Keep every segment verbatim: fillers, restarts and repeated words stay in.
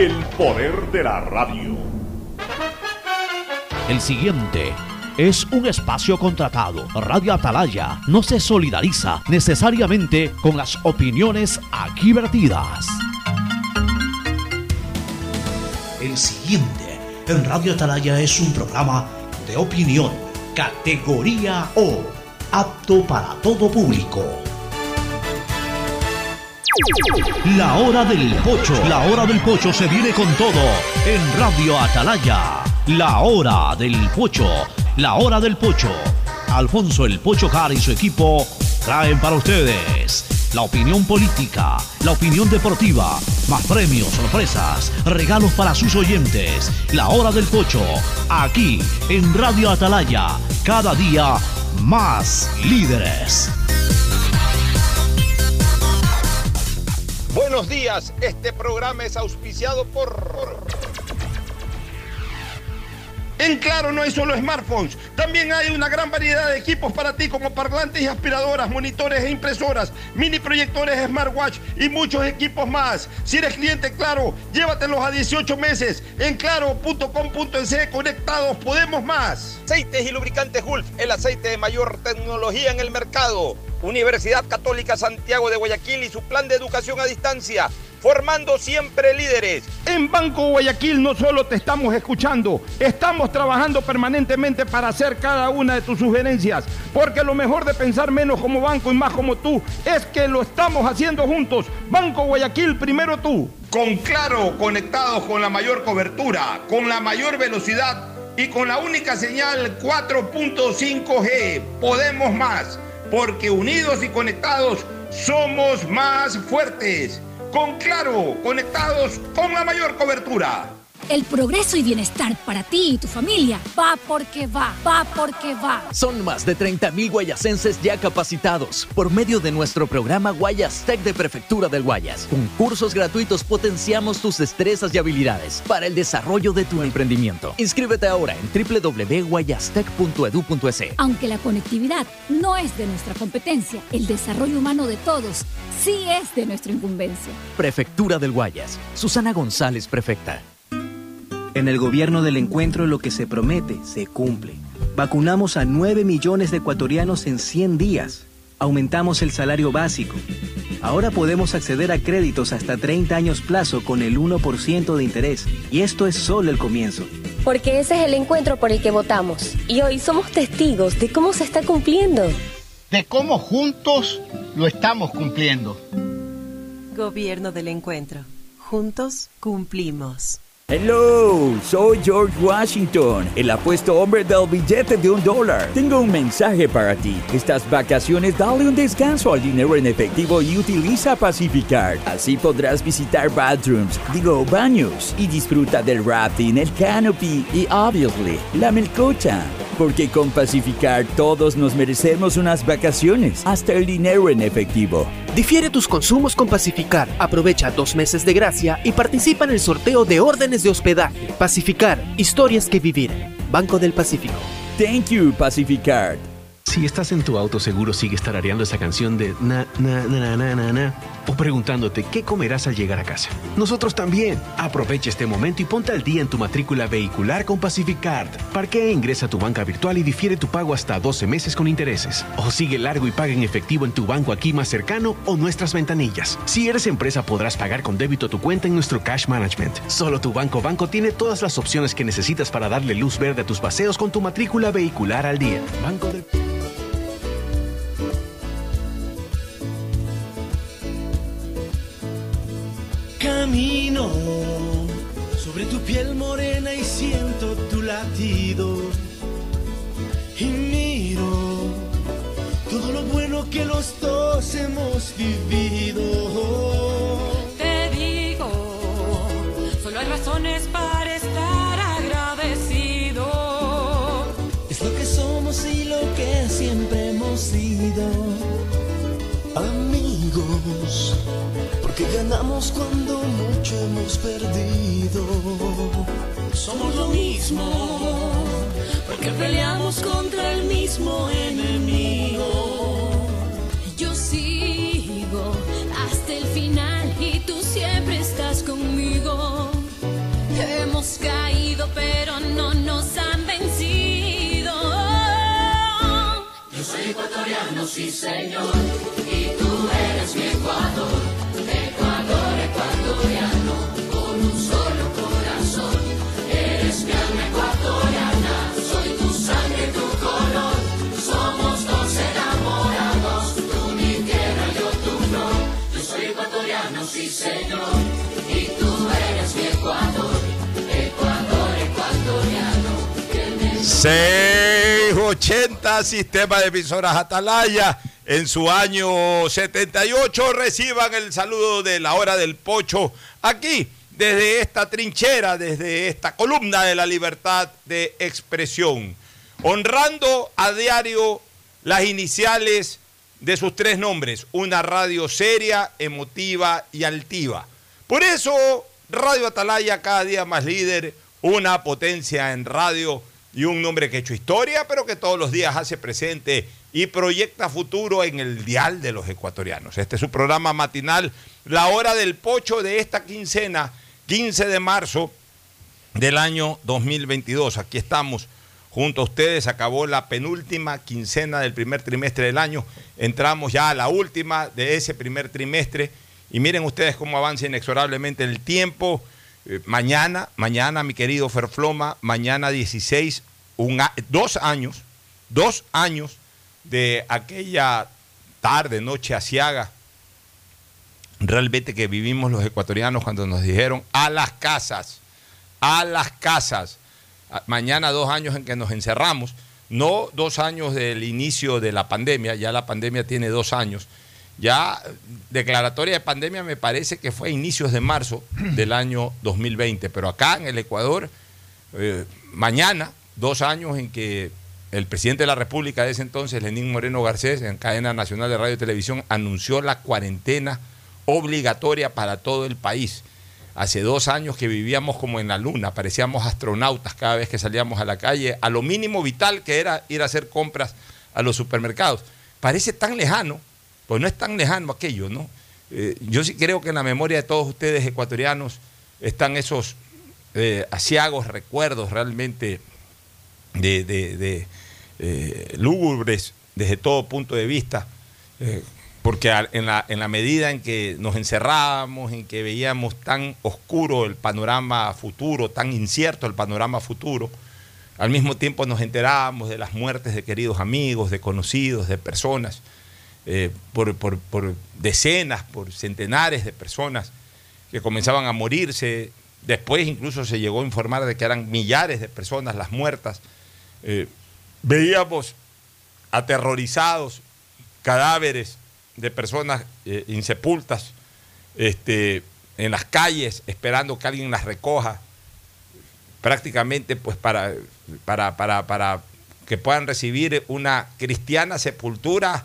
el poder de la radio. El siguiente es un espacio contratado. Radio Atalaya no se solidariza necesariamente con las opiniones aquí vertidas. El siguiente en Radio Atalaya es un programa de opinión, categoría O, apto para todo público. La hora del pocho. La hora del pocho se viene con todo en Radio Atalaya. La hora del pocho. La hora del pocho. Alfonso el Pocho Cara y su equipo traen para ustedes la opinión política, la opinión deportiva, más premios, sorpresas, regalos para sus oyentes. La hora del pocho, aquí en Radio Atalaya, cada día más líderes. Buenos días, este programa es auspiciado por... En Claro no hay solo smartphones, también hay una gran variedad de equipos para ti como parlantes y aspiradoras, monitores e impresoras, mini proyectores smartwatch y muchos equipos más. Si eres cliente Claro, llévatelos a dieciocho meses. En claro punto com punto es, conectados podemos más. Aceites y lubricantes Gulf, el aceite de mayor tecnología en el mercado. Universidad Católica Santiago de Guayaquil y su plan de educación a distancia, formando siempre líderes. En Banco Guayaquil no solo te estamos escuchando, estamos trabajando permanentemente para hacer cada una de tus sugerencias, porque lo mejor de pensar menos como banco y más como tú es que lo estamos haciendo juntos. Banco Guayaquil, primero tú. Con Claro, conectados con la mayor cobertura, con la mayor velocidad y con la única señal cuatro punto cinco G. Podemos más, porque unidos y conectados somos más fuertes. Con Claro, conectados con la mayor cobertura. El progreso y bienestar para ti y tu familia va porque va, va porque va. Son más de treinta mil guayasenses ya capacitados por medio de nuestro programa Guayas Tech de Prefectura del Guayas. Con cursos gratuitos potenciamos tus destrezas y habilidades para el desarrollo de tu emprendimiento. Inscríbete ahora en doble u doble u doble u punto guayastech punto edu punto es. Aunque la conectividad no es de nuestra competencia, el desarrollo humano de todos sí es de nuestra incumbencia. Prefectura del Guayas. Susana González, prefecta. En el gobierno del encuentro lo que se promete se cumple. Vacunamos a nueve millones de ecuatorianos en cien días. Aumentamos el salario básico. Ahora podemos acceder a créditos hasta treinta años plazo con el uno por ciento de interés. Y esto es solo el comienzo. Porque ese es el encuentro por el que votamos. Y hoy somos testigos de cómo se está cumpliendo. De cómo juntos lo estamos cumpliendo. Gobierno del encuentro. Juntos cumplimos. Hello, soy George Washington, el apuesto hombre del billete de un dólar. Tengo un mensaje para ti. Estas vacaciones dale un descanso al dinero en efectivo y utiliza Pacificard. Así podrás visitar bathrooms, digo baños, y disfruta del rafting, el canopy y, obviously, la melcocha. Porque con Pacificard todos nos merecemos unas vacaciones, hasta el dinero en efectivo. Difiere tus consumos con Pacificard. Aprovecha dos meses de gracia y participa en el sorteo de órdenes de hospedaje. Pacificard, historias que vivir. Banco del Pacífico. Thank you, Pacificard. Si estás en tu auto, seguro sigues tarareando esa canción de na, na, na, na, na, na, o preguntándote qué comerás al llegar a casa. Nosotros también. Aprovecha este momento y ponte al día en tu matrícula vehicular con Pacificard. Parquea, ingresa a tu banca virtual y difiere tu pago hasta doce meses con intereses. O sigue largo y paga en efectivo en tu banco aquí más cercano o nuestras ventanillas. Si eres empresa, podrás pagar con débito tu cuenta en nuestro Cash Management. Solo tu Banco Banco tiene todas las opciones que necesitas para darle luz verde a tus paseos con tu matrícula vehicular al día. Banco del... Camino sobre tu piel morena y siento tu latido y miro todo lo bueno que los dos hemos vivido. Te digo, solo hay razones para estar agradecido. Es lo que somos y lo que siempre hemos sido. Amigos, porque ganamos cuando mucho hemos perdido. Somos lo mismo, porque peleamos contra el mismo enemigo. Yo sigo hasta el final y tú siempre estás conmigo. hemos caído, pero no nos han vencido. Yo soy ecuatoriano, sí señor, y tú eres mi Ecuador. Ecuador, ecuatoriano, con un solo corazón. Eres mi alma ecuatoriana, soy tu sangre, tu color. Somos dos enamorados, tú mi tierra, yo tu flor. Yo soy ecuatoriano, sí señor, y tú eres mi Ecuador. Ecuador, ecuatoriano. seiscientos ochenta Sistema de Emisoras Atalaya. En su año setenta y ocho reciban el saludo de la Hora del Pocho aquí, desde esta trinchera, desde esta columna de la libertad de expresión, honrando a diario las iniciales de sus tres nombres, una radio seria, emotiva y altiva. Por eso, Radio Atalaya cada día más líder, una potencia en radio y un nombre que ha hecho historia, pero que todos los días hace presente y proyecta futuro en el dial de los ecuatorianos. Este es su programa matinal, La Hora del Pocho, de esta quincena, quince de marzo del año dos mil veintidós. Aquí estamos junto a ustedes, acabó la penúltima quincena del primer trimestre del año, entramos ya a la última de ese primer trimestre y miren ustedes cómo avanza inexorablemente el tiempo. Eh, mañana, mañana mi querido Ferfloma, mañana dieciséis, un a, dos años, dos años de aquella tarde, noche aciaga, realmente que vivimos los ecuatorianos cuando nos dijeron a las casas, a las casas. Mañana dos años en que nos encerramos, no dos años del inicio de la pandemia, ya la pandemia tiene dos años, ya declaratoria de pandemia me parece que fue a inicios de marzo del año dos mil veinte, pero acá en el Ecuador, eh, mañana, dos años en que el presidente de la República de ese entonces, Lenín Moreno Garcés, en cadena nacional de radio y televisión, anunció la cuarentena obligatoria para todo el país. Hace dos años que vivíamos como en la luna, parecíamos astronautas cada vez que salíamos a la calle, a lo mínimo vital que era ir a hacer compras a los supermercados. Parece tan lejano, pues no es tan lejano aquello, ¿no? Eh, yo sí creo que en la memoria de todos ustedes ecuatorianos están esos eh, aciagos recuerdos realmente de, de, de eh, lúgubres desde todo punto de vista, eh, porque en la, en la medida en que nos encerrábamos, en que veíamos tan oscuro el panorama futuro, tan incierto el panorama futuro, al mismo tiempo nos enterábamos de las muertes de queridos amigos, de conocidos, de personas, eh, por, por, por decenas, por centenares de personas que comenzaban a morirse. Después incluso se llegó a informar de que eran millares de personas las muertas. Eh, veíamos aterrorizados cadáveres de personas eh, insepultas este, en las calles, esperando que alguien las recoja, prácticamente pues para, para, para, para que puedan recibir una cristiana sepultura,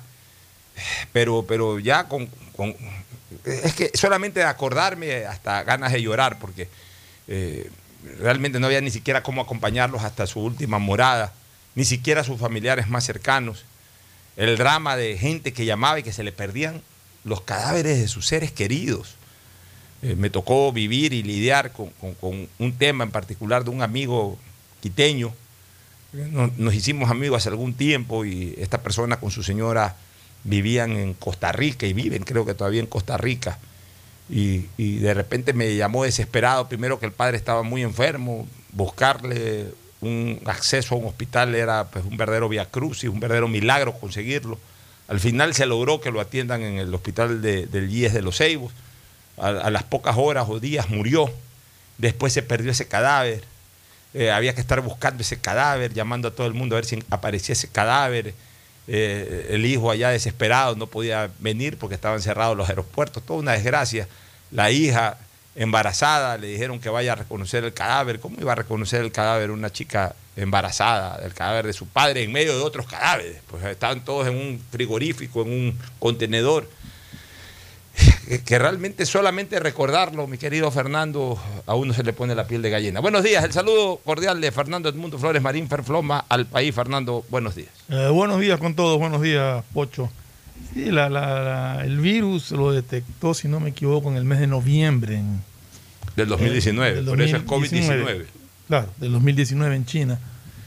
pero, pero ya con, con... Es que solamente de acordarme hasta ganas de llorar, porque eh, realmente no había ni siquiera cómo acompañarlos hasta su última morada, ni siquiera sus familiares más cercanos. El drama de gente que llamaba y que se le perdían los cadáveres de sus seres queridos. Eh, me tocó vivir y lidiar con, con, con un tema en particular de un amigo quiteño. Nos, nos hicimos amigos hace algún tiempo y esta persona con su señora vivían en Costa Rica y viven, creo que todavía en Costa Rica. Y, y de repente me llamó desesperado, primero que el padre estaba muy enfermo, buscarle un acceso a un hospital era pues un verdadero viacrucis, un verdadero milagro conseguirlo. Al final se logró que lo atiendan en el hospital de, del I E S de Los Ceibos. A, a las pocas horas o días murió. Después se perdió ese cadáver. Eh, había que estar buscando ese cadáver, llamando a todo el mundo a ver si aparecía ese cadáver. Eh, el hijo allá desesperado no podía venir porque estaban cerrados los aeropuertos. Toda una desgracia. La hija embarazada, le dijeron que vaya a reconocer el cadáver. ¿Cómo iba a reconocer el cadáver una chica embarazada, el cadáver de su padre en medio de otros cadáveres? Pues estaban todos en un frigorífico, en un contenedor. Que, que realmente solamente recordarlo, mi querido Fernando, a uno se le pone la piel de gallina. Buenos días, el saludo cordial de Fernando Edmundo Flores Marín, Ferfloma, al país. Fernando, buenos días. Eh, buenos días con todos, buenos días, Pocho. Sí, la, la, la, el virus lo detectó, si no me equivoco, en el mes de noviembre en, Del dos mil diecinueve, del por eso es COVID diecinueve. Claro, del dos mil diecinueve en China.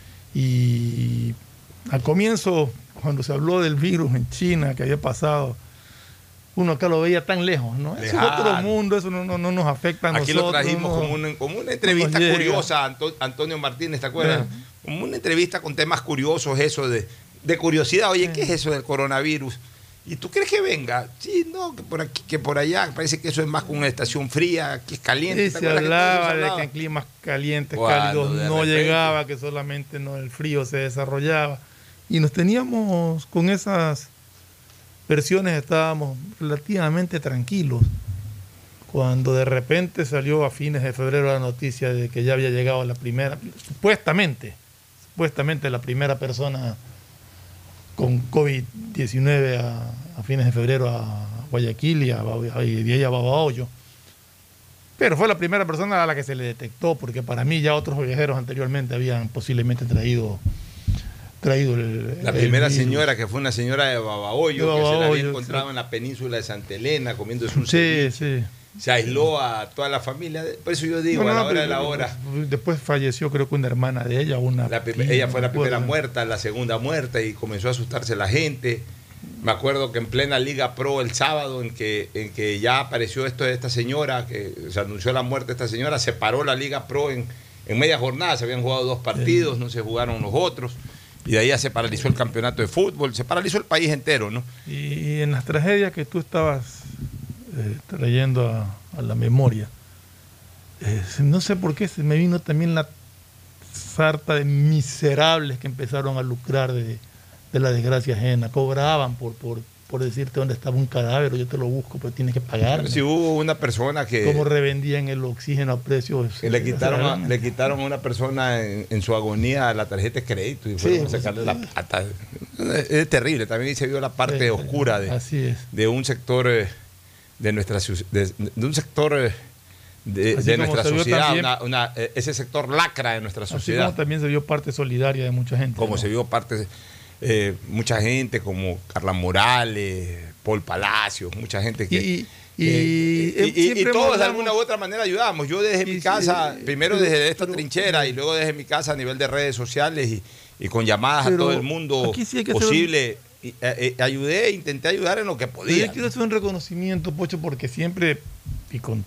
Y al comienzo, cuando se habló del virus en China que había pasado, uno acá lo veía tan lejos, ¿no? Eso es otro mundo, eso no, no, no nos afecta a Aquí nosotros. Aquí lo trajimos no, como, una, como una entrevista no curiosa a Antonio Martínez, ¿te acuerdas? Sí. Como una entrevista con temas curiosos, eso de, de curiosidad. Oye, sí. ¿Qué es eso del coronavirus? ¿Y tú crees que venga? Sí, no, que por aquí, que por allá. Parece que eso es más como una estación fría, que es caliente. Sí, se hablaba de que en climas calientes, cálidos, no repente. llegaba, que solamente no el frío se desarrollaba. Y nos teníamos con esas versiones, estábamos relativamente tranquilos. Cuando de repente salió a fines de febrero la noticia de que ya había llegado la primera, supuestamente, supuestamente la primera persona con COVID diecinueve a, a fines de febrero a Guayaquil y a, a, y a Babahoyo. Pero fue la primera persona a la que se le detectó, porque para mí ya otros viajeros anteriormente habían posiblemente traído, traído el La primera el ceñora, que fue una señora de Babahoyo, de Babahoyo que se la había encontrado sí. en la península de Santa Elena comiéndose un sí, ceviche. Sí. Se aisló a toda la familia, por eso yo digo, no, no, a la hora de la hora. Después falleció, creo que una hermana de ella. Una la, ella fue la primera muerta, la segunda muerta, y comenzó a asustarse la gente. Me acuerdo que en plena Liga Pro el sábado, en que, en que ya apareció esto de esta señora, que se anunció la muerte de esta señora, se paró la Liga Pro en, en media jornada, se habían jugado dos partidos, sí. no se jugaron los otros, y de ahí ya se paralizó el campeonato de fútbol, se paralizó el país entero, ¿no? Y en las tragedias que tú estabas eh, trayendo a, a la memoria, eh, no sé por qué se me vino también la sarta de miserables que empezaron a lucrar de, de la desgracia ajena, cobraban por, por, por decirte dónde estaba un cadáver, o yo te lo busco, pero tienes que pagar. Si hubo una persona que... Cómo revendían el oxígeno a precios... Que le, quitaron a, le quitaron a una persona en, en su agonía la tarjeta de crédito y fueron sí, a sacarle sí. la plata. Es, es terrible, también se vio la parte sí, oscura de, así es. de un sector de nuestra de, de un sector de, de nuestra sociedad, también, una, una, ese sector lacra de nuestra sociedad. Así como también se vio parte solidaria de mucha gente. Como ¿no? se vio parte... Eh, mucha gente como Carla Morales, Paul Palacios, mucha gente que... Y, y, eh, y, y, y todos de alguna u otra manera ayudamos. Yo desde y, mi casa, sí, primero pero, desde esta pero, trinchera y luego desde mi casa a nivel de redes sociales y, y con llamadas a todo el mundo sí posible, un... y, eh, eh, ayudé e intenté ayudar en lo que podía. Yo quiero hacer un reconocimiento, Pocho, porque siempre y, con,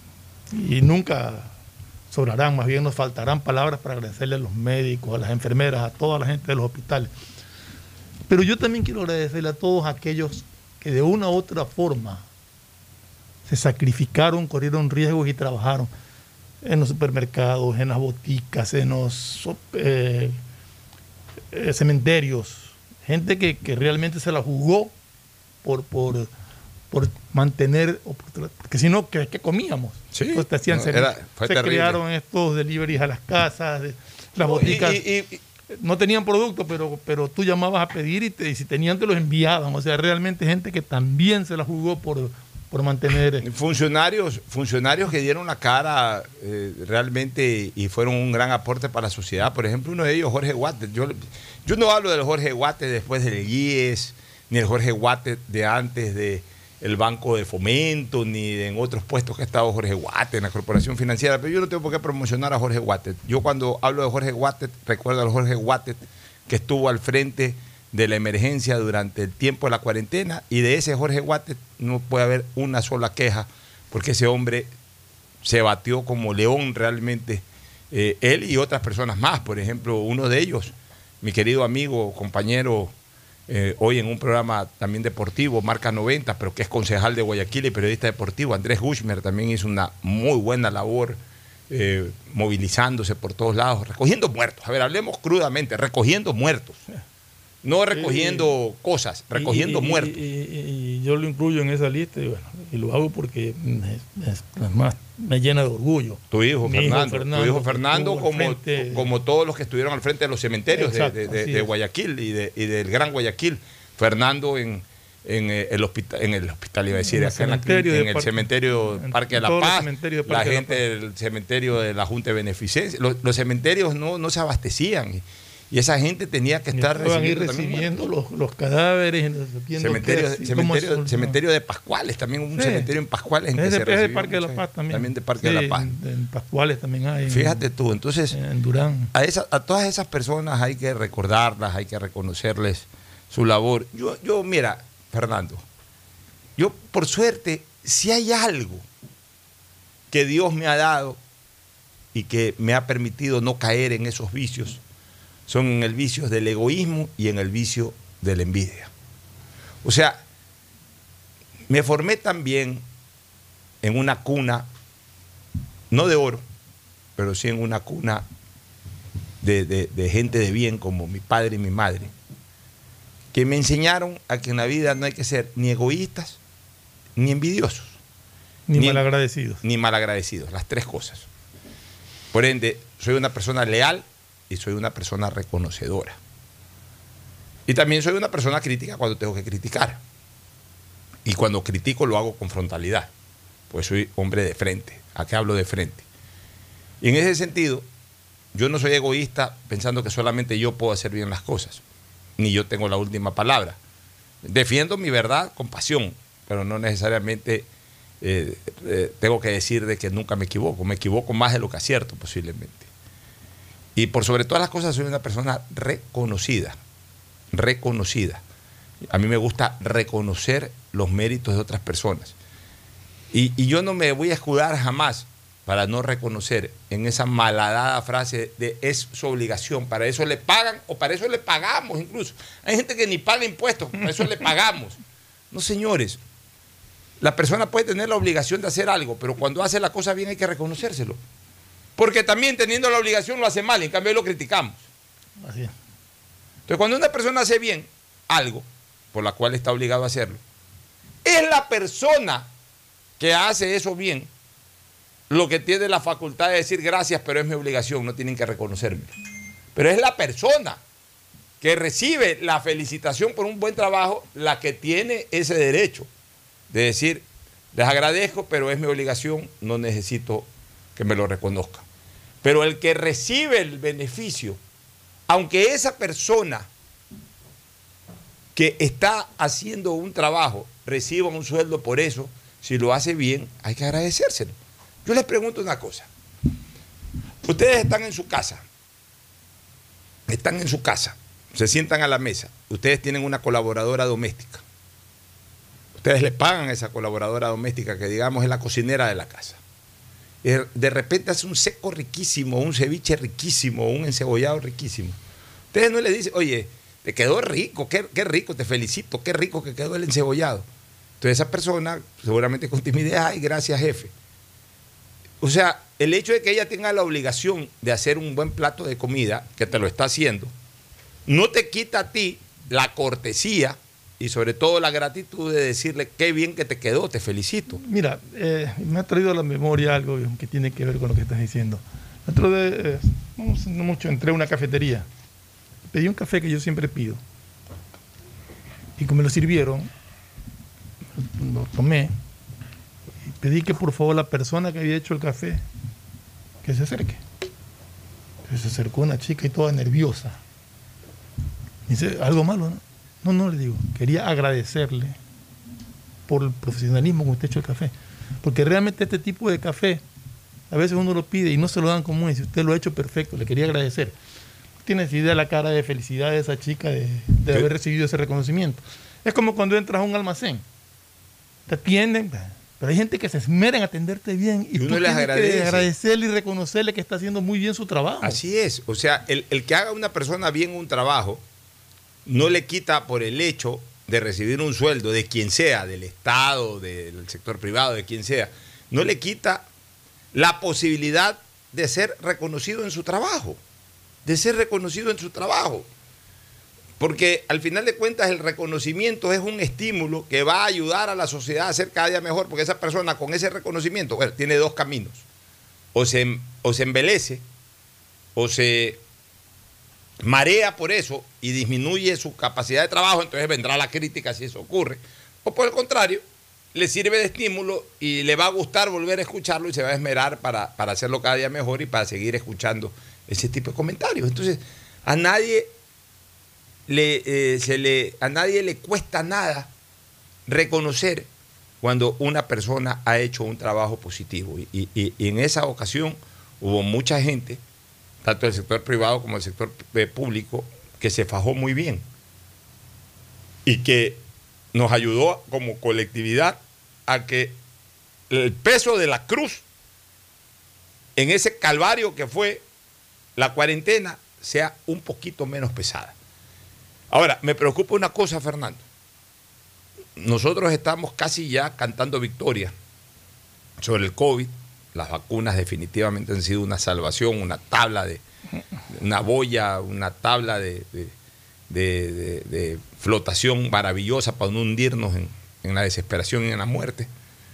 y nunca sobrarán, más bien nos faltarán palabras para agradecerle a los médicos, a las enfermeras, a toda la gente de los hospitales. Pero yo también quiero agradecerle a todos aquellos que de una u otra forma se sacrificaron, corrieron riesgos y trabajaron en los supermercados, en las boticas, en los eh, eh, cementerios. Gente que, que realmente se la jugó por, por, por mantener, porque si no, ¿qué, qué comíamos? Sí, pues te hacían no, ser, era, se terrible. crearon estos deliveries a las casas, de, las no, boticas. Y, y, y, no tenían producto, pero, pero tú llamabas a pedir y, te, y si tenían te los enviaban. O sea, realmente gente que también se la jugó por, por mantener... Funcionarios, funcionarios que dieron la cara eh, realmente y fueron un gran aporte para la sociedad. Por ejemplo, uno de ellos, Jorge Guate. Yo, yo no hablo del Jorge Guate después del I E S, ni el Jorge Guate de antes de el Banco de Fomento, ni en otros puestos que ha estado Jorge Guate en la Corporación Financiera, pero yo no tengo por qué promocionar a Jorge Guate. Yo cuando hablo de Jorge Guate, recuerdo al Jorge Guate que estuvo al frente de la emergencia durante el tiempo de la cuarentena, y de ese Jorge Guate no puede haber una sola queja, porque ese hombre se batió como león realmente, eh, él y otras personas más. Por ejemplo, uno de ellos, mi querido amigo, compañero, Eh, hoy en un programa también deportivo, Marca noventa, pero que es concejal de Guayaquil y periodista deportivo, Andrés Gushmer, también hizo una muy buena labor eh, movilizándose por todos lados, recogiendo muertos. A ver, hablemos crudamente, recogiendo muertos, no recogiendo y, cosas, recogiendo y, y, muertos. Y, y, y yo lo incluyo en esa lista y, bueno, y lo hago porque es, es, además me llena de orgullo. Tu hijo, Mi Fernando, hijo Fernando, tu hijo Fernando como, frente, como todos los que estuvieron al frente de los cementerios Exacto, de, de, de, de Guayaquil y, de, y del Gran Guayaquil. Fernando en, en, el, hospital, en el hospital, iba a decir, en el acá cementerio, en, en de el Parque, cementerio en Parque de la Paz, de la gente del cementerio de la Junta de Beneficencia. Los, los cementerios no, no se abastecían. Y, Y esa gente tenía que estar Estaban recibiendo, recibiendo los, los cadáveres. Cementerio, así, cementerio, cementerio de Pascuales, también un sí. cementerio en Pascuales. En es que de, se es de Parque de la Paz también. También de Parque sí, de la Paz. En, en Pascuales también hay. Fíjate tú, entonces, en Durán. A, esa, a todas esas personas hay que recordarlas, hay que reconocerles su labor. Yo, yo, mira, Fernando, yo por suerte, si hay algo que Dios me ha dado y que me ha permitido no caer en esos vicios, son en el vicio del egoísmo y en el vicio de la envidia. O sea, me formé también en una cuna, no de oro, pero sí en una cuna de, de, de gente de bien como mi padre y mi madre, que me enseñaron a que en la vida no hay que ser ni egoístas, ni envidiosos. Ni, ni malagradecidos. Ni malagradecidos, las tres cosas. Por ende, soy una persona leal y soy una persona reconocedora. Y también soy una persona crítica cuando tengo que criticar. Y cuando critico lo hago con frontalidad, pues soy hombre de frente. ¿A qué hablo de frente? Y en ese sentido, yo no soy egoísta pensando que solamente yo puedo hacer bien las cosas, ni yo tengo la última palabra. Defiendo mi verdad con pasión, pero no necesariamente eh, eh, tengo que decir de que nunca me equivoco. Me equivoco más de lo que acierto posiblemente. Y por sobre todas las cosas soy una persona reconocida, reconocida. A mí me gusta reconocer los méritos de otras personas. Y, y yo no me voy a escudar jamás para no reconocer en esa malhadada frase de es su obligación, para eso le pagan o para eso le pagamos incluso. Hay gente que ni paga impuestos, para eso le pagamos. No, señores, la persona puede tener la obligación de hacer algo, pero cuando hace la cosa bien hay que reconocérselo. Porque también teniendo la obligación lo hace mal, en cambio lo criticamos. Así es. Entonces cuando una persona hace bien algo, por la cual está obligado a hacerlo, es la persona que hace eso bien lo que tiene la facultad de decir gracias, pero es mi obligación, no tienen que reconocerme. Pero es la persona que recibe la felicitación por un buen trabajo la que tiene ese derecho de decir, les agradezco, pero es mi obligación, no necesito que me lo reconozca. Pero el que recibe el beneficio, aunque esa persona que está haciendo un trabajo reciba un sueldo por eso, si lo hace bien, hay que agradecérselo. Yo les pregunto una cosa. Ustedes están en su casa, están en su casa, se sientan a la mesa, ustedes tienen una colaboradora doméstica. Ustedes le pagan a esa colaboradora doméstica, que digamos es la cocinera de la casa. De repente hace un seco riquísimo, un ceviche riquísimo, un encebollado riquísimo. Ustedes no le dicen, oye, te quedó rico, qué, qué rico, te felicito, qué rico que quedó el encebollado. Entonces esa persona seguramente con timidez, ay, gracias jefe. O sea, el hecho de que ella tenga la obligación de hacer un buen plato de comida, que te lo está haciendo, no te quita a ti la cortesía y sobre todo la gratitud de decirle qué bien que te quedó, te felicito. Mira, eh, me ha traído a la memoria algo que tiene que ver con lo que estás diciendo. Dentro de, eh, no mucho, entré a una cafetería, pedí un café que yo siempre pido y como me lo sirvieron, lo tomé y pedí que por favor la persona que había hecho el café que se acerque. Entonces se acercó una chica y toda nerviosa. Dice, ¿algo malo? No, no, no le digo. Quería agradecerle por el profesionalismo con usted hecho el café. Porque realmente este tipo de café, a veces uno lo pide y no se lo dan como es. Si usted lo ha hecho perfecto, le quería agradecer. Tienes idea de la cara de felicidad de esa chica de, de haber recibido ese reconocimiento. Es como cuando entras a un almacén. Te atienden, pero hay gente que se esmera en atenderte bien y, y tú tienes agradece. que agradecerle y reconocerle que está haciendo muy bien su trabajo. Así es. O sea, el, el que haga una persona bien un trabajo no le quita por el hecho de recibir un sueldo de quien sea, del Estado, del sector privado, de quien sea, no le quita la posibilidad de ser reconocido en su trabajo, de ser reconocido en su trabajo. Porque al final de cuentas el reconocimiento es un estímulo que va a ayudar a la sociedad a ser cada día mejor, porque esa persona con ese reconocimiento, bueno, tiene dos caminos, o se, o se embelece, o se marea por eso y disminuye su capacidad de trabajo, entonces vendrá la crítica si eso ocurre, o por el contrario, le sirve de estímulo y le va a gustar volver a escucharlo y se va a esmerar para, para hacerlo cada día mejor y para seguir escuchando ese tipo de comentarios. Entonces, A nadie le, eh, se le, a nadie le cuesta nada reconocer cuando una persona ha hecho un trabajo positivo. Y, y, y en esa ocasión hubo mucha gente, tanto del sector privado como del sector eh, público, que se fajó muy bien y que nos ayudó como colectividad a que el peso de la cruz en ese calvario que fue la cuarentena sea un poquito menos pesada. Ahora, me preocupa una cosa, Fernando. Nosotros estamos casi ya cantando victoria sobre el COVID. Las vacunas definitivamente han sido una salvación, una tabla de, una boya, una tabla de, de, de, de, de flotación maravillosa para no hundirnos en, en la desesperación y en la muerte.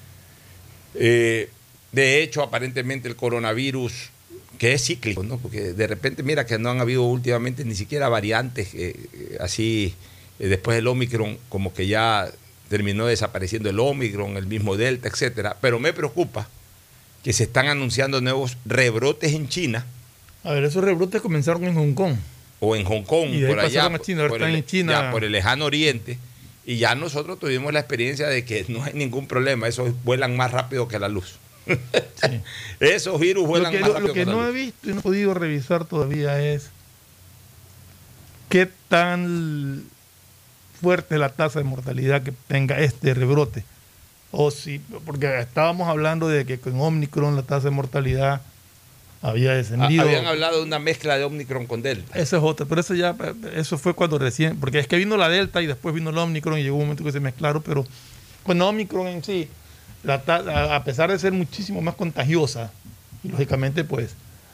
Eh, de hecho, aparentemente el coronavirus, que es cíclico, ¿no? Porque de repente, mira que no han habido últimamente ni siquiera variantes eh, así, eh, después del Omicron, como que ya terminó desapareciendo el Omicron, el mismo Delta, etcétera. Pero me preocupa que se están anunciando nuevos rebrotes en China. A ver, esos rebrotes comenzaron en Hong Kong. O en Hong Kong, y por allá, a China, ahora por, están el, en China. ya, por el lejano oriente. Y ya nosotros tuvimos la experiencia de que no hay ningún problema, esos vuelan más rápido que la luz. Sí. Esos virus vuelan lo que, más lo, rápido lo que, que la no luz. he visto y no he podido revisar todavía es qué tan fuerte es la tasa de mortalidad que tenga este rebrote. O si, porque estábamos hablando de que con Omicron la tasa de mortalidad había descendido. Habían hablado de una mezcla de Omicron con Delta. Eso es otra, pero eso ya, eso fue cuando recién, porque es que vino la Delta y después vino el Omicron y llegó un momento que se mezclaron, pero con Omicron en sí, la, a pesar de ser muchísimo más contagiosa, y lógicamente pues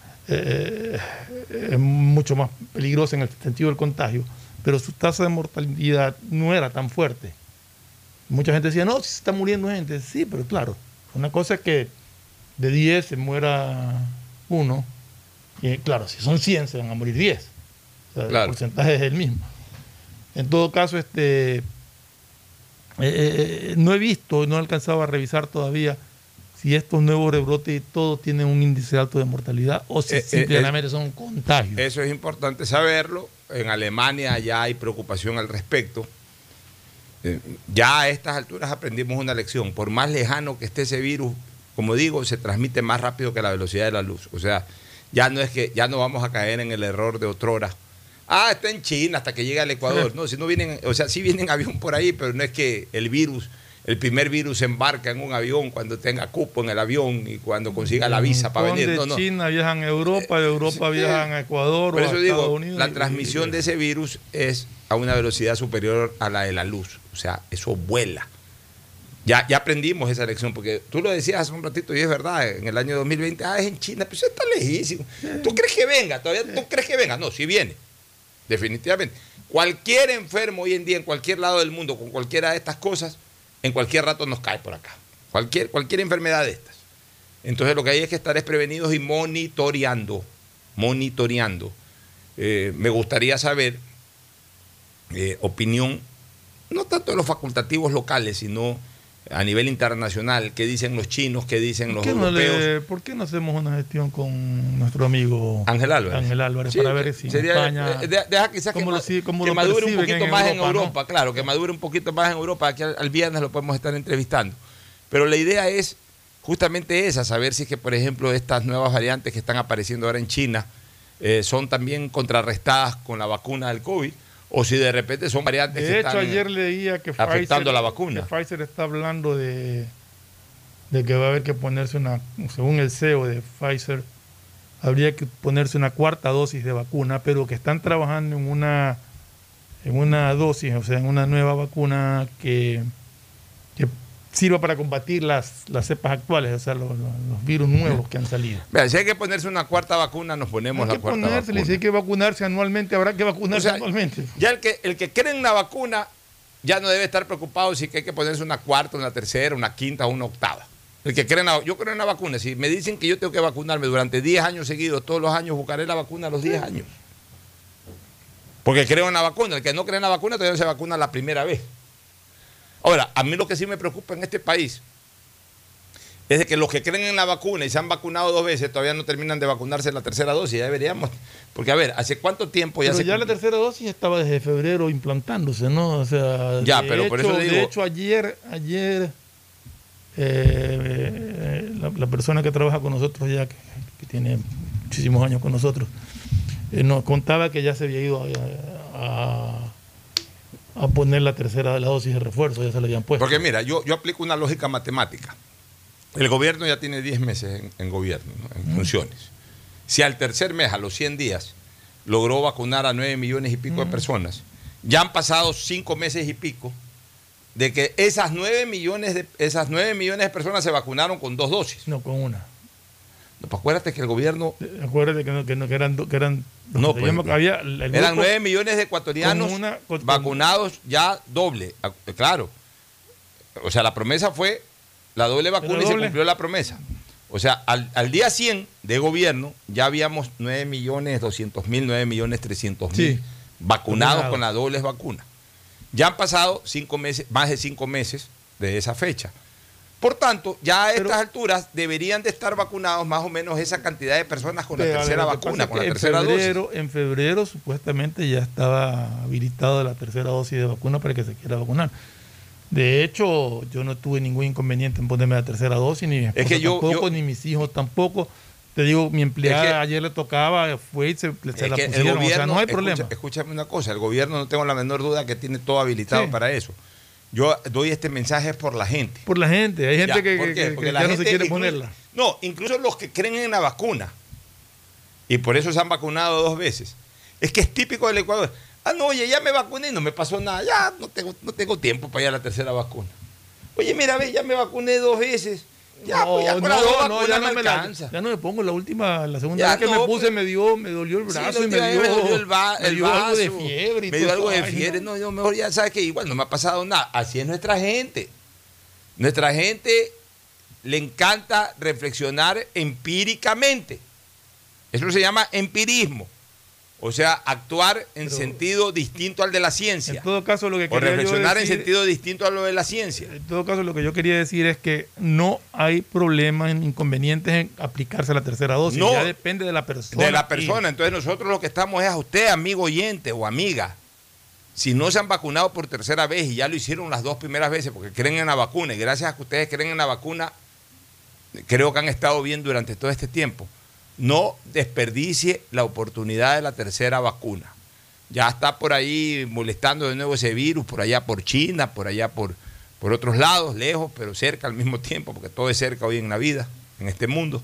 eh, es mucho más peligrosa en el sentido del contagio, pero su tasa de mortalidad no era tan fuerte. Mucha gente decía, no, si se está muriendo gente. Sí, pero claro, una cosa es que de diez se muera uno, y claro, si son cien se van a morir diez. O sea, claro. El porcentaje es el mismo. En todo caso, este eh, eh, no he visto, no he alcanzado a revisar todavía si estos nuevos rebrotes todos tienen un índice alto de mortalidad o si eh, simplemente eh, son contagios. Eso es importante saberlo. En Alemania ya hay preocupación al respecto. Eh, ya a estas alturas aprendimos una lección. Por más lejano que esté ese virus, como digo, se transmite más rápido que la velocidad de la luz. O sea, ya no es que ya no vamos a caer en el error de otrora. Ah, está en China hasta que llegue al Ecuador. No, si no vienen, o sea, sí vienen avión por ahí, pero no es que el virus, el primer virus se embarca en un avión cuando tenga cupo en el avión y cuando consiga la visa para venir. De no, no. China viajan a Europa, de Europa sí, viajan a Ecuador. Por o eso a digo, Estados Unidos la y, transmisión y, de ese virus es a una velocidad superior a la de la luz. O sea, eso vuela. Ya, ya aprendimos esa lección, porque tú lo decías hace un ratito y es verdad, en el año dos mil veinte, ah, es en China, pero eso está lejísimo. ¿Tú crees que venga? ¿Todavía tú crees que venga? No, sí viene, definitivamente. Cualquier enfermo hoy en día, en cualquier lado del mundo, con cualquiera de estas cosas, en cualquier rato nos cae por acá. Cualquier, cualquier enfermedad de estas. Entonces lo que hay es que estar prevenidos y monitoreando, monitoreando. Eh, me gustaría saber, eh, opinión, no tanto de los facultativos locales, sino a nivel internacional, qué dicen los chinos, qué dicen los europeos. No le, ¿Por qué no hacemos una gestión con nuestro amigo Ángel Álvarez? Ángel Álvarez sí, para ver si sería, España... De, deja quizás que, lo, sí, que madure un poquito en más Europa, en Europa, ¿no? Claro, que madure un poquito más en Europa, aquí al, al viernes lo podemos estar entrevistando. Pero la idea es justamente esa, saber si es que, por ejemplo, estas nuevas variantes que están apareciendo ahora en China eh, son también contrarrestadas con la vacuna del COVID, o si de repente son variantes de que hecho, están ayer leía que afectando Pfizer, la vacuna. Que Pfizer está hablando de, de que va a haber que ponerse una, según el C E O de Pfizer, habría que ponerse una cuarta dosis de vacuna, pero que están trabajando en una, en una dosis, o sea, en una nueva vacuna que, que sirva para combatir las, las cepas actuales, o sea, los, los, los virus nuevos que han salido. Mira, si hay que ponerse una cuarta vacuna, nos ponemos hay la que cuarta ponerse, vacuna. Si hay que vacunarse anualmente, habrá que vacunarse o sea, anualmente. Ya el que, el que cree en la vacuna ya no debe estar preocupado si que hay que ponerse una cuarta, una tercera, una quinta o una octava. El que cree en la, yo creo en la vacuna. Si me dicen que yo tengo que vacunarme durante diez años seguidos, todos los años buscaré la vacuna a los diez años. Porque creo en la vacuna. El que no cree en la vacuna todavía se vacuna la primera vez. Ahora, a mí lo que sí me preocupa en este país es de que los que creen en la vacuna y se han vacunado dos veces todavía no terminan de vacunarse la tercera dosis. Ya deberíamos. Porque, a ver, ¿hace cuánto tiempo ya pero se.? Ya la tercera dosis estaba desde febrero implantándose, ¿no? O sea. Ya, de pero hecho, por eso digo. De hecho, ayer. ayer eh, eh, la, la persona que trabaja con nosotros ya, que, que tiene muchísimos años con nosotros, eh, nos contaba que ya se había ido a, a, a poner la tercera la dosis de refuerzo, ya se la habían puesto. Porque mira, yo, yo aplico una lógica matemática. El gobierno ya tiene diez meses en, en gobierno, ¿no? En mm. funciones. Si al tercer mes, a los cien días, logró vacunar a nueve millones y pico mm. de personas, ya han pasado cinco meses y pico de que esas nueve millones de esas nueve millones de personas se vacunaron con dos dosis. No, con una. No, pues acuérdate que el gobierno. Acuérdate que, no, que, no, que eran. Que eran no, pues, había el eran nueve millones de ecuatorianos con una, con, vacunados ya doble. Claro. O sea, la promesa fue la doble vacuna y se cumplió la promesa. O sea, al, al día cien de gobierno ya habíamos nueve millones doscientos mil, nueve millones trescientos mil sí. vacunados Vacunado. con la doble vacuna. Ya han pasado cinco meses, más de cinco meses de esa fecha. Por tanto, ya a estas Pero, alturas deberían de estar vacunados más o menos esa cantidad de personas con la tercera ver, vacuna, con la tercera febrero, dosis. En febrero supuestamente ya estaba habilitado la tercera dosis de vacuna para el que se quiera vacunar. De hecho, yo no tuve ningún inconveniente en ponerme la tercera dosis, ni mi esposa es que yo, tampoco, yo, ni mis hijos tampoco. Te digo, mi empleada es que, ayer le tocaba, fue y se, se la pusieron, gobierno, o sea, no hay problema. Escucha, escúchame una cosa, el gobierno no tengo la menor duda que tiene todo habilitado sí. para eso. Yo doy este mensaje por la gente. Por la gente, hay gente ya, que, que, que, que ya gente, no se quiere incluso, ponerla. No, incluso los que creen en la vacuna, y por eso se han vacunado dos veces, es que es típico del Ecuador. Ah, no, oye, ya me vacuné y no me pasó nada, ya no tengo, no tengo tiempo para ir a la tercera vacuna. Oye, mira, ve, ya me vacuné dos veces. Ya, no, pues ya con no, dos no, ya no me alcanza. La, ya no me pongo la última, la segunda ya vez que no, me puse me dio, me dolió el brazo sí, y me dio, me dolió el, va, me el dio vaso, algo de fiebre. Y me dio algo de fiebre, no, no, mejor ya sabes que igual no me ha pasado nada. Así es nuestra gente. Nuestra gente le encanta reflexionar empíricamente. Eso se llama empirismo. O sea, actuar en Pero, sentido distinto al de la ciencia. En todo caso, lo que quería o reflexionar decir, en sentido distinto a lo de la ciencia. En todo caso, lo que yo quería decir es que no hay problemas, inconvenientes en aplicarse la tercera dosis. No, ya depende de la persona. De la persona. Y... Entonces nosotros lo que estamos es a usted, amigo oyente o amiga. Si no se han vacunado por tercera vez y ya lo hicieron las dos primeras veces porque creen en la vacuna, y gracias a que ustedes creen en la vacuna, creo que han estado bien durante todo este tiempo. No desperdicie la oportunidad de la tercera vacuna. Ya está por ahí molestando de nuevo ese virus, por allá por China, por allá por, por otros lados, lejos, pero cerca al mismo tiempo, porque todo es cerca hoy en la vida, en este mundo.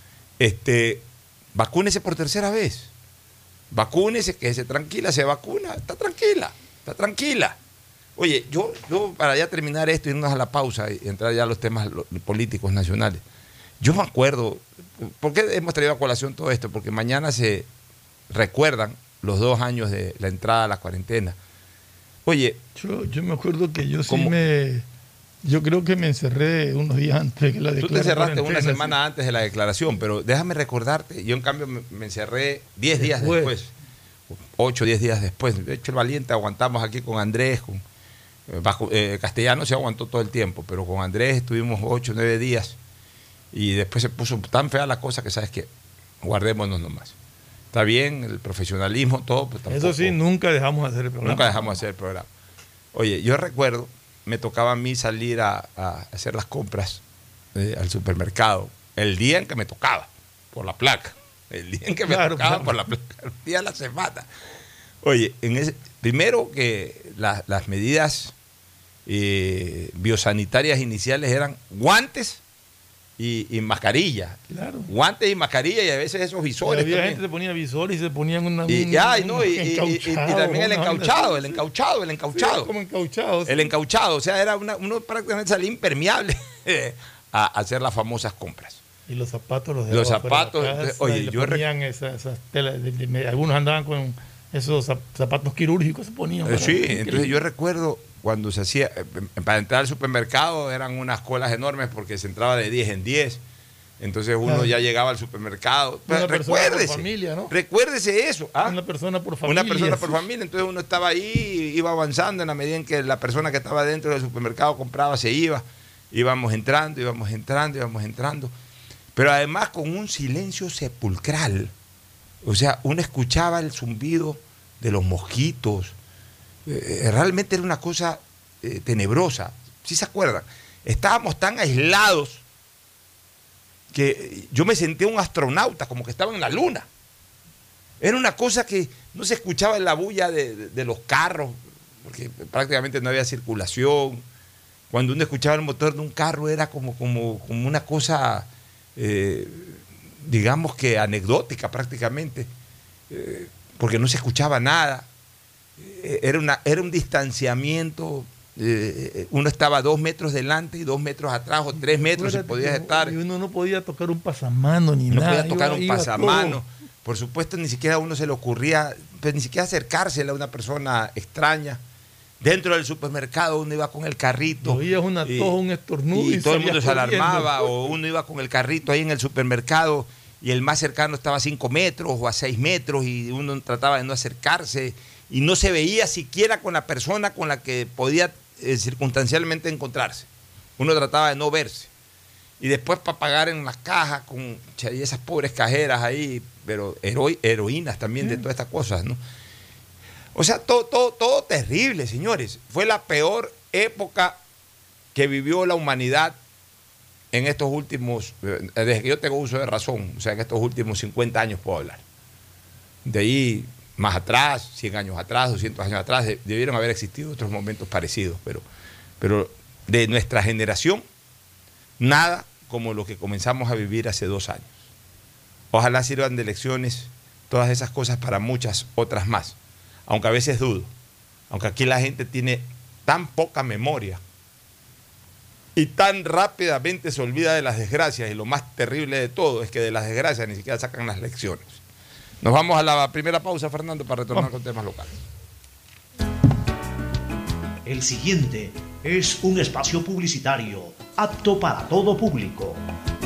Este, vacúnese por tercera vez. Vacúnese, quédese tranquila, se vacuna, está tranquila, está tranquila. Oye, yo, yo para ya terminar esto, irnos a la pausa y entrar ya a los temas políticos nacionales. Yo me acuerdo, ¿por qué hemos traído a colación todo esto? Porque mañana se recuerdan los dos años de la entrada a la cuarentena. Oye, yo, yo me acuerdo que yo sí me, yo creo que me encerré unos días antes de que la declaración. Tú te encerraste una semana sí. antes de la declaración, pero déjame recordarte, yo en cambio me, me encerré diez días después, ocho o diez días después. De hecho, el valiente aguantamos aquí con Andrés, con bajo, eh, Castellano se aguantó todo el tiempo, pero con Andrés estuvimos ocho o nueve días. Y después se puso tan fea la cosa que sabes que guardémonos nomás. Está bien, el profesionalismo, todo. Pues tampoco, eso sí, nunca dejamos de hacer el programa. Nunca dejamos de hacer el programa. Oye, yo recuerdo, me tocaba a mí salir a, a hacer las compras eh, al supermercado el día en que me tocaba, por la placa. El día en que me claro, tocaba claro. por la placa, el día de la semana. Oye, en ese, primero que la, las medidas eh, biosanitarias iniciales eran guantes Y, y mascarilla, claro. guantes y mascarilla y a veces esos visores. Había gente que se ponía visores y se ponían una. Y, un, ya, un, no, y, y, y, y también el encauchado, el encauchado, el encauchado. Sí, como encauchado. Sí. El encauchado, o sea, era una, uno prácticamente salía impermeable a hacer las famosas compras. Y los zapatos los Los zapatos, casa, oye, y yo ponían esas, esas telas, de, de, de, algunos andaban con esos zapatos quirúrgicos, se ponían. Eh, sí, entonces yo recuerdo. Cuando se hacía, para entrar al supermercado eran unas colas enormes porque se entraba de diez en diez. Entonces uno claro. ya llegaba al supermercado. Una recuérdese, persona por familia, ¿no? Recuérdese eso. ¿ah? Una persona por familia. Una persona por familia. Entonces uno estaba ahí, iba avanzando en la medida en que la persona que estaba dentro del supermercado compraba, se iba. íbamos entrando, íbamos entrando, íbamos entrando, pero además con un silencio sepulcral. O sea, uno escuchaba el zumbido de los mosquitos. Eh, realmente era una cosa eh, tenebrosa. ¿Sí se acuerdan? Estábamos tan aislados que yo me sentía un astronauta, como que estaba en la luna. Era una cosa que no se escuchaba en la bulla de, de, de los carros, porque prácticamente no había circulación. Cuando uno escuchaba el motor de un carro era como, como, como una cosa, eh, digamos que anecdótica prácticamente, eh, porque no se escuchaba nada. Eh, era, una, era un distanciamiento. Eh, uno estaba dos metros delante y dos metros atrás o tres metros si podías estar. Y uno no podía tocar un pasamano ni no nada. No podía tocar iba, un pasamano. Por supuesto, ni siquiera a uno se le ocurría, pues, ni siquiera acercársele a una persona extraña. Dentro del supermercado uno iba con el carrito. Oías una tos, un estornudo. Y, y todo el mundo se corriendo. alarmaba. O uno iba con el carrito ahí en el supermercado y el más cercano estaba a cinco metros o a seis metros y uno trataba de no acercarse. Y no se veía siquiera con la persona con la que podía eh, circunstancialmente encontrarse. Uno trataba de no verse. Y después para pagar en las cajas con y esas pobres cajeras ahí, pero hero, heroínas también de todas estas cosas, ¿no? O sea, todo, todo, todo terrible, señores. Fue la peor época que vivió la humanidad en estos últimos, desde que yo tengo uso de razón, o sea, en estos últimos cincuenta años puedo hablar. De ahí más atrás, cien años atrás, doscientos años atrás, debieron haber existido otros momentos parecidos, pero, pero de nuestra generación, nada como lo que comenzamos a vivir hace dos años. Ojalá sirvan de lecciones todas esas cosas para muchas otras más. Aunque a veces dudo, aunque aquí la gente tiene tan poca memoria y tan rápidamente se olvida de las desgracias, y lo más terrible de todo es que de las desgracias ni siquiera sacan las lecciones. Nos vamos a la primera pausa, Fernando, para retornar oh. con temas locales. El siguiente es un espacio publicitario apto para todo público.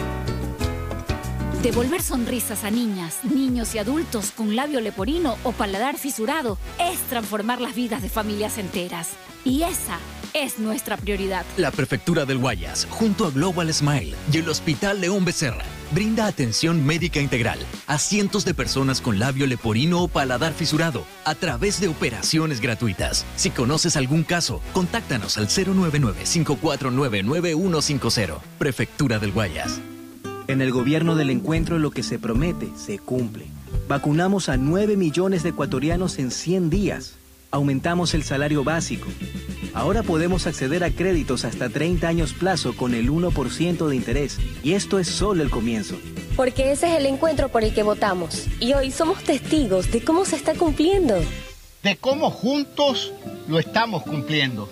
Devolver sonrisas a niñas, niños y adultos con labio leporino o paladar fisurado es transformar las vidas de familias enteras. Y esa es nuestra prioridad. La Prefectura del Guayas, junto a Global Smile y el Hospital León Becerra, brinda atención médica integral a cientos de personas con labio leporino o paladar fisurado a través de operaciones gratuitas. Si conoces algún caso, contáctanos al cero nueve nueve, cinco cuatro nueve, nueve uno cinco cero. Prefectura del Guayas. En el gobierno del encuentro lo que se promete se cumple. Vacunamos a nueve millones de ecuatorianos en cien días. Aumentamos el salario básico. Ahora podemos acceder a créditos hasta treinta años plazo con el uno por ciento de interés. Y esto es solo el comienzo. Porque ese es el encuentro por el que votamos. Y hoy somos testigos de cómo se está cumpliendo. De cómo juntos lo estamos cumpliendo.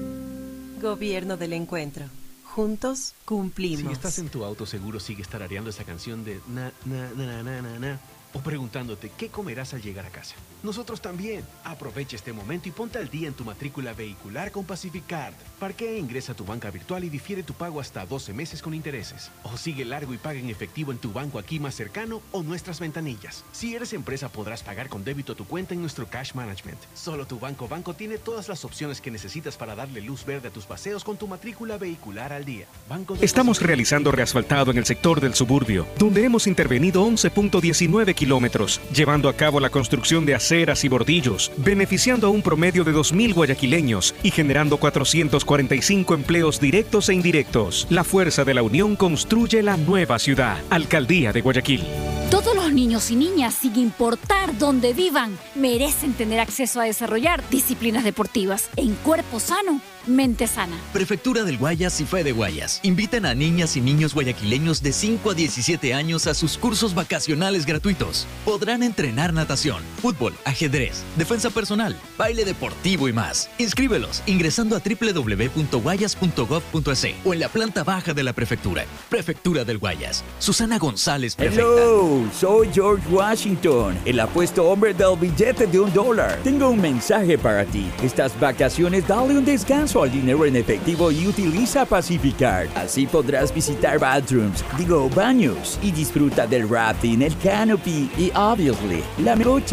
Gobierno del encuentro. Juntos cumplimos. Si estás en tu auto, seguro sigue tarareando esa canción de na, na, na, na, na, na, o preguntándote qué comerás al llegar a casa. Nosotros también. Aprovecha este momento y ponte al día en tu matrícula vehicular con Pacific Card. Parquea e ingresa a tu banca virtual y difiere tu pago hasta doce meses con intereses. O sigue largo y paga en efectivo en tu banco aquí más cercano o nuestras ventanillas. Si eres empresa, podrás pagar con débito a tu cuenta en nuestro Cash Management. Solo tu banco banco tiene todas las opciones que necesitas para darle luz verde a tus paseos con tu matrícula vehicular al día. Banco de Estamos realizando reasfaltado en el sector del suburbio, donde hemos intervenido once punto diecinueve kilómetros, llevando a cabo la construcción de aceras y bordillos, beneficiando a un promedio de dos mil guayaquileños y generando cuatrocientos cuarenta y cinco empleos directos e indirectos. La fuerza de la unión construye la nueva ciudad. Alcaldía de Guayaquil. Todos los niños y niñas, sin importar dónde vivan, merecen tener acceso a desarrollar disciplinas deportivas en cuerpo sano, mente sana. Prefectura del Guayas y Fede Guayas invitan a niñas y niños guayaquileños de cinco a diecisiete años a sus cursos vacacionales gratuitos. Podrán entrenar natación, fútbol, ajedrez, defensa personal, baile deportivo y más. Inscríbelos ingresando a doble u doble u doble u punto guayas punto gov punto es o en la planta baja de la Prefectura. Prefectura del Guayas. Susana González, prefecta. Hello, soy George Washington, el apuesto hombre del billete de un dólar. Tengo un mensaje para ti. Estas vacaciones dale un descanso al dinero en efectivo y utiliza Pacific Card. Así podrás visitar bathrooms, digo baños, y disfruta del rafting, el canopy y, obviously, la merocha.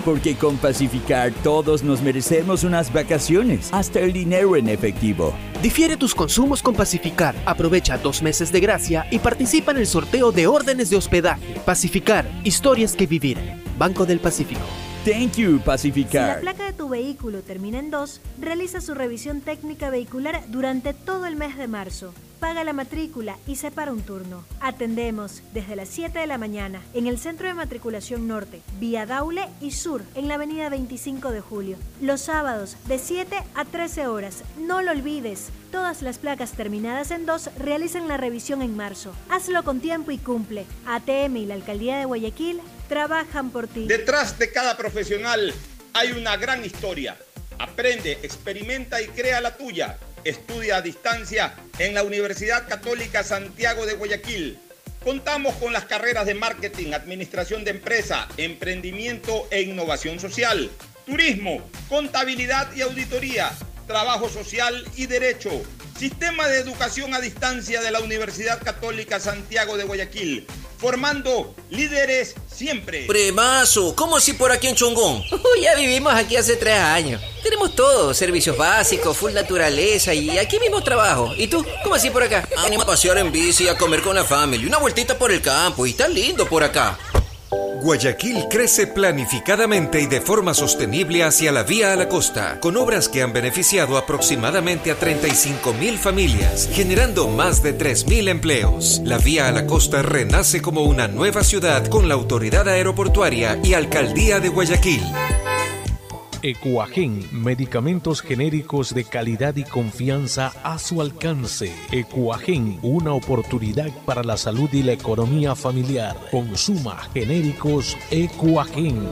Porque con Pacificar todos nos merecemos unas vacaciones, hasta el dinero en efectivo. Difiere tus consumos con Pacificar. Aprovecha dos meses de gracia y participa en el sorteo de órdenes de hospedaje. Pacificar, historias que vivir. Banco del Pacífico. Thank you, Pacificar. Si la placa de tu vehículo termina en dos, realiza su revisión técnica vehicular durante todo el mes de marzo. Paga la matrícula y separa un turno. Atendemos desde las siete de la mañana en el Centro de Matriculación Norte, vía Daule y Sur, en la avenida veinticinco de julio. Los sábados de siete a trece horas. No lo olvides, todas las placas terminadas en dos realizan la revisión en marzo. Hazlo con tiempo y cumple. A T M y la Alcaldía de Guayaquil trabajan por ti. Detrás de cada profesional hay una gran historia. Aprende, experimenta y crea la tuya. Estudia a distancia en la Universidad Católica Santiago de Guayaquil. Contamos con las carreras de marketing, administración de empresa, emprendimiento e innovación social, turismo, contabilidad y auditoría, trabajo social y derecho. Sistema de educación a distancia de la Universidad Católica Santiago de Guayaquil. Formando líderes siempre. Premazo, ¿cómo así por aquí en Chongón? Uh, ya vivimos aquí hace tres años. Tenemos todo, servicios básicos, full naturaleza y aquí mismo trabajo. ¿Y tú? ¿Cómo así por acá? Vamos a pasear en bici, a comer con la familia, una vueltita por el campo y está lindo por acá. Guayaquil crece planificadamente y de forma sostenible hacia la vía a la costa, con obras que han beneficiado aproximadamente a treinta y cinco mil familias, generando más de tres mil empleos. La vía a la costa renace como una nueva ciudad con la autoridad aeroportuaria y alcaldía de Guayaquil. Ecuagen, medicamentos genéricos de calidad y confianza a su alcance. Ecuagen, una oportunidad para la salud y la economía familiar. Consuma genéricos Ecuagen.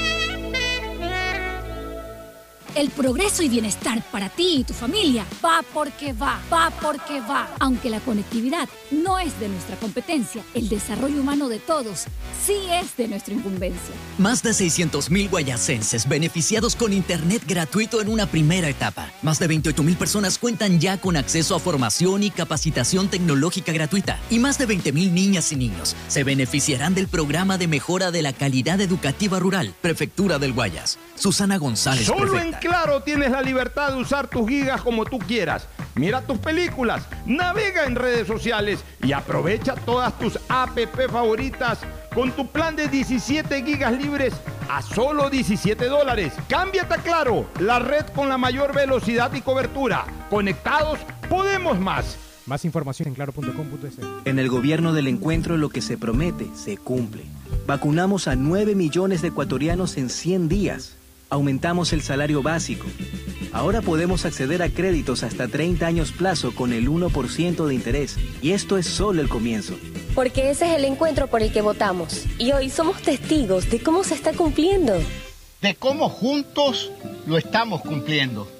El progreso y bienestar para ti y tu familia va porque va, va porque va. Aunque la conectividad no es de nuestra competencia, el desarrollo humano de todos sí es de nuestra incumbencia. Más de seiscientos mil guayacenses beneficiados con internet gratuito en una primera etapa. Más de veintiocho mil personas cuentan ya con acceso a formación y capacitación tecnológica gratuita. Y más de veinte mil niñas y niños se beneficiarán del programa de mejora de la calidad educativa rural. Prefectura del Guayas. Susana González, Solo prefecta. en Claro tienes la libertad de usar tus gigas como tú quieras. Mira tus películas, navega en redes sociales y aprovecha todas tus app favoritas con tu plan de diecisiete gigas libres a solo diecisiete dólares. Cámbiate a Claro, la red con la mayor velocidad y cobertura. Conectados, podemos más. Más información en claro punto com punto es. En el gobierno del encuentro lo que se promete se cumple. Vacunamos a nueve millones de ecuatorianos en cien días. Aumentamos el salario básico. Ahora podemos acceder a créditos hasta treinta años plazo con el uno por ciento de interés. Y esto es solo el comienzo. Porque ese es el encuentro por el que votamos. Y hoy somos testigos de cómo se está cumpliendo. De cómo juntos lo estamos cumpliendo.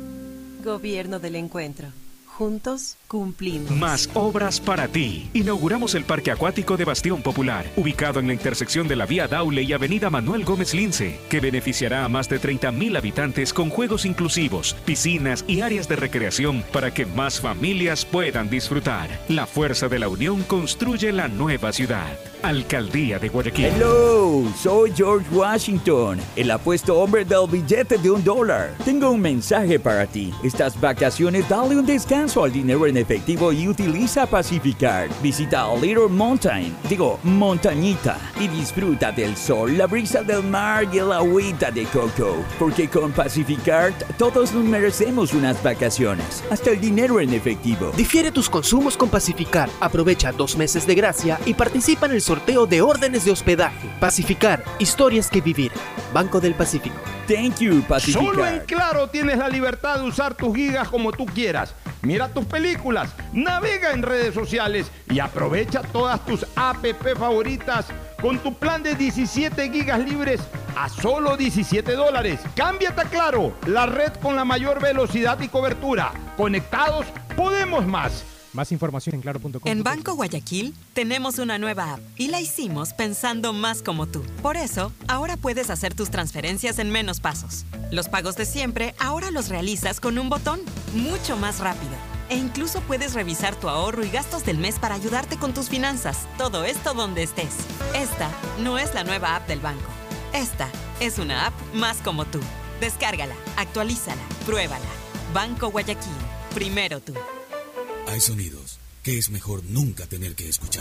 Gobierno del Encuentro. Juntos cumplimos. Más obras para ti. Inauguramos el Parque Acuático de Bastión Popular, ubicado en la intersección de la Vía Daule y Avenida Manuel Gómez Lince, que beneficiará a más de treinta mil habitantes con juegos inclusivos, piscinas y áreas de recreación para que más familias puedan disfrutar. La fuerza de la unión construye la nueva ciudad. Alcaldía de Guayaquil. Hello, soy George Washington, el apuesto hombre del billete de un dólar. Tengo un mensaje para ti. Estas vacaciones dale un descanso al dinero en efectivo y utiliza Pacificar. Visita a Little Mountain, digo, montañita, y disfruta del sol, la brisa del mar y el agüita de coco. Porque con Pacificar todos nos merecemos unas vacaciones, hasta el dinero en efectivo. Difiere tus consumos con Pacificar. Aprovecha dos meses de gracia y participa en el sorteo de órdenes de hospedaje. Pacificar, historias que vivir. Banco del Pacífico. Thank you, Pacificar. Solo en Claro tienes la libertad de usar tus gigas como tú quieras. Mira tus películas, navega en redes sociales y aprovecha todas tus app favoritas con tu plan de diecisiete gigas libres a solo diecisiete dólares. Cámbiate a Claro, la red con la mayor velocidad y cobertura. Conectados, podemos más. Más información en claro punto com. En Banco Guayaquil tenemos una nueva app y la hicimos pensando más como tú. Por eso, ahora puedes hacer tus transferencias en menos pasos. Los pagos de siempre ahora los realizas con un botón, mucho más rápido. E incluso puedes revisar tu ahorro y gastos del mes para ayudarte con tus finanzas. Todo esto donde estés. Esta no es la nueva app del banco. Esta es una app más como tú. Descárgala, actualízala, pruébala. Banco Guayaquil, primero tú. Hay sonidos que es mejor nunca tener que escuchar.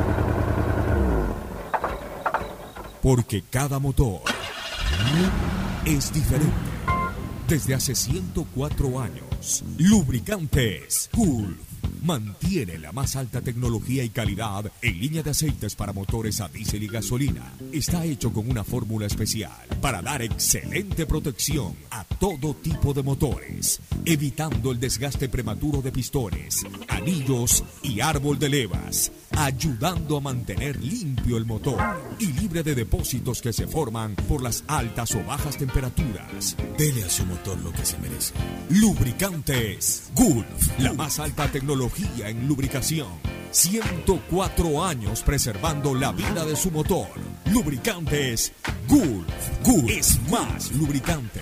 Porque cada motor es diferente. Desde hace ciento cuatro años, Lubricantes Gulf mantiene la más alta tecnología y calidad en línea de aceites para motores a diésel y gasolina. Está hecho con una fórmula especial para dar excelente protección a todo tipo de motores, evitando el desgaste prematuro de pistones, anillos y árbol de levas, ayudando a mantener limpio el motor y libre de depósitos que se forman por las altas o bajas temperaturas. Dele a su motor lo que se merece. Lubricantes Gulf, la más alta tecnología en lubricación. ciento cuatro años preservando la vida de su motor. Lubricantes Gulf. Gulf es más lubricante.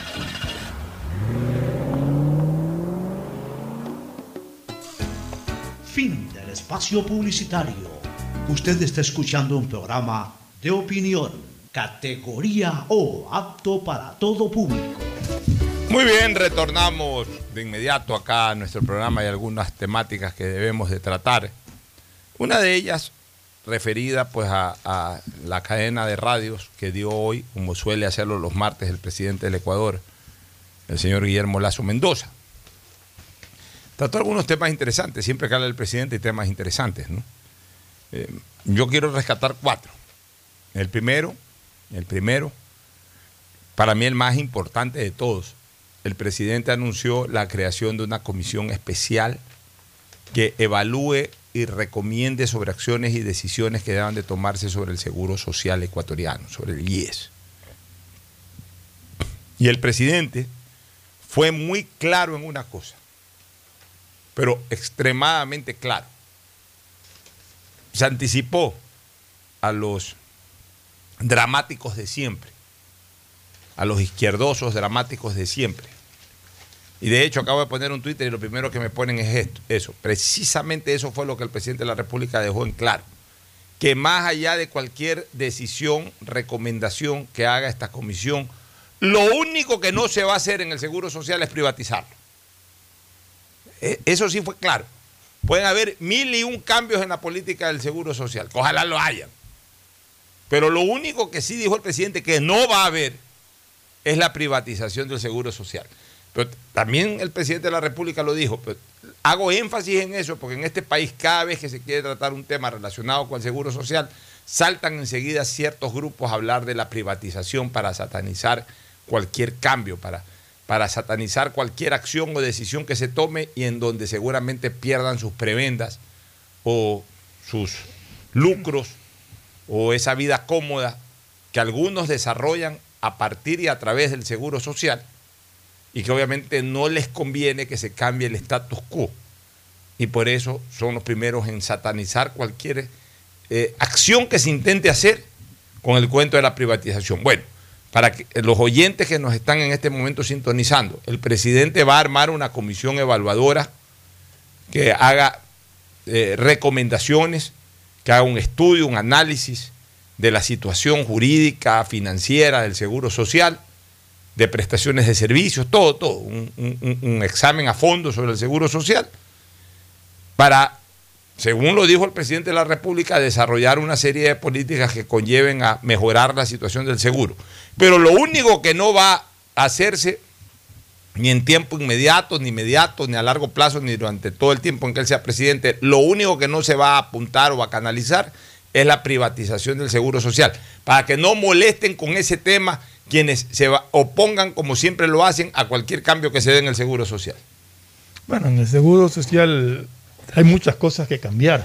Fin del espacio publicitario. Usted está escuchando un programa de opinión, categoría O, apto para todo público. Muy bien, retornamos de inmediato acá a nuestro programa. Hay algunas temáticas que debemos de tratar. Una de ellas referida pues a, a la cadena de radios que dio hoy, como suele hacerlo los martes, el presidente del Ecuador, el señor Guillermo Lasso Mendoza. Trató algunos temas interesantes, siempre que habla el presidente hay temas interesantes, ¿no? Eh, yo quiero rescatar cuatro. El primero, el primero, para mí el más importante de todos. El presidente anunció la creación de una comisión especial que evalúe y recomiende sobre acciones y decisiones que deban de tomarse sobre el Seguro Social ecuatoriano, sobre el I E S. Y el presidente fue muy claro en una cosa, pero extremadamente claro. Se anticipó a los dramáticos de siempre, a los izquierdosos dramáticos de siempre. Y de hecho acabo de poner un Twitter y lo primero que me ponen es esto, eso. Precisamente eso fue lo que el presidente de la República dejó en claro. Que más allá de cualquier decisión, recomendación que haga esta comisión, lo único que no se va a hacer en el Seguro Social es privatizarlo. Eso sí fue claro. Pueden haber mil y un cambios en la política del Seguro Social. Ojalá lo hayan. Pero lo único que sí dijo el presidente que no va a haber es la privatización del Seguro Social. Pero también el presidente de la República lo dijo. Pero hago énfasis en eso porque en este país cada vez que se quiere tratar un tema relacionado con el Seguro Social, saltan enseguida ciertos grupos a hablar de la privatización para satanizar cualquier cambio, para, para satanizar cualquier acción o decisión que se tome y en donde seguramente pierdan sus prebendas o sus lucros o esa vida cómoda que algunos desarrollan a partir y a través del Seguro Social y que obviamente no les conviene que se cambie el status quo. Y por eso son los primeros en satanizar cualquier eh, acción que se intente hacer con el cuento de la privatización. Bueno, para que los oyentes que nos están en este momento sintonizando, el presidente va a armar una comisión evaluadora que haga eh, recomendaciones, que haga un estudio, un análisis de la situación jurídica, financiera del Seguro Social, de prestaciones de servicios, todo, todo, un, un, un examen a fondo sobre el Seguro Social, para, según lo dijo el presidente de la República, desarrollar una serie de políticas que conlleven a mejorar la situación del seguro. Pero lo único que no va a hacerse, ni en tiempo inmediato, ni inmediato, ni a largo plazo, ni durante todo el tiempo en que él sea presidente, lo único que no se va a apuntar o a canalizar es la privatización del Seguro Social, para que no molesten con ese tema quienes se opongan, como siempre lo hacen, a cualquier cambio que se dé en el Seguro Social. Bueno, en el Seguro Social hay muchas cosas que cambiar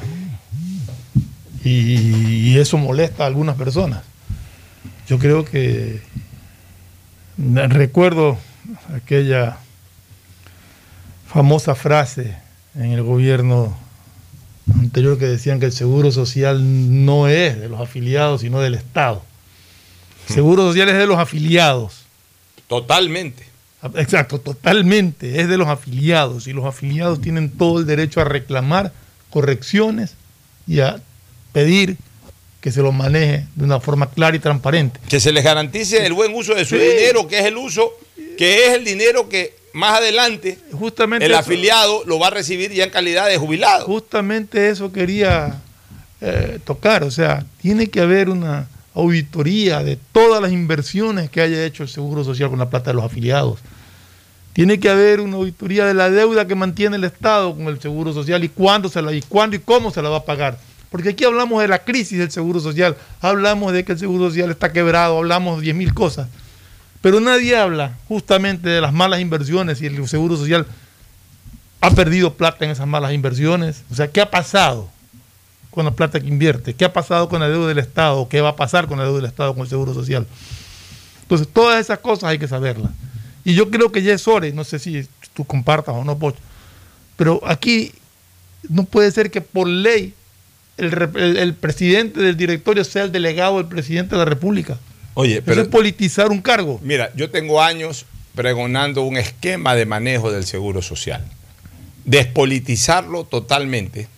y, y eso molesta a algunas personas. Yo creo que recuerdo aquella famosa frase en el gobierno anterior que decían que el Seguro Social no es de los afiliados, sino del Estado. El Seguro Social es de los afiliados. Totalmente. Exacto, totalmente. Es de los afiliados y los afiliados tienen todo el derecho a reclamar correcciones y a pedir que se lo maneje de una forma clara y transparente. Que se les garantice el buen uso de su sí. dinero, que es el uso, que es el dinero que más adelante justamente el eso, afiliado lo va a recibir ya en calidad de jubilado. Justamente eso quería eh, tocar, o sea, tiene que haber una auditoría de todas las inversiones que haya hecho el Seguro Social con la plata de los afiliados. Tiene que haber una auditoría de la deuda que mantiene el Estado con el Seguro Social y cuándo se la, y cuándo y cómo se la va a pagar. Porque aquí hablamos de la crisis del Seguro Social, hablamos de que el Seguro Social está quebrado, hablamos de diez mil cosas, pero nadie habla justamente de las malas inversiones y el Seguro Social ha perdido plata en esas malas inversiones. O sea, ¿qué ha pasado con la plata que invierte? ¿Qué ha pasado con la deuda del Estado? ¿Qué va a pasar con la deuda del Estado con el Seguro Social? Entonces, todas esas cosas hay que saberlas. Y yo creo que ya es hora, y no sé si tú compartas o no, Pocho, pero aquí no puede ser que por ley el, el, el presidente del directorio sea el delegado del presidente de la República. Oye, pero eso es politizar un cargo. Mira, yo tengo años pregonando un esquema de manejo del Seguro Social. Despolitizarlo totalmente,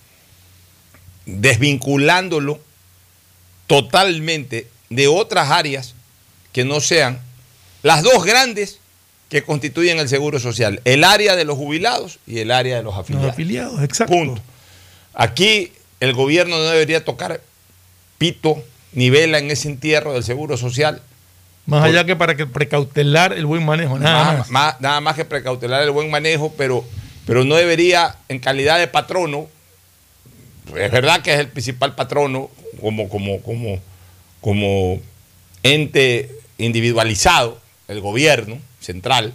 desvinculándolo totalmente de otras áreas que no sean las dos grandes que constituyen el Seguro Social, el área de los jubilados y el área de los afiliados. Los afiliados, exacto. Punto. Aquí el gobierno no debería tocar pito ni vela en ese entierro del Seguro Social. Más Por, allá que para que precautelar el buen manejo, nada, nada más. más. Nada más que precautelar el buen manejo, pero, pero no debería, en calidad de patrono, es verdad que es el principal patrono como, como, como, como ente individualizado, el gobierno central.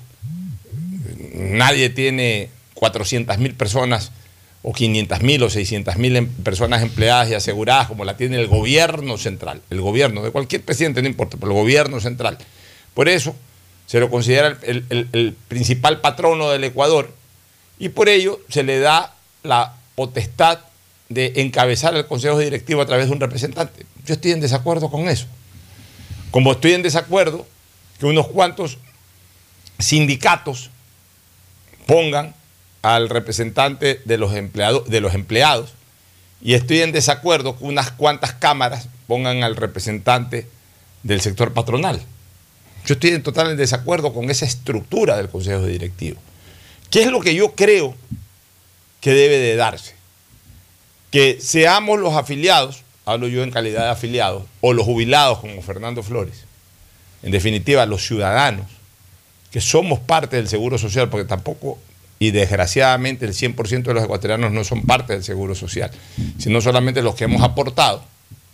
Nadie tiene cuatrocientas mil personas o quinientas mil o seiscientas mil personas empleadas y aseguradas como la tiene el gobierno central, el gobierno de cualquier presidente, no importa, pero el gobierno central. Por eso se lo considera el, el, el principal patrono del Ecuador y por ello se le da la potestad de encabezar el consejo directivo a través de un representante. Yo estoy en desacuerdo con eso. Como estoy en desacuerdo que unos cuantos sindicatos pongan al representante de los empleados, de los empleados, y estoy en desacuerdo que unas cuantas cámaras pongan al representante del sector patronal. Yo estoy en total desacuerdo con esa estructura del consejo directivo. ¿Qué es lo que yo creo que debe de darse? Que seamos los afiliados, hablo yo en calidad de afiliados, o los jubilados como Fernando Flores, en definitiva los ciudadanos, que somos parte del Seguro Social, porque tampoco, y desgraciadamente el cien por ciento de los ecuatorianos no son parte del Seguro Social, sino solamente los que hemos aportado,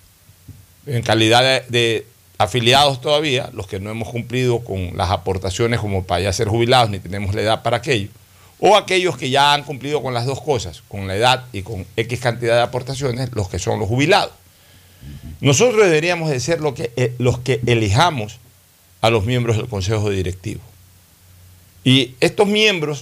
en calidad de, de afiliados todavía, los que no hemos cumplido con las aportaciones como para ya ser jubilados, ni tenemos la edad para aquello, o aquellos que ya han cumplido con las dos cosas, con la edad y con X cantidad de aportaciones, los que son los jubilados. Nosotros deberíamos de ser lo que, eh, los que elijamos a los miembros del Consejo Directivo. Y estos miembros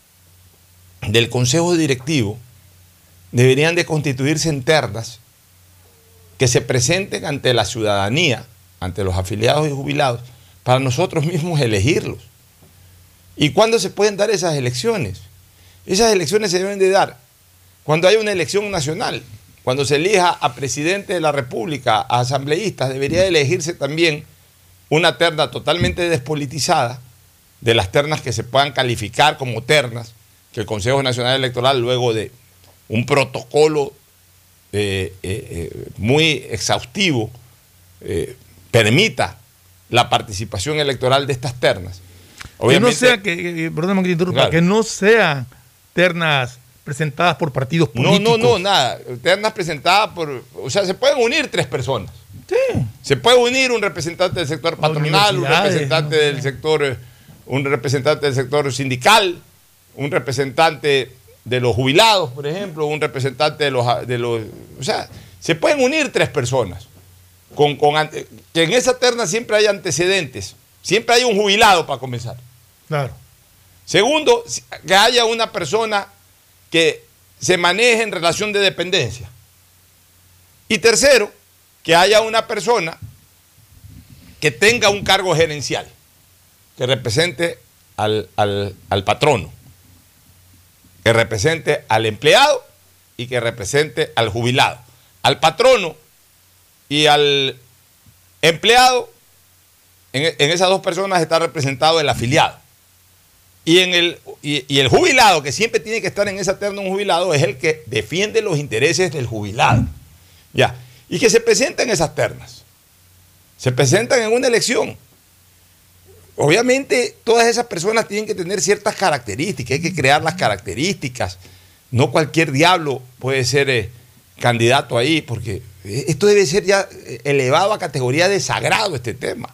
del Consejo Directivo deberían de constituirse en ternas que se presenten ante la ciudadanía, ante los afiliados y jubilados, para nosotros mismos elegirlos. ¿Y cuándo se pueden dar esas elecciones? Esas elecciones se deben de dar cuando haya una elección nacional, cuando se elija a presidente de la República, a asambleístas, debería de elegirse también una terna totalmente despolitizada, de las ternas que se puedan calificar como ternas, que el Consejo Nacional Electoral, luego de un protocolo eh, eh, eh, muy exhaustivo, eh, permita la participación electoral de estas ternas. Obviamente, que no sea, que, que, perdóname que te interrumpa, claro, que no sean ternas presentadas por partidos políticos. No, no, no, nada. Ternas presentadas por... O sea, se pueden unir tres personas. Sí. Se puede unir un representante del sector patronal, un representante no, del sector... un representante del sector sindical, un representante de los jubilados, por ejemplo, un representante de los... De los o sea, se pueden unir tres personas. Con, con, que en esa terna siempre hay antecedentes. Siempre hay un jubilado para comenzar. Claro. Segundo, que haya una persona que se maneje en relación de dependencia. Y tercero, que haya una persona que tenga un cargo gerencial, que represente al, al, al patrono, que represente al empleado y que represente al jubilado. Al patrono y al empleado, en, en esas dos personas está representado el afiliado. Y, en el, y, y el jubilado, que siempre tiene que estar en esa terna un jubilado, es el que defiende los intereses del jubilado. Ya. Y que se presenta en esas ternas. Se presentan en una elección. Obviamente, todas esas personas tienen que tener ciertas características, hay que crear las características. No cualquier diablo puede ser eh, candidato ahí, porque esto debe ser ya elevado a categoría de sagrado, este tema.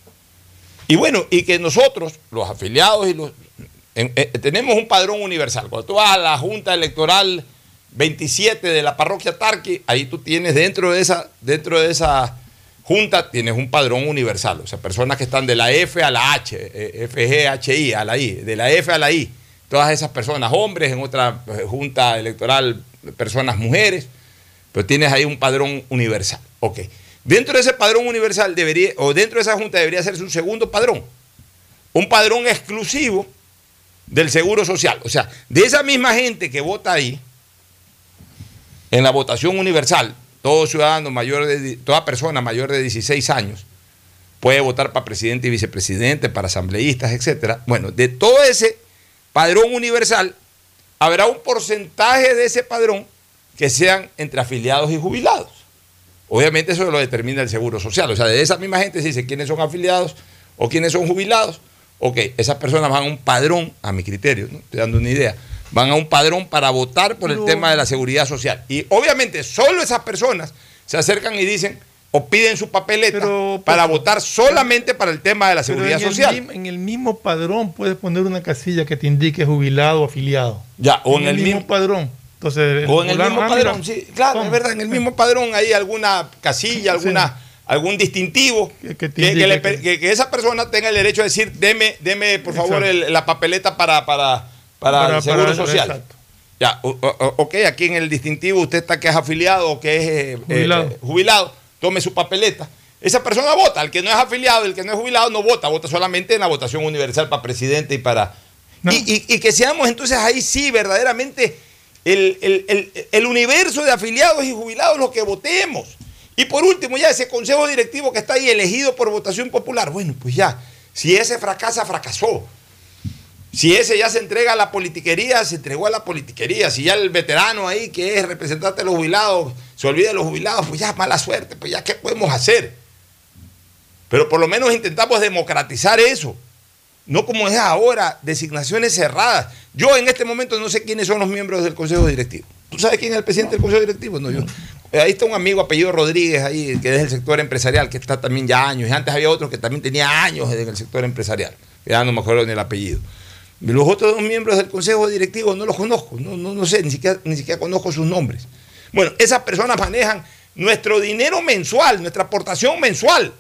Y bueno, y que nosotros, los afiliados, y los en, eh, tenemos un padrón universal. Cuando tú vas a la Junta Electoral veintisiete de la parroquia Tarqui, ahí tú tienes dentro de esa, dentro de esa junta, tienes un padrón universal. O sea, personas que están de la F a la H, eh, F G H I a la I, de la F a la I. Todas esas personas, hombres, en otra junta electoral, personas mujeres, pero tienes ahí un padrón universal. Ok. Dentro de ese padrón universal debería, o dentro de esa junta debería hacerse un segundo padrón. Un padrón exclusivo del Seguro Social. O sea, de esa misma gente que vota ahí, en la votación universal, todo ciudadano mayor de, toda persona mayor de dieciséis años puede votar para presidente y vicepresidente, para asambleístas, etcétera. Bueno, de todo ese padrón universal, habrá un porcentaje de ese padrón que sean entre afiliados y jubilados. Obviamente eso lo determina el Seguro Social. O sea, de esa misma gente se dice quiénes son afiliados o quiénes son jubilados. Ok, esas personas van a un padrón, a mi criterio, ¿no? Estoy dando una idea, van a un padrón para votar por el no. tema de la seguridad social. Y obviamente solo esas personas se acercan y dicen o piden su papeleta pero, para pero, votar solamente para el tema de la seguridad en social. El, en el mismo padrón puedes poner una casilla que te indique jubilado o afiliado. Ya, o en, en el, el mismo, mismo padrón. Entonces, o en el mismo padrón, sí, claro, ¿cómo? Es verdad, en el mismo padrón hay alguna casilla, alguna, sí. algún distintivo que, que, que, que, le, que, que esa persona tenga el derecho a decir, deme, deme por favor el, la papeleta para, para, para, para el Seguro para, Social. Exacto. Ya, o, o, ok, aquí en el distintivo usted está que es afiliado o que es eh, jubilado. Eh, jubilado, tome su papeleta. Esa persona vota, el que no es afiliado, el que no es jubilado no vota, vota solamente en la votación universal para presidente y para... No. Y, y, y que seamos entonces ahí sí verdaderamente... El, el, el, el universo de afiliados y jubilados los que votemos. Y por último, ya ese consejo directivo que está ahí elegido por votación popular, bueno, pues ya, si ese fracasa, fracasó. Si ese ya se entrega a la politiquería, se entregó a la politiquería. Si ya el veterano ahí, que es representante de los jubilados, se olvida de los jubilados, pues ya mala suerte, pues ya, ¿qué podemos hacer? Pero por lo menos intentamos democratizar eso. No como es ahora, designaciones cerradas. Yo en este momento no sé quiénes son los miembros del Consejo Directivo. ¿Tú sabes quién es el presidente del Consejo Directivo? No, yo. Ahí está un amigo apellido Rodríguez, ahí, que es del sector empresarial, que está también ya años. Y antes había otro que también tenía años en el sector empresarial. Ya no me acuerdo ni el apellido. Los otros dos miembros del Consejo Directivo no los conozco. No, no, no sé, ni siquiera, ni siquiera conozco sus nombres. Bueno, esas personas manejan nuestro dinero mensual, nuestra aportación mensual,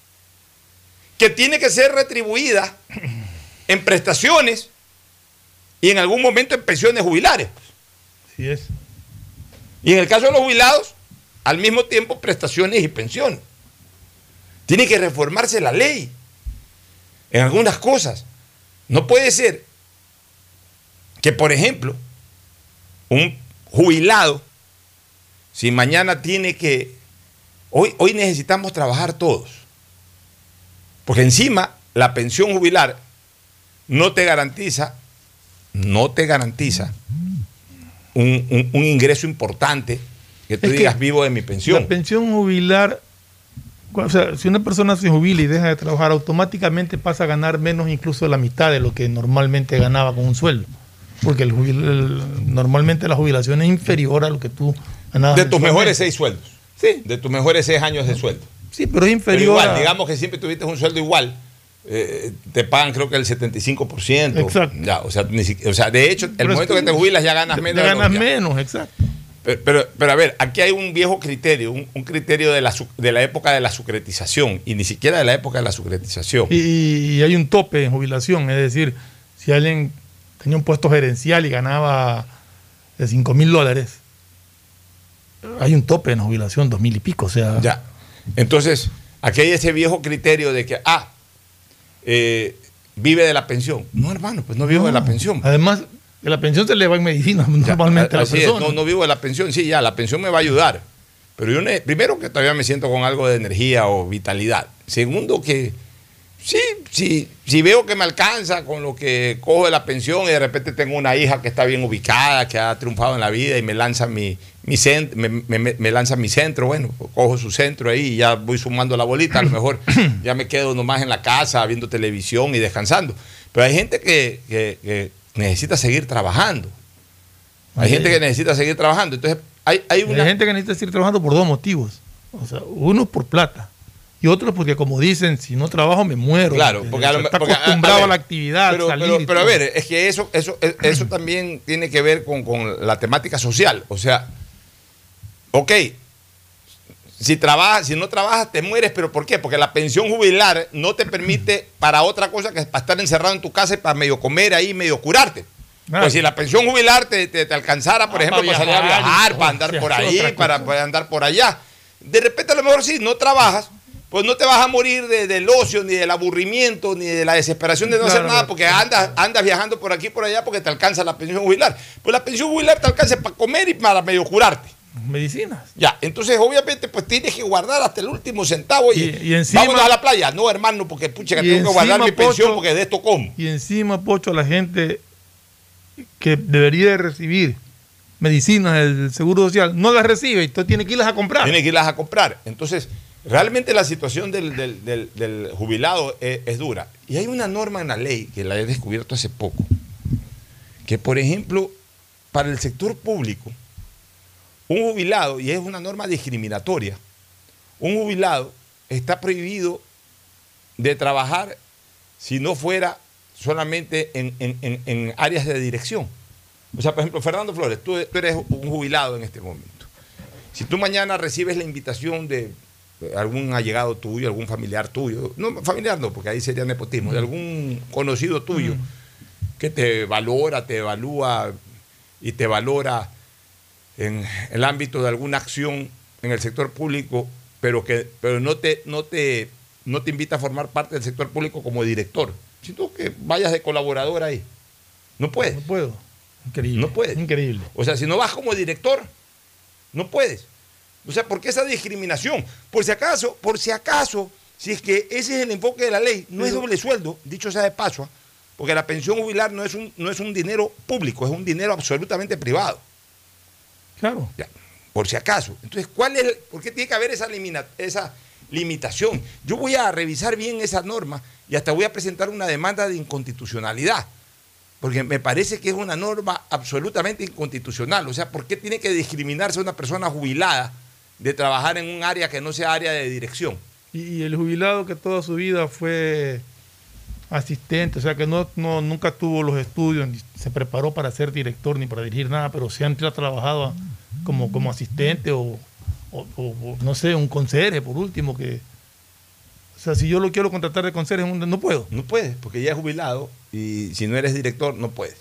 que tiene que ser retribuida en prestaciones y en algún momento en pensiones jubilares. Así es. Y en el caso de los jubilados, al mismo tiempo prestaciones y pensiones. Tiene que reformarse la ley en algunas cosas. No puede ser que, por ejemplo, un jubilado, si mañana tiene que... Hoy, hoy necesitamos trabajar todos. Porque encima la pensión jubilar no te garantiza, no te garantiza un, un, un ingreso importante que tú es digas que vivo de mi pensión. La pensión jubilar, o sea, si una persona se jubila y deja de trabajar, automáticamente pasa a ganar menos, incluso la mitad de lo que normalmente ganaba con un sueldo. Porque el jubil, el, normalmente la jubilación es inferior a lo que tú ganabas. De tus mejores seis sueldos. Sí. De tus mejores seis años de sueldo. Sí, pero es inferior. Pero igual, a... digamos que siempre tuviste un sueldo igual, eh, te pagan creo que el setenta y cinco por ciento. Exacto. Ya, o, sea, ni siquiera, o sea, de hecho, el pero momento es que, que te jubilas ya ganas menos. Ya ganas menos, exacto. Pero, pero, pero a ver, aquí hay un viejo criterio, un, un criterio de la, de la época de la sucretización, y ni siquiera de la época de la sucretización. Y, y hay un tope en jubilación, es decir, si alguien tenía un puesto gerencial y ganaba de cinco mil dólares, hay un tope en la jubilación, dos mil y pico, o sea... Ya. Entonces, aquí hay ese viejo criterio de que, ah, eh, vive de la pensión. No, hermano, pues no vivo no. de la pensión. Además, de la pensión se le va en medicina normalmente ya, a la así persona. Es, no, no vivo de la pensión, sí, ya, la pensión me va a ayudar. Pero yo, ne- primero, que todavía me siento con algo de energía o vitalidad. Segundo, que sí, sí, si veo que me alcanza con lo que cojo de la pensión y de repente tengo una hija que está bien ubicada, que ha triunfado en la vida y me lanza mi, mi, cent- me, me- me lanza mi centro, bueno, pues cojo su centro ahí y ya voy sumando la bolita. A lo mejor ya me quedo nomás en la casa viendo televisión y descansando. Pero hay gente que, que- que necesita seguir trabajando. Hay gente que necesita seguir trabajando. Entonces, hay, hay una... Hay gente que necesita seguir trabajando por dos motivos. O sea, uno por plata y otro porque, como dicen, si no trabajo me muero. Claro, porque, a lo, está porque, acostumbrado a, ver, a la actividad. Pero, salir pero, y pero a todo. ver, es que eso, eso, eso también tiene que ver con, con la temática social. O sea, ok, si trabajas, si no trabajas te mueres, pero ¿por qué? Porque la pensión jubilar no te permite para otra cosa que para estar encerrado en tu casa y para medio comer ahí, medio curarte. Claro. Pues si la pensión jubilar te, te, te alcanzara, por Ah, ejemplo, para para salir a viajar, viajar, y- para andar o sea, por otra ahí, cosa. para, para andar por allá. De repente a lo mejor sí, no trabajas, pues no te vas a morir de- del ocio, ni del aburrimiento, ni de la desesperación de no Claro, hacer nada, pero- porque andas, andas viajando por aquí y por allá porque te alcanza la pensión jubilar. Pues la pensión jubilar te alcanza para comer y para medio curarte. Medicinas. Ya, entonces obviamente pues tienes que guardar hasta el último centavo y, Y- y encima- vámonos a la playa. No, hermano, porque pucha, que Y tengo que guardar encima, mi pensión Pocho, porque de esto como. Y encima, Pocho, la gente que debería de recibir medicinas del Seguro Social no las recibe y tú tienes que irlas a comprar. Tiene que irlas a comprar. Entonces, realmente la situación del, del- del- del jubilado es, es dura. Y hay una norma en la ley que la he descubierto hace poco, que por ejemplo, para el sector público, un jubilado, y es una norma discriminatoria, un jubilado está prohibido de trabajar si no fuera solamente en, en- en- en áreas de dirección. O sea, por ejemplo, Fernando Flores, tú, tú eres un jubilado en este momento. Si tú mañana recibes la invitación de algún allegado tuyo, algún familiar tuyo, no, familiar no, porque ahí sería nepotismo, de algún conocido tuyo, que te valora, te evalúa y te valora en el ámbito de alguna acción en el sector público, pero que pero no te, no te, no te invita a formar parte del sector público como director, sino que vayas de colaborador ahí. No puedes. No puedo. Increíble. No puedes. Increíble. O sea, si no vas como director, no puedes. O sea, ¿por qué esa discriminación? Por si acaso, por si acaso, si es que ese es el enfoque de la ley, no es doble sueldo, dicho sea de paso, ¿ah? Porque la pensión jubilar no es un, no es un dinero público, es un dinero absolutamente privado. Claro. Ya, por si acaso. Entonces, ¿cuál es el- ¿por qué tiene que haber esa, limita- esa limitación? Yo voy a revisar bien esa norma y hasta voy a presentar una demanda de inconstitucionalidad. Porque me parece que es una norma absolutamente inconstitucional. O sea, ¿por qué tiene que discriminarse a una persona jubilada de trabajar en un área que no sea área de dirección? Y, y el jubilado que toda su vida fue asistente, o sea, que no, no nunca tuvo los estudios, ni se preparó para ser director ni para dirigir nada, pero siempre ha trabajado como, como asistente o, o- o- o, no sé, un conserje por último. que O sea, si yo lo quiero contratar de conserje, no puedo. No puedes, porque ya es jubilado y si no eres director, no puedes.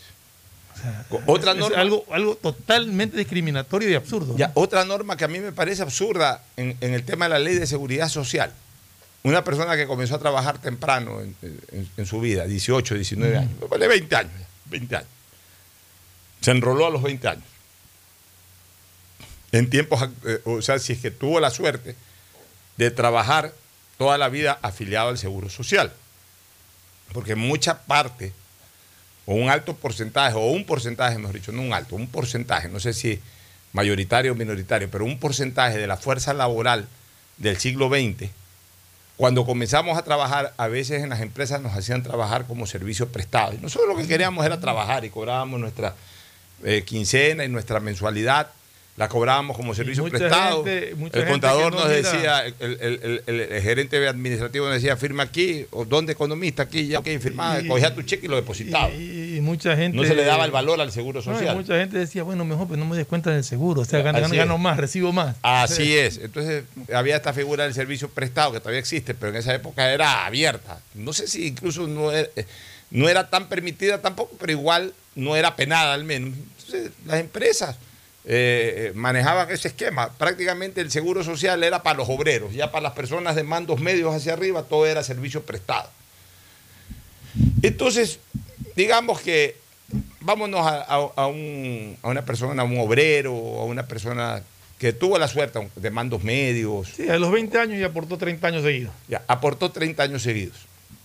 Otra Es norma, algo, algo totalmente discriminatorio y absurdo. ya, otra norma que a mí me parece absurda en, en el tema de la ley de seguridad social. Una persona que comenzó a trabajar temprano en, en- en su vida, dieciocho, diecinueve años, vale veinte años, veinte años. Se enroló a los veinte años. En tiempos, eh, o sea, si es que tuvo la suerte de trabajar toda la vida afiliado al Seguro Social. Porque mucha parte, o un alto porcentaje, o un porcentaje, mejor dicho, no un alto, un porcentaje, no sé si mayoritario o minoritario, pero un porcentaje de la fuerza laboral del siglo veinte, cuando comenzamos a trabajar, a veces en las empresas nos hacían trabajar como servicio prestado. Y nosotros lo que queríamos era trabajar y cobrábamos nuestra eh, quincena y nuestra mensualidad. La cobrábamos como servicio mucha prestado. gente- mucha el gente contador que no nos mira- decía, el, el- el- el- el gerente administrativo nos decía, firma aquí, o donde economista, aquí, ya, ok, firmaba, Y- cogía tu cheque y lo depositaba. Y, y mucha gente... No se le daba el valor al seguro No, y social. mucha gente decía, bueno, mejor pues no me des cuenta del seguro, o sea, gano, Así gano es. más, recibo más. Así es. Entonces había esta figura del servicio prestado que todavía existe, pero en esa época era abierta. No sé si incluso no era, no era tan permitida tampoco, pero igual no era penada al menos. Entonces las empresas eh, manejaban ese esquema. Prácticamente el seguro social era para los obreros, ya para las personas de mandos medios hacia arriba todo era servicio prestado. Entonces, digamos que vámonos a, a- a un- a una persona, a un obrero, a una persona que tuvo la suerte de mandos medios. Sí, a los veinte años y aportó treinta años seguidos. Ya, aportó treinta años seguidos.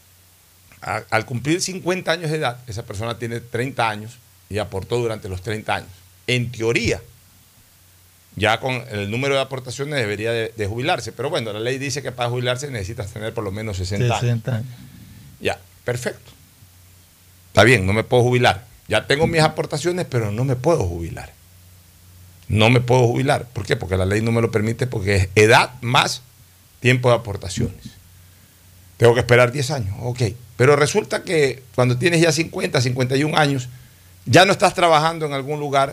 A, al cumplir cincuenta años de edad, esa persona tiene treinta años y aportó durante los treinta años. En teoría, ya con el número de aportaciones debería de, de jubilarse. Pero bueno, la ley dice que para jubilarse necesitas tener por lo menos sesenta años. Ya, perfecto. Está bien, no me puedo jubilar. Ya tengo mis aportaciones, pero no me puedo jubilar. No me puedo jubilar. ¿Por qué? Porque la ley no me lo permite, porque es edad más tiempo de aportaciones. Tengo que esperar diez años, ok. Pero resulta que cuando tienes ya cincuenta, cincuenta y un años, ya no estás trabajando en algún lugar,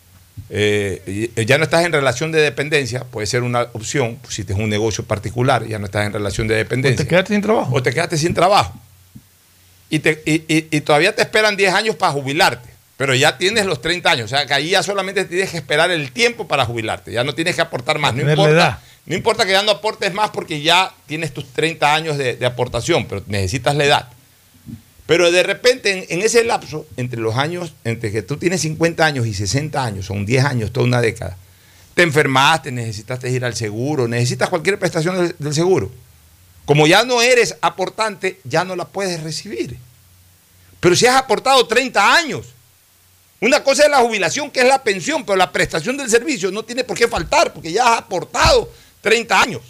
eh, ya no estás en relación de dependencia, puede ser una opción, pues si tienes un negocio particular, ya no estás en relación de dependencia. O te quedaste sin trabajo. O te quedaste sin trabajo. Y, te, y, y, y todavía te esperan diez años para jubilarte, pero ya tienes los treinta años, o sea que ahí ya solamente tienes que esperar el tiempo para jubilarte, ya no tienes que aportar más, no importa, no importa que ya no aportes más porque ya tienes tus treinta años de, de aportación, pero necesitas la edad. Pero de repente en, en ese lapso, entre los años, entre que tú tienes cincuenta años y sesenta años, son diez años, toda una década, te enfermaste, necesitaste ir al seguro, necesitas cualquier prestación del, del seguro. Como ya no eres aportante, ya no la puedes recibir. Pero si has aportado treinta años, una cosa es la jubilación, que es la pensión, pero la prestación del servicio no tiene por qué faltar, porque ya has aportado treinta años.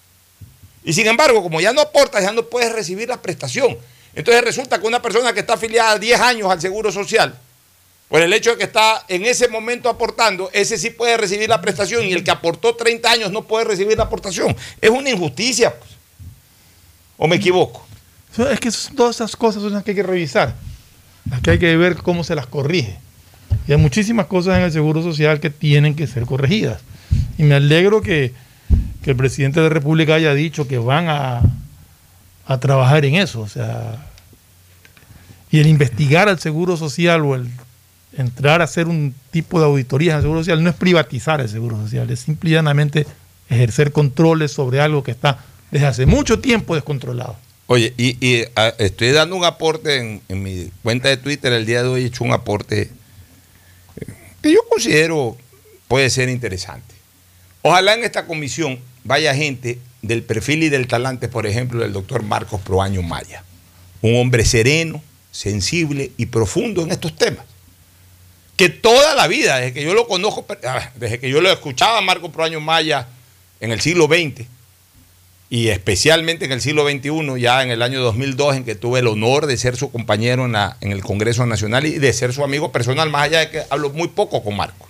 Y sin embargo, como ya no aportas, ya no puedes recibir la prestación. Entonces resulta que una persona que está afiliada diez años al Seguro Social, por el hecho de que está en ese momento aportando, ese sí puede recibir la prestación, y el que aportó treinta años no puede recibir la aportación. Es una injusticia, pues. ¿O me equivoco? Es que todas esas cosas son las que hay que revisar, las que hay que ver cómo se las corrige. Y hay muchísimas cosas en el Seguro Social que tienen que ser corregidas. Y me alegro que, que el presidente de la República haya dicho que van a, a trabajar en eso. O sea, y el investigar al Seguro Social o el entrar a hacer un tipo de auditoría en el Seguro Social no es privatizar el Seguro Social, es simple y llanamente ejercer controles sobre algo que está desde hace mucho tiempo descontrolado. Oye, y, y a, estoy dando un aporte en, en mi cuenta de Twitter el día de hoy, he hecho un aporte que yo considero puede ser interesante. Ojalá en esta comisión vaya gente del perfil y del talante, por ejemplo, del doctor Marcos Proaño Maya, un hombre sereno, sensible y profundo en estos temas, que toda la vida, desde que yo lo conozco, desde que yo lo escuchaba a Marcos Proaño Maya en el siglo veinte, y especialmente en el siglo veintiuno, ya en el año dos mil dos, en que tuve el honor de ser su compañero en, la, en el Congreso Nacional y de ser su amigo personal, más allá de que hablo muy poco con Marco.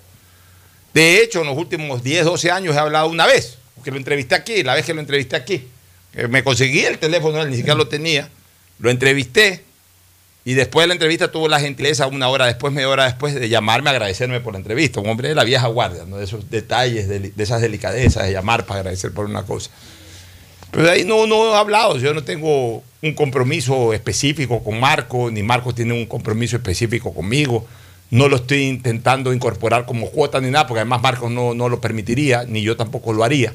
De hecho, en los últimos diez, doce años he hablado una vez, porque lo entrevisté aquí, la vez que lo entrevisté aquí, me conseguí el teléfono, él ni siquiera lo tenía, lo entrevisté, y después de la entrevista tuvo la gentileza, una hora después, media hora después, de llamarme a agradecerme por la entrevista. Un hombre de la vieja guardia, ¿no? De esos detalles, de, de esas delicadezas, de llamar para agradecer por una cosa. Pero de ahí no, no he hablado, yo no tengo un compromiso específico con Marco, ni Marco tiene un compromiso específico conmigo, no lo estoy intentando incorporar como cuota ni nada, porque además Marco no, no lo permitiría, ni yo tampoco lo haría.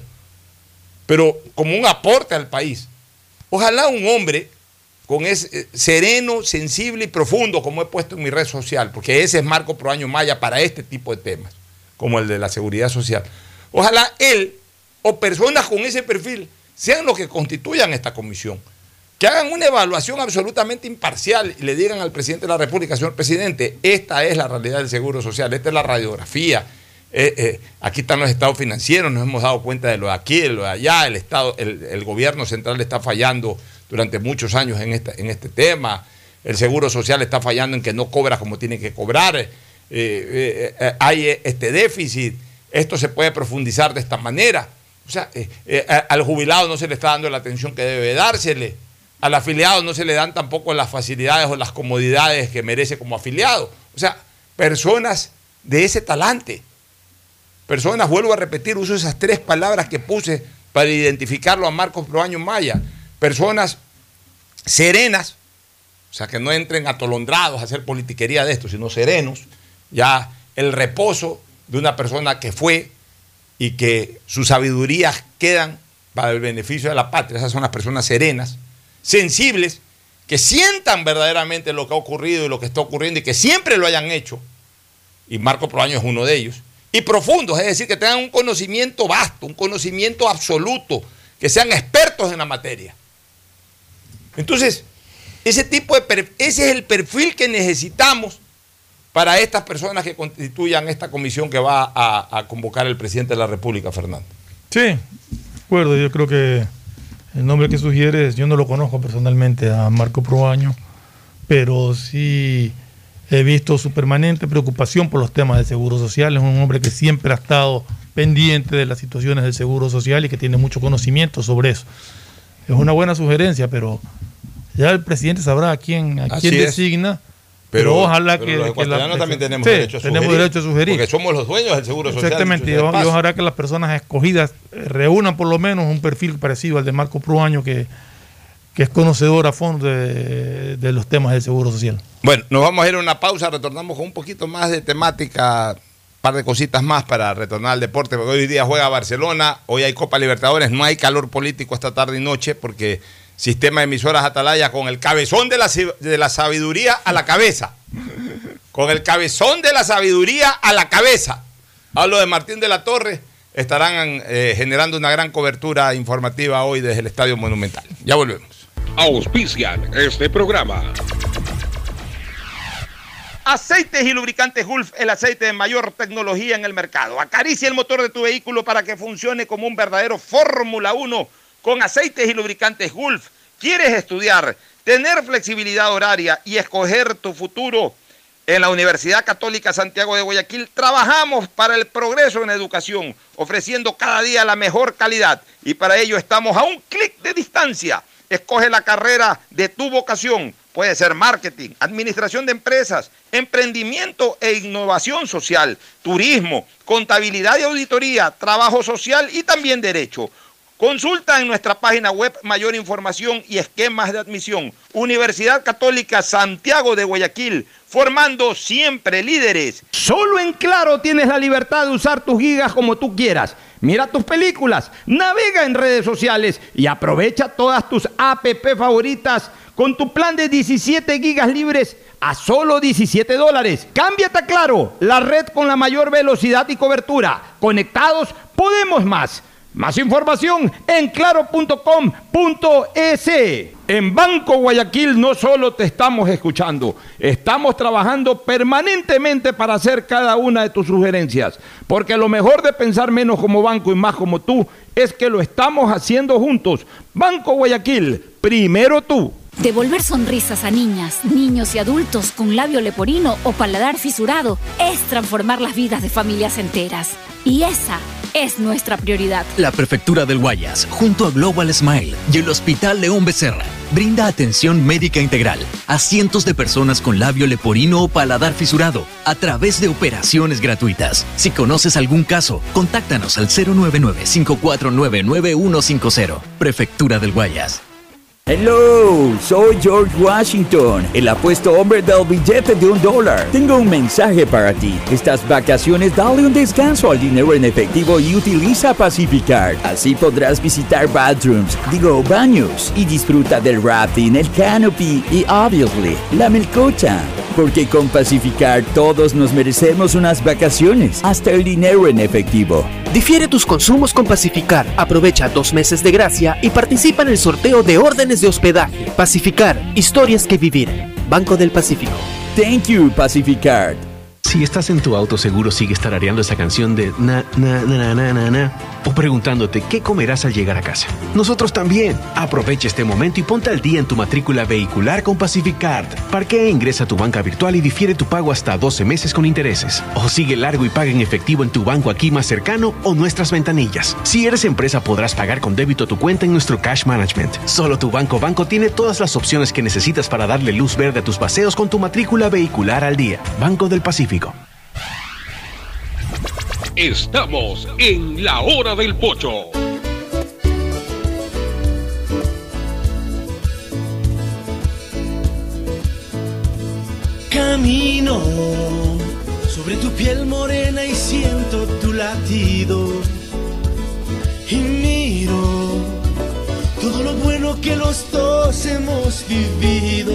Pero como un aporte al país, ojalá un hombre con ese sereno, sensible y profundo, como he puesto en mi red social, porque ese es Marco Proaño Maya para este tipo de temas, como el de la seguridad social. Ojalá él o personas con ese perfil sean los que constituyan esta comisión, que hagan una evaluación absolutamente imparcial y le digan al presidente de la República: señor presidente, esta es la realidad del Seguro Social, esta es la radiografía, eh, eh, aquí están los estados financieros, nos hemos dado cuenta de lo de aquí, de lo de allá, el, estado, el, el gobierno central está fallando durante muchos años en, esta, en este tema, el Seguro Social está fallando en que no cobra como tiene que cobrar, eh, eh, eh, hay este déficit, esto se puede profundizar de esta manera. O sea, eh, eh, al jubilado no se le está dando la atención que debe dársele, al afiliado no se le dan tampoco las facilidades o las comodidades que merece como afiliado. O sea, personas de ese talante, personas, vuelvo a repetir, uso esas tres palabras que puse para identificarlo a Marcos Proaño Maya, personas serenas, o sea, que no entren atolondrados a hacer politiquería de esto, sino serenos, ya el reposo de una persona que fue y que sus sabidurías quedan para el beneficio de la patria. Esas son las personas serenas, sensibles, que sientan verdaderamente lo que ha ocurrido y lo que está ocurriendo y que siempre lo hayan hecho, y Marco Proaño es uno de ellos, y profundos, es decir, que tengan un conocimiento vasto, un conocimiento absoluto, que sean expertos en la materia. Entonces, ese tipo de ese es el perfil que necesitamos para estas personas que constituyan esta comisión que va a, a convocar el presidente de la República, Fernando. Sí, de acuerdo. Yo creo que el nombre que sugieres, yo no lo conozco personalmente a Marco Proaño, pero sí he visto su permanente preocupación por los temas del seguro social. Es un hombre que siempre ha estado pendiente de las situaciones del seguro social y que tiene mucho conocimiento sobre eso. Es una buena sugerencia, pero ya el presidente sabrá a quién, a quién designa. Pero, pero ojalá pero que... los ecuatorianos que la, también tenemos, sí, derecho, a tenemos sugerir, derecho a sugerir. Porque somos los dueños del seguro social. Exactamente, y, y ojalá que las personas escogidas reúnan por lo menos un perfil parecido al de Marco Proaño, que, que es conocedor a fondo de, de los temas del seguro social. Bueno, nos vamos a ir a una pausa, retornamos con un poquito más de temática, un par de cositas más para retornar al deporte, porque hoy día juega Barcelona, hoy hay Copa Libertadores, no hay calor político esta tarde y noche, porque Sistema de Emisoras Atalaya con el cabezón de la, de la sabiduría a la cabeza. Con el cabezón de la sabiduría a la cabeza. Hablo de Martín de la Torre. Estarán eh, generando una gran cobertura informativa hoy desde el Estadio Monumental. Ya volvemos. Auspician este programa. Aceites y lubricantes Gulf, el aceite de mayor tecnología en el mercado. Acaricia el motor de tu vehículo para que funcione como un verdadero Fórmula uno con aceites y lubricantes Gulf. ¿Quieres estudiar, tener flexibilidad horaria y escoger tu futuro? En la Universidad Católica Santiago de Guayaquil trabajamos para el progreso en educación, ofreciendo cada día la mejor calidad. Y para ello estamos a un clic de distancia. Escoge la carrera de tu vocación. Puede ser marketing, administración de empresas, emprendimiento e innovación social, turismo, contabilidad y auditoría, trabajo social y también derecho. Consulta en nuestra página web mayor información y esquemas de admisión. Universidad Católica Santiago de Guayaquil, formando siempre líderes. Solo en Claro tienes la libertad de usar tus gigas como tú quieras. Mira tus películas, navega en redes sociales y aprovecha todas tus app favoritas con tu plan de diecisiete gigas libres a solo diecisiete dólares. Cámbiate a Claro, la red con la mayor velocidad y cobertura. Conectados, podemos más. Más información en claro punto com punto es. En Banco Guayaquil no solo te estamos escuchando, estamos trabajando permanentemente para hacer cada una de tus sugerencias, porque lo mejor de pensar menos como banco y más como tú es que lo estamos haciendo juntos. Banco Guayaquil, primero tú. Devolver sonrisas a niñas, niños y adultos con labio leporino o paladar fisurado es transformar las vidas de familias enteras. Y esa es nuestra prioridad. La Prefectura del Guayas, junto a Global Smile y el Hospital León Becerra, brinda atención médica integral a cientos de personas con labio leporino o paladar fisurado a través de operaciones gratuitas. Si conoces algún caso, contáctanos al cero nueve nueve, cinco cuatro nueve, nueve uno cinco cero. Prefectura del Guayas. Hello, soy George Washington, el apuesto hombre del billete de un dólar. Tengo un mensaje para ti. Estas vacaciones dale un descanso al dinero en efectivo y utiliza Pacificard. Así podrás visitar bathrooms, digo baños, y disfruta del rafting, el canopy y, obviously, la melcocha. Porque con Pacificard todos nos merecemos unas vacaciones, hasta el dinero en efectivo. Difiere tus consumos con Pacificar. Aprovecha dos meses de gracia y participa en el sorteo de órdenes de hospedaje. Pacificar, historias que vivir. Banco del Pacífico. Thank you, Pacificard. Si estás en tu auto, seguro sigues tarareando esa canción de na, na, na, na, na, na, o preguntándote qué comerás al llegar a casa. Nosotros también. Aprovecha este momento y ponte al día en tu matrícula vehicular con Pacificard. Parquea, ingresa a tu banca virtual y difiere tu pago hasta doce meses con intereses. O sigue largo y paga en efectivo en tu banco aquí más cercano o nuestras ventanillas. Si eres empresa, podrás pagar con débito tu cuenta en nuestro Cash Management. Solo tu Banco Banco tiene todas las opciones que necesitas para darle luz verde a tus paseos con tu matrícula vehicular al día. Banco del Pacífico. Estamos en la hora del pocho. Camino sobre tu piel morena y siento tu latido. Y miro todo lo bueno que los dos hemos vivido.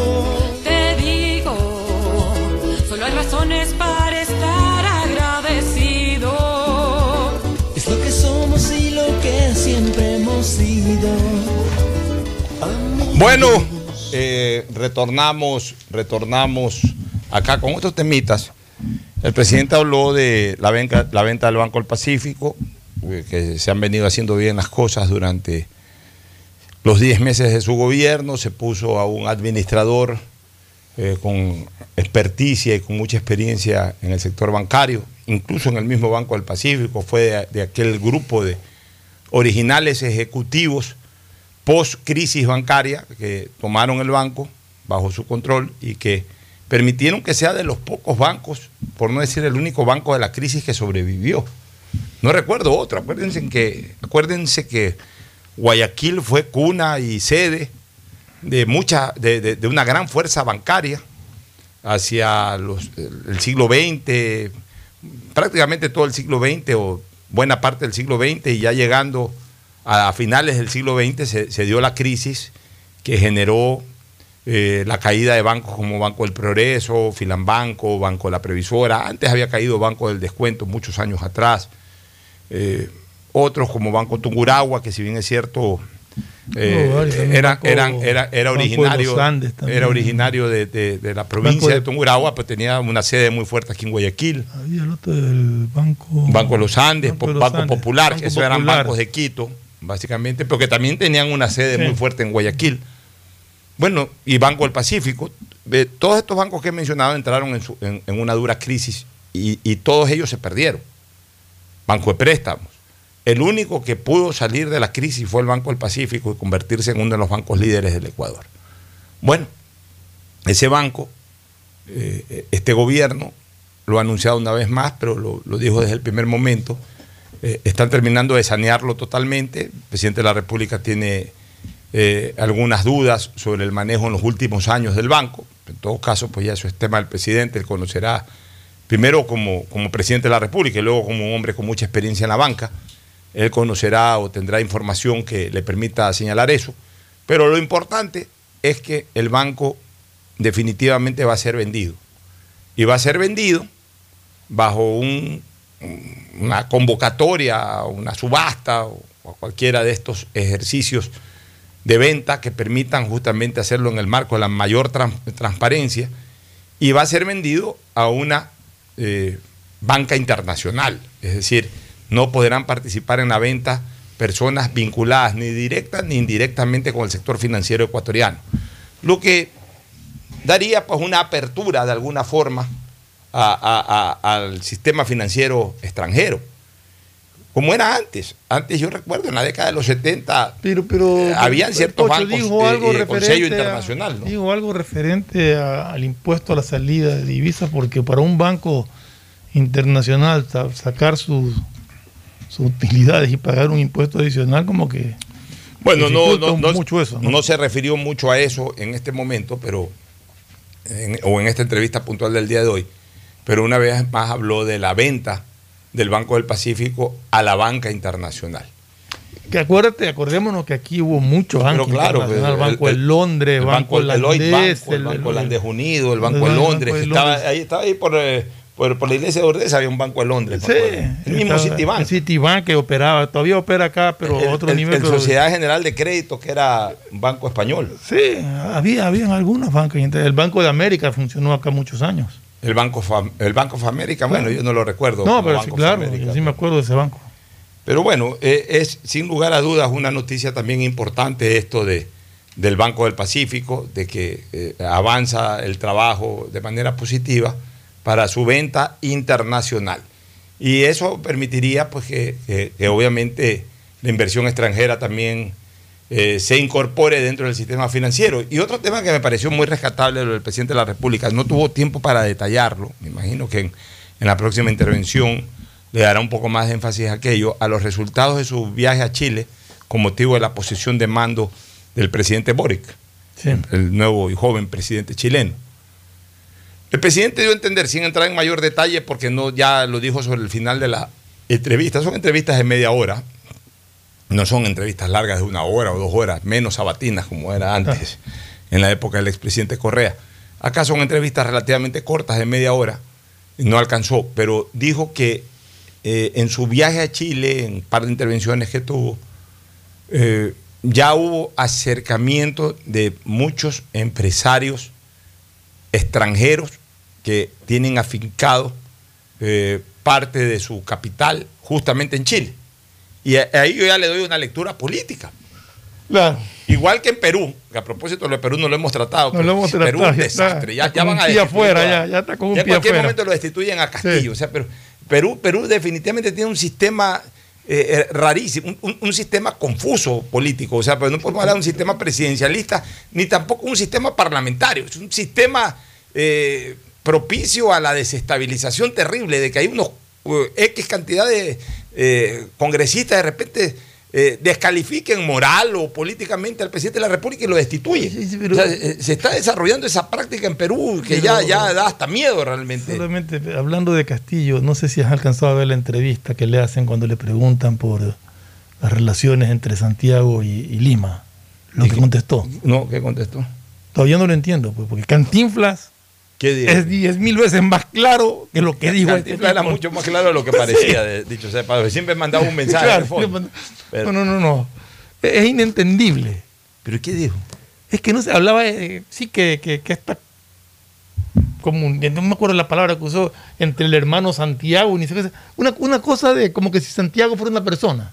Te digo, solo hay razones para estar agradecidos. Bueno, eh, retornamos, retornamos acá con otros temitas. El presidente habló de la venta, la venta del Banco del Pacífico, eh, que se han venido haciendo bien las cosas durante los diez meses de su gobierno. Se puso a un administrador eh, con experticia y con mucha experiencia en el sector bancario, incluso en el mismo Banco del Pacífico. Fue de, de aquel grupo de originales ejecutivos post-crisis bancaria que tomaron el banco bajo su control y que permitieron que sea de los pocos bancos, por no decir el único banco de la crisis que sobrevivió. No recuerdo otro. Acuérdense que, acuérdense que Guayaquil fue cuna y sede de, mucha, de, de, de una gran fuerza bancaria hacia los, el siglo veinte, prácticamente todo el siglo veinte o buena parte del siglo veinte, y ya llegando a finales del siglo veinte se, se dio la crisis que generó eh, la caída de bancos como Banco del Progreso, Filambanco, Banco de la Previsora. Antes había caído Banco del Descuento muchos años atrás. Eh, otros como Banco Tungurahua, que si bien es cierto, eh, no, vale, era, banco, eran, era, era originario, de era originario de, de, de la provincia de, de Tungurahua, pero tenía una sede muy fuerte aquí en Guayaquil. Había el otro del Banco, banco de los Andes, Banco, de los Banco Andes, Popular, Banco que esos Popular. Eran bancos de Quito, básicamente, pero que también tenían una sede sí. muy fuerte en Guayaquil. Bueno, y Banco del Pacífico. Eh, todos estos bancos que he mencionado entraron en, su, en, en una dura crisis y, y todos ellos se perdieron. Banco de Préstamos. El único que pudo salir de la crisis fue el Banco del Pacífico y convertirse en uno de los bancos líderes del Ecuador. Bueno, ese banco, eh, este gobierno lo ha anunciado una vez más, pero lo, lo dijo desde el primer momento. Eh, están terminando de sanearlo totalmente. El presidente de la República tiene eh, algunas dudas sobre el manejo en los últimos años del banco. En todo caso, pues ya eso es tema del presidente. Él conocerá primero como, como presidente de la República y luego como un hombre con mucha experiencia en la banca. Él conocerá o tendrá información que le permita señalar eso. Pero lo importante es que el banco definitivamente va a ser vendido. Y va a ser vendido bajo un una convocatoria, una subasta o cualquiera de estos ejercicios de venta que permitan justamente hacerlo en el marco de la mayor trans transparencia, y va a ser vendido a una eh, banca internacional. Es decir, no podrán participar en la venta personas vinculadas ni directa ni indirectamente con el sector financiero ecuatoriano, lo que daría pues una apertura de alguna forma A, a, a, al sistema financiero extranjero, como era antes. Antes yo recuerdo en la década de los setenta, pero, pero, eh, habían ciertos Pocho, bancos dijo algo de, con sello internacional, ¿no? Digo algo referente a, al impuesto a la salida de divisas, porque para un banco internacional sacar sus, sus utilidades y pagar un impuesto adicional, como que bueno, no, no, no, mucho eso, ¿no? no se refirió mucho a eso en este momento, pero en, o en esta entrevista puntual del día de hoy. Pero una vez más habló de la venta del Banco del Pacífico a la banca internacional. Que acuérdate, acordémonos que aquí hubo muchos bancos claro, internacionales, el Banco de Londres, el Banco holandés, el Banco holandés unido, el Banco de Londres, que estaba ahí, estaba ahí por, por, por la iglesia de Lourdes, había un Banco de Londres. Sí, el mismo Citibank. El Citibank que operaba, todavía opera acá, pero el, otro el, nivel. El pero... Sociedad General de Crédito, que era un banco español. Sí, había, habían algunos bancos. El Banco de América funcionó acá muchos años. El Banco el Banco of America, bueno, yo no lo recuerdo. No, pero sí, claro, yo sí me acuerdo de ese banco. Pero bueno, eh, es sin lugar a dudas una noticia también importante esto de, del Banco del Pacífico, de que eh, avanza el trabajo de manera positiva para su venta internacional. Y eso permitiría pues que, que, que obviamente la inversión extranjera también Eh, se incorpore dentro del sistema financiero. Y otro tema que me pareció muy rescatable lo del presidente de la República, no tuvo tiempo para detallarlo, me imagino que en, en la próxima intervención le dará un poco más de énfasis a aquello, a los resultados de su viaje a Chile con motivo de la posición de mando del presidente Boric, sí. el nuevo y joven presidente chileno. El presidente dio a entender, sin entrar en mayor detalle, porque no ya lo dijo sobre el final de la entrevista, son entrevistas de media hora, no son entrevistas largas de una hora o dos horas, menos sabatinas como era antes, en la época del expresidente Correa. Acá son entrevistas relativamente cortas de media hora, no alcanzó, pero dijo que eh, en su viaje a Chile, en un par de intervenciones que tuvo, eh, ya hubo acercamiento de muchos empresarios extranjeros que tienen afincado eh, parte de su capital justamente en Chile. Y ahí yo ya le doy una lectura política. Claro. Igual que en Perú, que a propósito de Perú no lo hemos tratado. No lo hemos Perú tratado, es un ya desastre. está, Ya, ya van a un pie afuera, ya, ya está con un ya pie en cualquier afuera. momento lo destituyen a Castillo. Sí. O sea, pero Perú, Perú definitivamente tiene un sistema eh, rarísimo, un, un, un sistema confuso político. O sea, pero no podemos hablar de un sistema presidencialista, ni tampoco un sistema parlamentario. Es un sistema eh, propicio a la desestabilización terrible, de que hay unos uh, X cantidad de eh, congresistas de repente eh, descalifiquen moral o políticamente al presidente de la República y lo destituyen. Sí, sí, pero, o sea, eh, se está desarrollando esa práctica en Perú que ya, ya da hasta miedo realmente. Solamente hablando de Castillo, no sé si has alcanzado a ver la entrevista que le hacen cuando le preguntan por las relaciones entre Santiago y, y Lima. Lo que contestó. No, ¿qué contestó? Todavía no lo entiendo, pues, porque Cantinflas es diez mil veces más claro que lo que dijo. Cantinflas era mucho más claro de lo que parecía, de, dicho sea padre. Siempre mandaba un mensaje. Claro, de fondo. Pero, no, no, no, no. Es inentendible. ¿Pero qué dijo? Es que no se hablaba, de, sí que, que, que esta, como, no me acuerdo la palabra que usó, entre el hermano Santiago, ni sé, una, una cosa de como que si Santiago fuera una persona.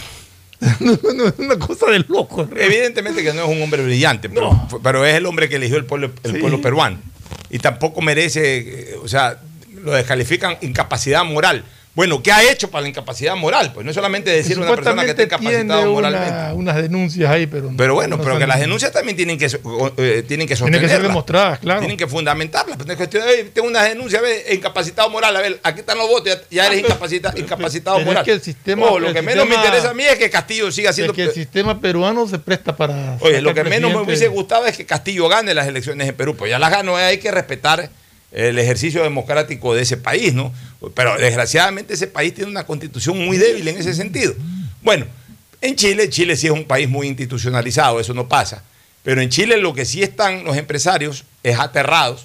No, no, es una cosa de loco. Evidentemente que no es un hombre brillante, pero, no. pero es el hombre que eligió el pueblo, el sí. pueblo peruano. Y tampoco merece, o sea, lo descalifican incapacidad moral. Bueno, ¿qué ha hecho para la incapacidad moral? Pues no es solamente decir a una persona que está incapacitada moralmente. Una, unas denuncias ahí, pero... Pero bueno, no pero que las denuncias también tienen que, eh, tienen que sostenerlas. Tienen que ser demostradas, claro. Tienen que fundamentarlas. Tengo una denuncia, ve, incapacitado moral. A ver, aquí están los votos, ya, ya eres incapacita, incapacitado pero moral. Es que el sistema, oh, lo que el menos sistema, me interesa a mí es que Castillo siga siendo... Es que el sistema peruano se presta para... Oye, lo que menos me hubiese gustado es que Castillo gane las elecciones en Perú. Pues ya las ganó, hay que respetar el ejercicio democrático de ese país, ¿no? Pero desgraciadamente ese país tiene una constitución muy débil en ese sentido. Bueno, en Chile, Chile sí es un país muy institucionalizado, eso no pasa. Pero en Chile lo que sí están los empresarios es aterrados.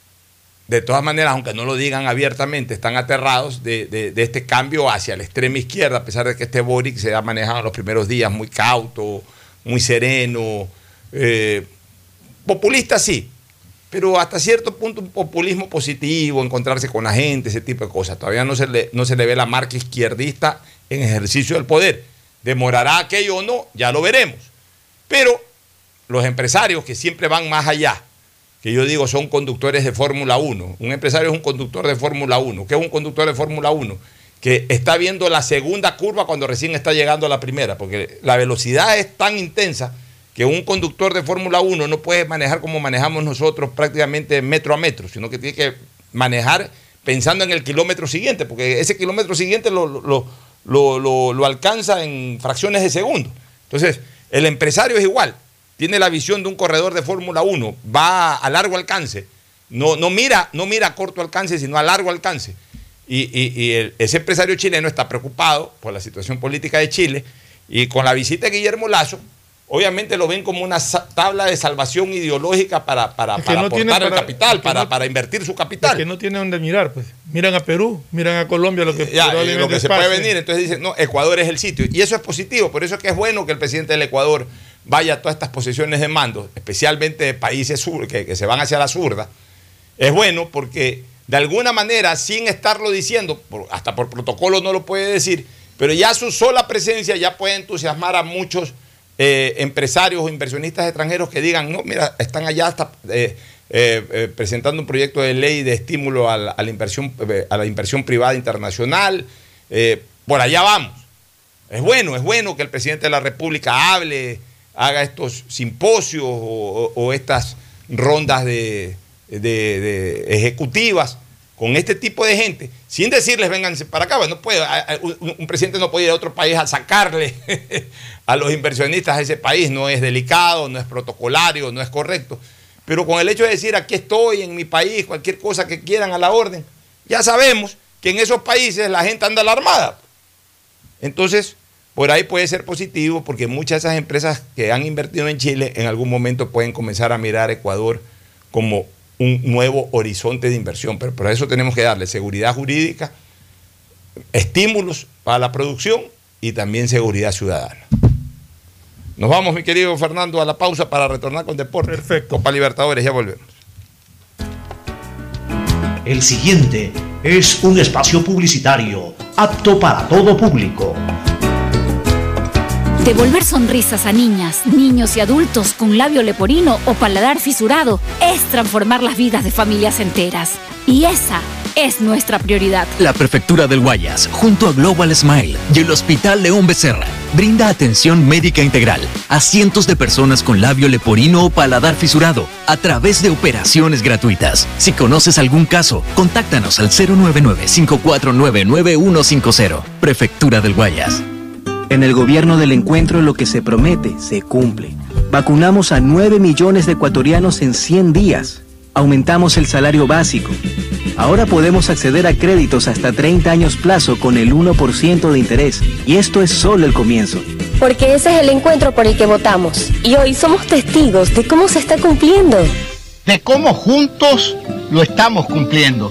De todas maneras, aunque no lo digan abiertamente, están aterrados de, de, de este cambio hacia la extrema izquierda, a pesar de que este Boric se ha manejado en los primeros días muy cauto, muy sereno, eh, populista sí, pero hasta cierto punto un populismo positivo, encontrarse con la gente, ese tipo de cosas. Todavía no se le, no se le ve la marca izquierdista en ejercicio del poder. ¿Demorará aquello o no? Ya lo veremos. Pero los empresarios que siempre van más allá, que yo digo son conductores de Fórmula uno. Un empresario es un conductor de Fórmula uno. ¿Qué es un conductor de Fórmula uno? Que está viendo la segunda curva cuando recién está llegando a la primera, porque la velocidad es tan intensa que un conductor de Fórmula uno no puede manejar como manejamos nosotros prácticamente metro a metro, sino que tiene que manejar pensando en el kilómetro siguiente, porque ese kilómetro siguiente lo, lo, lo, lo, lo alcanza en fracciones de segundo. Entonces, el empresario es igual, tiene la visión de un corredor de Fórmula uno, va a largo alcance, no, no, mira, no mira a corto alcance, sino a largo alcance. Y, y, y el, ese empresario chileno está preocupado por la situación política de Chile, y con la visita de Guillermo Lasso, obviamente lo ven como una tabla de salvación ideológica para, para, es que para no aportar el capital, para, no, para invertir su capital. Es que no tiene dónde mirar, pues. Miran a Perú, miran a Colombia, lo que, ya, lo que se puede venir. Entonces dicen, no, Ecuador es el sitio. Y eso es positivo, por eso es que es bueno que el presidente del Ecuador vaya a todas estas posiciones de mando, especialmente de países sur, que, que se van hacia la zurda. Es bueno porque de alguna manera, sin estarlo diciendo, por, hasta por protocolo no lo puede decir, pero ya su sola presencia ya puede entusiasmar a muchos Eh, empresarios o inversionistas extranjeros que digan, no, mira, están allá hasta, eh, eh, eh, presentando un proyecto de ley de estímulo a la, a la, inversión, eh, a la inversión privada internacional, eh, por allá vamos. Es bueno, es bueno que el presidente de la República hable, haga estos simposios o, o, o estas rondas de, de, de ejecutivas con este tipo de gente, sin decirles vénganse para acá. Bueno, no puede, un, un presidente no puede ir a otro país a sacarle a los inversionistas a ese país, no es delicado, no es protocolario, no es correcto. Pero con el hecho de decir aquí estoy en mi país, cualquier cosa que quieran a la orden, ya sabemos que en esos países la gente anda alarmada. Entonces, por ahí puede ser positivo porque muchas de esas empresas que han invertido en Chile en algún momento pueden comenzar a mirar a Ecuador como un nuevo horizonte de inversión, pero por eso tenemos que darle seguridad jurídica, estímulos para la producción y también seguridad ciudadana. Nos vamos, mi querido Fernando, a la pausa para retornar con deporte. Perfecto. Copa Libertadores, ya volvemos. El siguiente es un espacio publicitario apto para todo público. Devolver sonrisas a niñas, niños y adultos con labio leporino o paladar fisurado es transformar las vidas de familias enteras. Y esa es nuestra prioridad. La Prefectura del Guayas, junto a Global Smile y el Hospital León Becerra, brinda atención médica integral a cientos de personas con labio leporino o paladar fisurado a través de operaciones gratuitas. Si conoces algún caso, contáctanos al cero nueve nueve, cinco cuatro nueve, nueve uno cinco cero. Prefectura del Guayas. En el gobierno del encuentro lo que se promete se cumple. Vacunamos a nueve millones de ecuatorianos en cien días. Aumentamos el salario básico. Ahora podemos acceder a créditos hasta treinta años plazo con el uno por ciento de interés. Y esto es solo el comienzo. Porque ese es el encuentro por el que votamos. Y hoy somos testigos de cómo se está cumpliendo. De cómo juntos lo estamos cumpliendo.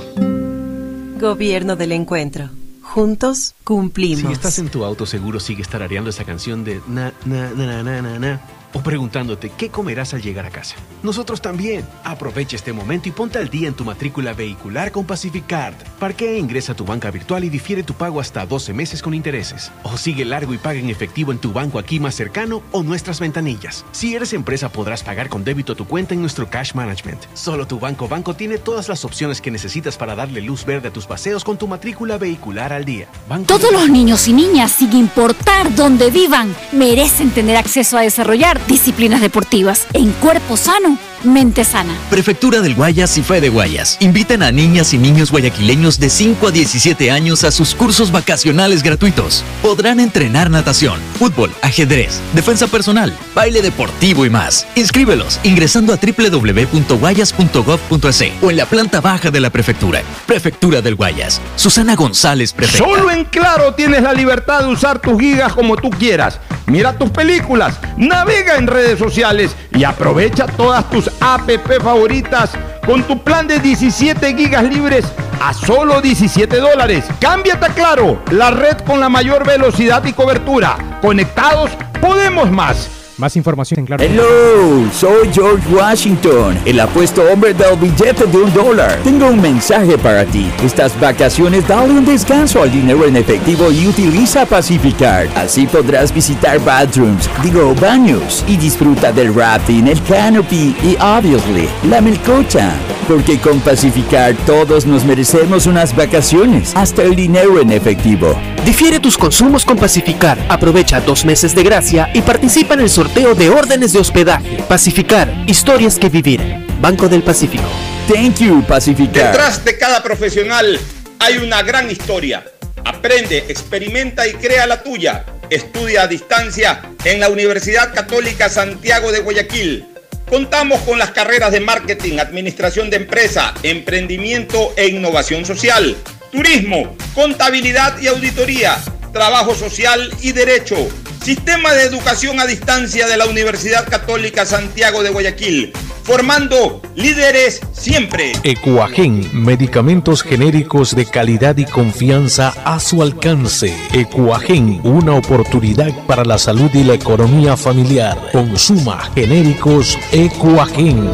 Gobierno del encuentro. Juntos cumplimos. Si estás en tu auto, seguro sigues tarareando esa canción de na, na, na, na, na, na, o preguntándote qué comerás al llegar a casa. Nosotros también. Aprovecha este momento y ponte al día en tu matrícula vehicular con Pacificard. Parquea, ingresa a tu banca virtual y difiere tu pago hasta doce meses con intereses. O sigue largo y paga en efectivo en tu banco aquí más cercano o nuestras ventanillas. Si eres empresa, podrás pagar con débito tu cuenta en nuestro Cash Management. Solo tu Banco Banco tiene todas las opciones que necesitas para darle luz verde a tus paseos con tu matrícula vehicular al día. Banco Todos los niños y niñas, sin importar dónde vivan, merecen tener acceso a desarrollar disciplinas deportivas en cuerpo sano, mente sana. Prefectura del Guayas y Fede Guayas invitan a niñas y niños guayaquileños de cinco a diecisiete años a sus cursos vacacionales gratuitos. Podrán entrenar natación, fútbol, ajedrez, defensa personal, baile deportivo y más. Inscríbelos ingresando a doble u doble u doble u punto guayas punto gov punto es o en la planta baja de la Prefectura. Prefectura del Guayas. Susana González, prefecta. Solo en Claro tienes la libertad de usar tus gigas como tú quieras. Mira tus películas, navega en redes sociales y aprovecha todas tus app favoritas con tu plan de diecisiete gigas libres a solo diecisiete dólares. Cámbiate a Claro, la red con la mayor velocidad y cobertura. Conectados, podemos más. Más información en Claro. Hello, soy George Washington, el apuesto hombre del billete de un dólar. Tengo un mensaje para ti. Estas vacaciones dale un descanso al dinero en efectivo y utiliza Pacificard. Así podrás visitar bathrooms, digo baños, y disfruta del rafting, el canopy y, obviously, la melcocha. Porque con Pacificard todos nos merecemos unas vacaciones, hasta el dinero en efectivo. Difiere tus consumos con Pacificard. Aprovecha dos meses de gracia y participa en el sorteo de órdenes de hospedaje. Pacificard, historias que vivir. Banco del Pacífico. Thank you, Pacificard. Detrás de cada profesional hay una gran historia. Aprende, experimenta y crea la tuya. Estudia a distancia en la Universidad Católica Santiago de Guayaquil. Contamos con las carreras de marketing, administración de empresa, emprendimiento e innovación social, turismo, contabilidad y auditoría, trabajo social y derecho. Sistema de Educación a Distancia de la Universidad Católica Santiago de Guayaquil, formando líderes siempre. Ecuagen, medicamentos genéricos de calidad y confianza a su alcance. Ecuagen, una oportunidad para la salud y la economía familiar. Consuma genéricos Ecuagen.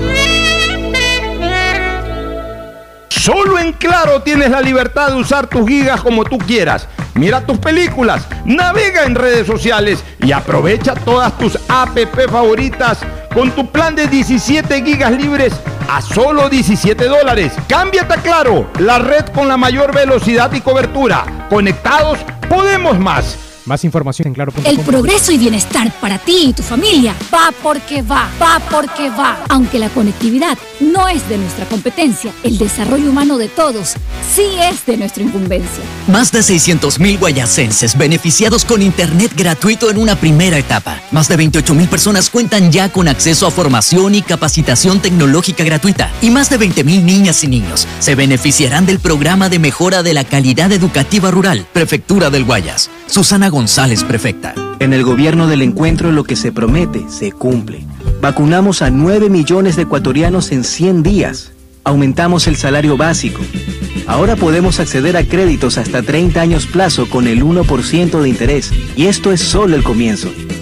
Solo en Claro tienes la libertad de usar tus gigas como tú quieras. Mira tus películas, navega en redes sociales y aprovecha todas tus app favoritas con tu plan de diecisiete gigas libres a solo diecisiete dólares. Cámbiate a Claro, la red con la mayor velocidad y cobertura. Conectados, podemos más. Más información en claro punto com. El progreso y bienestar para ti y tu familia va porque va, va porque va. Aunque la conectividad no es de nuestra competencia, el desarrollo humano de todos sí es de nuestra incumbencia. Más de seiscientos mil guayasenses beneficiados con internet gratuito en una primera etapa. Más de veintiocho mil personas cuentan ya con acceso a formación y capacitación tecnológica gratuita. Y más de veinte mil niñas y niños se beneficiarán del programa de mejora de la calidad educativa rural. Prefectura del Guayas. Susana González, prefecta. En el gobierno del encuentro lo que se promete se cumple. Vacunamos a nueve millones de ecuatorianos en cien días. Aumentamos el salario básico. Ahora podemos acceder a créditos hasta treinta años plazo con el uno por ciento de interés. Y esto es solo el comienzo.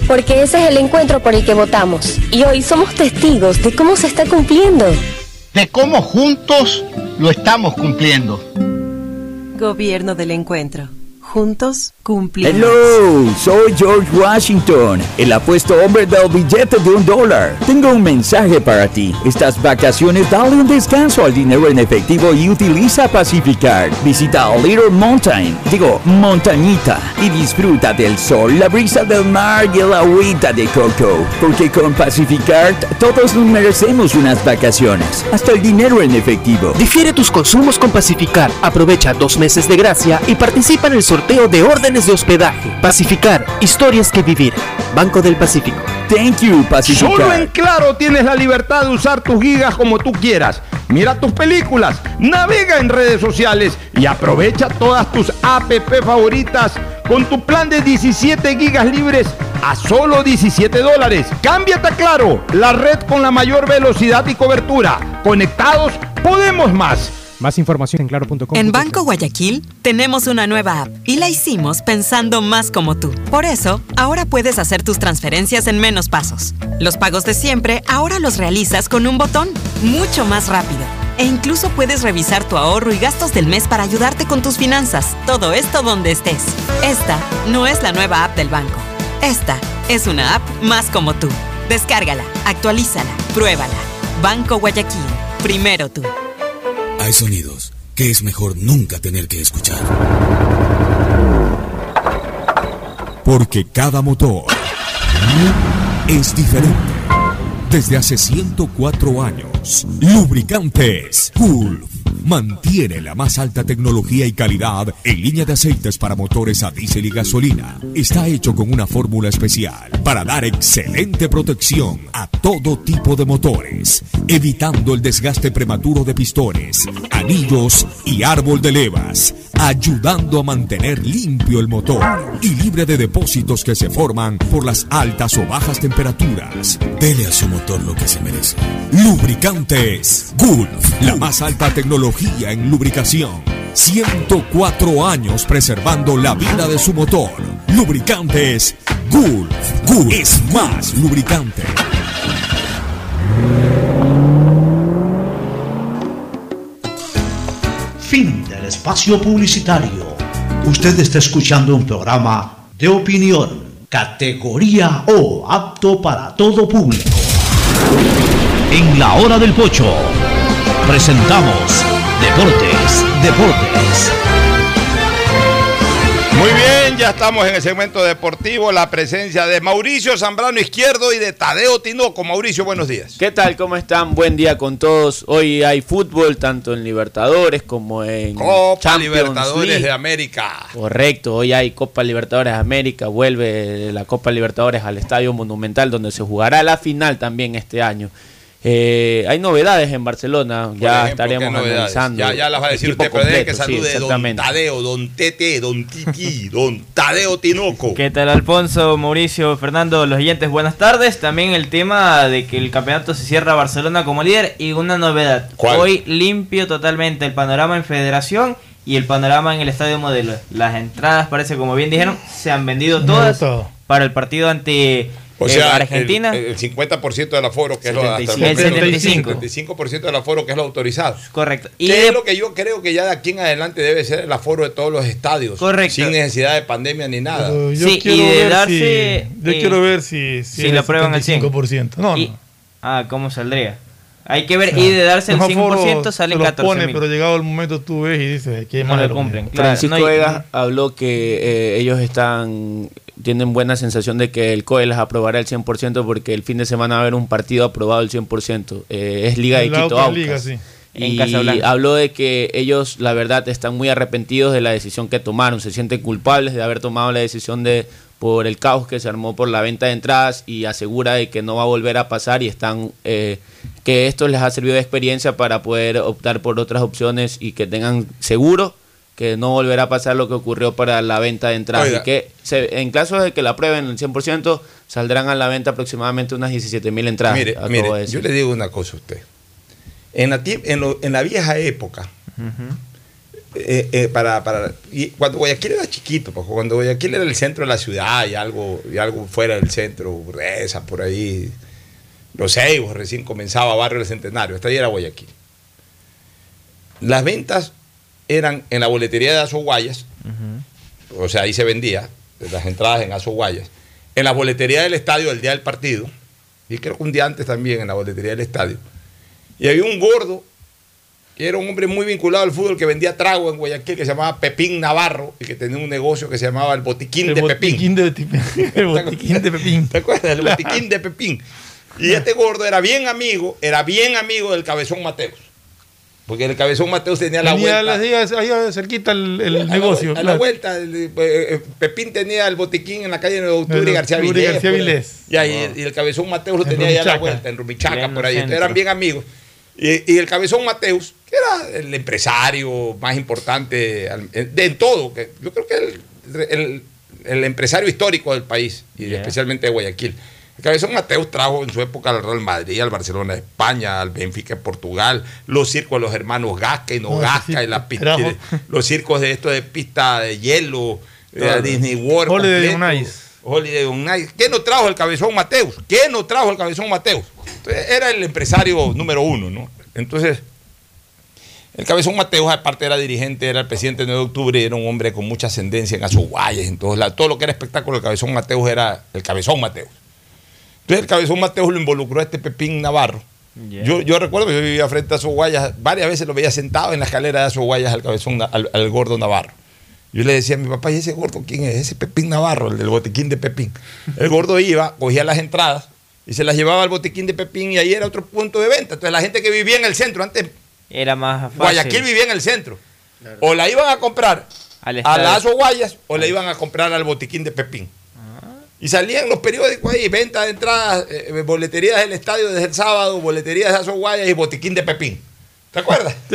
Porque ese es el encuentro por el que votamos. Y hoy somos testigos de cómo se está cumpliendo. De cómo juntos lo estamos cumpliendo. Gobierno del Encuentro. Juntos cumplimos. Hello, soy George Washington, el apuesto hombre del billete de un dólar. Tengo un mensaje para ti. Estas vacaciones dale un descanso al dinero en efectivo y utiliza Pacificard. Visita Little Mountain, digo, montañita, y disfruta del sol, la brisa del mar y el agüita de coco. Porque con Pacificard todos nos merecemos unas vacaciones, hasta el dinero en efectivo. Difiere tus consumos con Pacificar. Aprovecha dos meses de gracia y participa en el sorteo de órdenes de hospedaje. Pacificar, historias que vivir. Banco del Pacífico. Thank you, Pacificar. Solo en Claro tienes la libertad de usar tus gigas como tú quieras. Mira tus películas, navega en redes sociales y aprovecha todas tus app favoritas con tu plan de diecisiete gigas libres a solo diecisiete dólares. Cámbiate a Claro, la red con la mayor velocidad y cobertura. Conectados, podemos más. Más información en claro punto com. En Banco Guayaquil tenemos una nueva app y la hicimos pensando más como tú. Por eso, ahora puedes hacer tus transferencias en menos pasos. Los pagos de siempre ahora los realizas con un botón, mucho más rápido. E incluso puedes revisar tu ahorro y gastos del mes para ayudarte con tus finanzas. Todo esto donde estés. Esta no es la nueva app del banco. Esta es una app más como tú. Descárgala, actualízala, pruébala. Banco Guayaquil. Primero tú. Hay sonidos que es mejor nunca tener que escuchar. Porque cada motor es diferente. Desde hace ciento cuatro años, Lubricantes Gulf mantiene la más alta tecnología y calidad en línea de aceites para motores a diésel y gasolina. Está hecho con una fórmula especial para dar excelente protección a todo tipo de motores, evitando el desgaste prematuro de pistones, anillos y árbol de levas, ayudando a mantener limpio el motor y libre de depósitos que se forman por las altas o bajas temperaturas. Dele a su motor lo que se merece. Lubricantes Gulf, la más alta tecnología en lubricación. ciento cuatro años preservando la vida de su motor. Lubricantes Gulf. Gulf es más lubricante. Fin del espacio publicitario. Usted está escuchando un programa de opinión, categoría O, apto para todo público. En la hora del pocho presentamos Deportes, Deportes. Muy bien, ya estamos en el segmento deportivo, la presencia de Mauricio Zambrano Izquierdo y de Tadeo Tinoco. Mauricio, buenos días. ¿Qué tal? ¿Cómo están? Buen día con todos. Hoy hay fútbol, tanto en Libertadores como en Copa Champions Libertadores League. de América. Correcto, hoy hay Copa Libertadores de América, vuelve la Copa Libertadores al Estadio Monumental, donde se jugará la final también este año. Eh, hay novedades en Barcelona, Por ya ejemplo, estaremos analizando. Ya, ya las va a decir equipo usted, pero deje que completo, salude sí, don Tadeo, don Tete, don Titi, don Tadeo Tinoco. ¿Qué tal, Alfonso, Mauricio, Fernando, los oyentes? Buenas tardes. También el tema de que el campeonato se cierra Barcelona como líder y una novedad. ¿Cuál? Hoy limpio totalmente el panorama en Federación y el panorama en el Estadio Modelo. Las entradas, parece, como bien dijeron, se han vendido todas para el partido ante O sea, eh, Argentina. El, el cincuenta por ciento del aforo, que es lo hasta el El momento, setenta y cinco. el setenta y cinco por ciento del aforo, que es lo autorizado. Correcto. Y es lo que yo creo que ya de aquí en adelante debe ser el aforo de todos los estadios. Correcto. Sin necesidad de pandemia ni nada. Pero yo Sí, quiero y de ver darse, si, yo eh, quiero ver si, si, si es lo el aprueban al cien setenta y cinco por ciento. No, Y- no. Ah, ¿cómo saldría? Hay que ver, O sea, y de darse el los cien por ciento aforos salen se los catorce pone, mil. pero llegado el momento tú ves y dices que No le cumplen. Claro, Francisco no hay- Vega habló que eh, ellos están tienen buena sensación de que el C O E les aprobará el cien por ciento porque el fin de semana va a haber un partido aprobado el cien por ciento. Eh, es Liga de La Quito otra Aucas. liga, sí. En Y Casablanca. habló de que ellos, la verdad, están muy arrepentidos de la decisión que tomaron. Se sienten culpables de haber tomado la decisión de por el caos que se armó por la venta de entradas y asegura de que no va a volver a pasar y están eh, que esto les ha servido de experiencia para poder optar por otras opciones y que tengan seguro que no volverá a pasar lo que ocurrió para la venta de entradas. Oiga. Y que se- en caso de que la aprueben el cien por ciento, saldrán a la venta aproximadamente unas diecisiete mil entradas. Mire, acabo mire, de decir. yo le digo una cosa a usted. En la, tie- en lo- en la vieja época, eh, eh, para, para, y cuando Guayaquil era chiquito, pues, cuando Guayaquil era el centro de la ciudad y algo, y algo fuera del centro, Reza, por ahí, Los Ceibos, recién comenzaba Barrio del Centenario, hasta ahí era Guayaquil. Las ventas eran en la boletería de Azoguayas, uh-huh. o sea, ahí se vendía las entradas en Azoguayas, en la boletería del estadio el día del partido, y creo que un día antes también en la boletería del estadio. Y había un gordo, que era un hombre muy vinculado al fútbol, que vendía trago en Guayaquil, que se llamaba Pepín Navarro, y que tenía un negocio que se llamaba el Botiquín el de botiquín Pepín. De, el Botiquín de Pepín. ¿Te acuerdas? El Botiquín de Pepín. Y este gordo era bien amigo, era bien amigo del Cabezón Mateus. Porque el Cabezón Mateus tenía, tenía la vuelta. Ahí cerquita el, el a negocio. La, a claro. la vuelta, el, eh, Pepín tenía el botiquín en la calle nueve de octubre y García Vilés. García Vilés. Y, ahí, oh. y el Cabezón Mateus lo tenía allá a la vuelta, en Rumichaca, por ahí. Entonces eran bien amigos. Y, y el Cabezón Mateus, que era el empresario más importante de, en todo, que yo creo que el, el, el empresario histórico del país, y yeah. especialmente de Guayaquil. El Cabezón Mateus trajo en su época al Real Madrid, al Barcelona de España, al Benfica de Portugal, los circos de los hermanos Gasca y no, no Gasca, sí, y la pista, los circos de esto de pista de hielo, de la Disney World. Holiday on Ice. Holiday on Ice. ¿Qué nos trajo el Cabezón Mateus? ¿Qué nos trajo el Cabezón Mateus? Entonces, era el empresario número uno, ¿no? Entonces, el Cabezón Mateus, aparte era dirigente, era el presidente del nueve de octubre, era un hombre con mucha ascendencia en Azoguayas, en todos lados. Todo lo que era espectáculo del Cabezón Mateus era el Cabezón Mateus. Entonces el Cabezón Mateus lo involucró a este Pepín Navarro. Yeah. Yo, yo recuerdo que yo vivía frente a Azoguayas, varias veces lo veía sentado en la escalera de Azoguayas al Cabezón, al, al gordo Navarro. Yo le decía a mi papá, ¿y ese gordo quién es? Ese Pepín Navarro, el del botiquín de Pepín. El gordo iba, cogía las entradas y se las llevaba al botiquín de Pepín y ahí era otro punto de venta. Entonces la gente que vivía en el centro, antes era más fácil. Guayaquil vivía en el centro. Claro. O la iban a comprar a las Azoguayas o la iban a comprar al botiquín de Pepín. Y salían los periódicos ahí, venta de entradas, eh, boleterías del estadio desde el sábado, boleterías de Azoguayas y botiquín de Pepín. ¿Te acuerdas? Sí.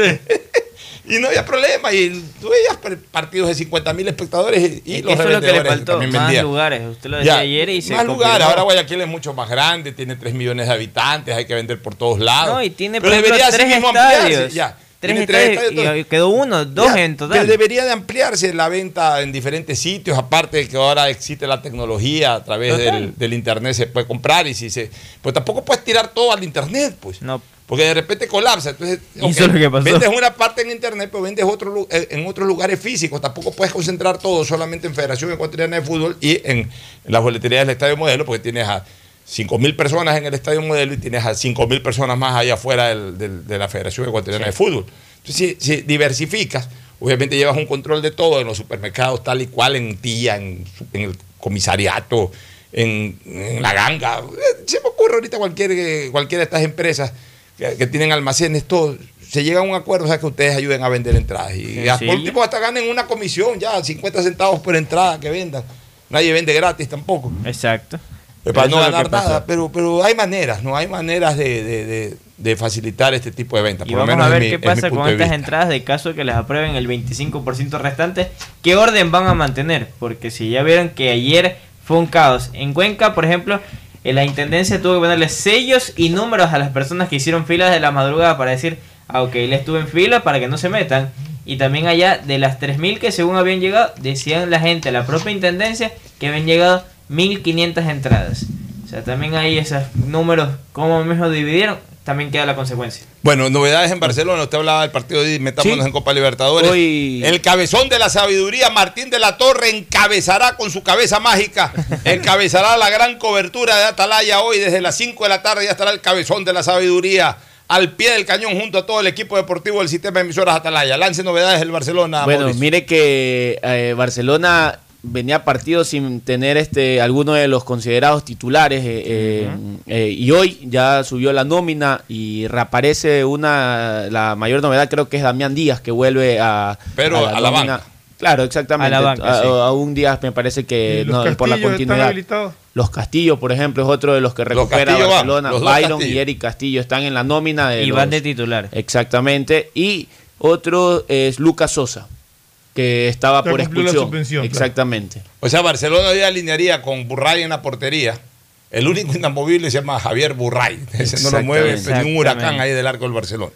Y no había problema. Y tú veías partidos de cincuenta mil espectadores y, y los eso es lo que le faltó, también más vendían. lugares. Usted lo decía ya, ayer y se más lugares. Ahora Guayaquil es mucho más grande, tiene tres millones de habitantes, hay que vender por todos lados. No, y tiene pero por ejemplo, debería tres mismo estadios. ampliarse. Ya. Tres tres estadios, y quedó uno, dos ya, en total. Pero debería de ampliarse la venta en diferentes sitios, aparte de que ahora existe la tecnología, a través del, del internet se puede comprar y si se, pues tampoco puedes tirar todo al internet, pues. No. Porque de repente colapsa. Entonces, okay, eso es lo que pasó. Vendes una parte en internet, pero vendes otro, en otros lugares físicos. Tampoco puedes concentrar todo solamente en Federación Ecuatoriana de Fútbol y en, en las boleterías del Estadio Modelo, porque tienes a cinco mil personas en el Estadio Modelo y tienes a cinco mil personas más allá afuera del, del, de la Federación Ecuatoriana sí. de Fútbol. Entonces, si, si diversificas, obviamente llevas un control de todo en los supermercados, tal y cual, en Tía, en, en el comisariato, en, en la ganga. Se me ocurre ahorita cualquier, cualquiera de estas empresas que, que tienen almacenes, todo. Se llega a un acuerdo, o sea, que ustedes ayuden a vender entradas. Y sí, por último hasta ganen una comisión, ya, cincuenta centavos por entrada que vendan. Nadie vende gratis tampoco. Exacto. Para no ganar nada, pero, pero hay maneras, ¿no? Hay maneras de, de, de, de facilitar este tipo de ventas. Y por vamos lo menos a ver mi, qué pasa con estas entradas de caso de que les aprueben el veinticinco por ciento restante. ¿Qué orden van a mantener? Porque si ya vieron que ayer fue un caos. En Cuenca, por ejemplo, en la intendencia tuvo que ponerle sellos y números a las personas que hicieron filas de la madrugada para decir, ah, ok, él estuvo en fila para que no se metan. Y también allá, de las tres mil que según habían llegado, decían la gente, la propia intendencia, que habían llegado mil quinientas entradas. O sea, también hay esos números, como mismo dividieron, también queda la consecuencia. Bueno, novedades en Barcelona. Usted hablaba del partido de Metámonos sí. en Copa Libertadores. Hoy... El cabezón de la sabiduría, Martín de la Torre, encabezará con su cabeza mágica, encabezará la gran cobertura de Atalaya hoy. Desde las cinco de la tarde ya estará el cabezón de la sabiduría al pie del cañón junto a todo el equipo deportivo del sistema de emisoras Atalaya. Lance novedades del Barcelona. Bueno, Mauricio. Mire que eh, Barcelona venía partido sin tener este alguno de los considerados titulares eh, uh-huh. eh, y hoy ya subió la nómina y reaparece una la mayor novedad, creo que es Damián Díaz, que vuelve a pero a la, a la banca. Claro, exactamente. A, la banca, a, sí. a un Díaz me parece que no, por la continuidad. Los Castillo, por ejemplo, es otro de los que recupera Castillo Barcelona. Van, Byron Castillo. y Eric Castillo están en la nómina de y los, van de titular. Exactamente. Y otro es Lucas Sosa, que estaba ya por expulsión. Exactamente. Claro. O sea, Barcelona hoy alinearía con Burray en la portería. El único inamovible se llama Javier Burray. Ese no lo mueve ni un huracán ahí del arco del Barcelona.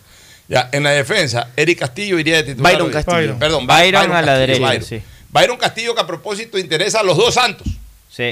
Ya, en la defensa, Eric Castillo iría de titular. Byron Castillo. Byron. Perdón, Byron, Byron a la Castillo, derecha, Byron. sí. Byron Castillo, que a propósito interesa a los dos Santos. Sí.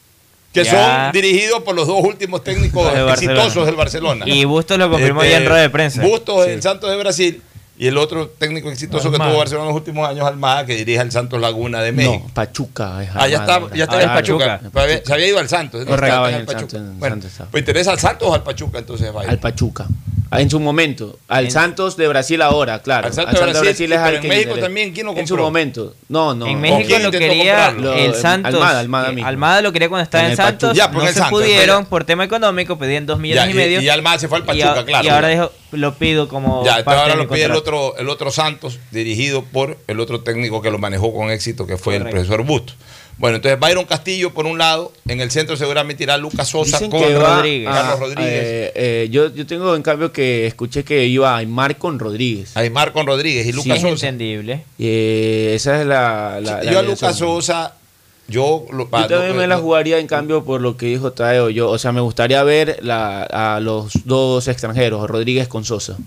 Que Ya. son dirigidos por los dos últimos técnicos Los de Barcelona. exitosos del Barcelona. Y Bustos lo confirmó Este, ya en rueda de prensa. Bustos Sí. del Santos de Brasil y el otro técnico exitoso Almada. que tuvo Barcelona en los últimos años, Almada, que dirige al Santos Laguna de México. No, Pachuca. Es Ah, ya está, Almada ya está ahora. en el Pachuca. Pachuca. Se había- Se había ido al Santos. ¿no? Correcto. Estaba En en el el Pachuca. Santos, en Bueno, Santos estaba. pues interesa al Santos o al Pachuca, entonces vaya. Al Pachuca. Ah, en su momento. Al En- Brasil de Brasil ahora, claro. Al Santos de Brasil, es al pero en que México interesa. también, ¿quién lo En su compró? momento. No, no. En ¿O México quién lo intentó quería comprarlo? el Lo- Santos. Almada, Almada eh, mismo. Almada lo quería cuando estaba En en, el Santos. Pachuca. Ya, pero no en el se Santos, pudieron fue- por tema económico, pedían dos millones Ya, y medio. y, y Almada se fue al y, Pachuca, a- claro. y ahora ya. dijo, lo pido como Ya, entonces parte ahora de mi lo pide el contrato. otro, el otro Santos, dirigido por el otro técnico que lo manejó con éxito, que fue Correcto. el profesor Bustos. Bueno, entonces Byron Castillo por un lado, en el centro seguramente irá Lucas Sosa Dicen con que va Rodríguez. a- Carlos Rodríguez. eh, eh, yo, yo tengo en cambio que escuché que iba a Aymar con Rodríguez. Aymar con Rodríguez y Sí. Lucas Es Sosa. entendible. Eh, esa es la. la, la Yo a alineación. Lucas Sosa, yo lo Yo también lo- me la lo- jugaría en cambio por lo que dijo Taeo. Yo, o sea, me gustaría ver la, a los dos extranjeros, Rodríguez con Sosa.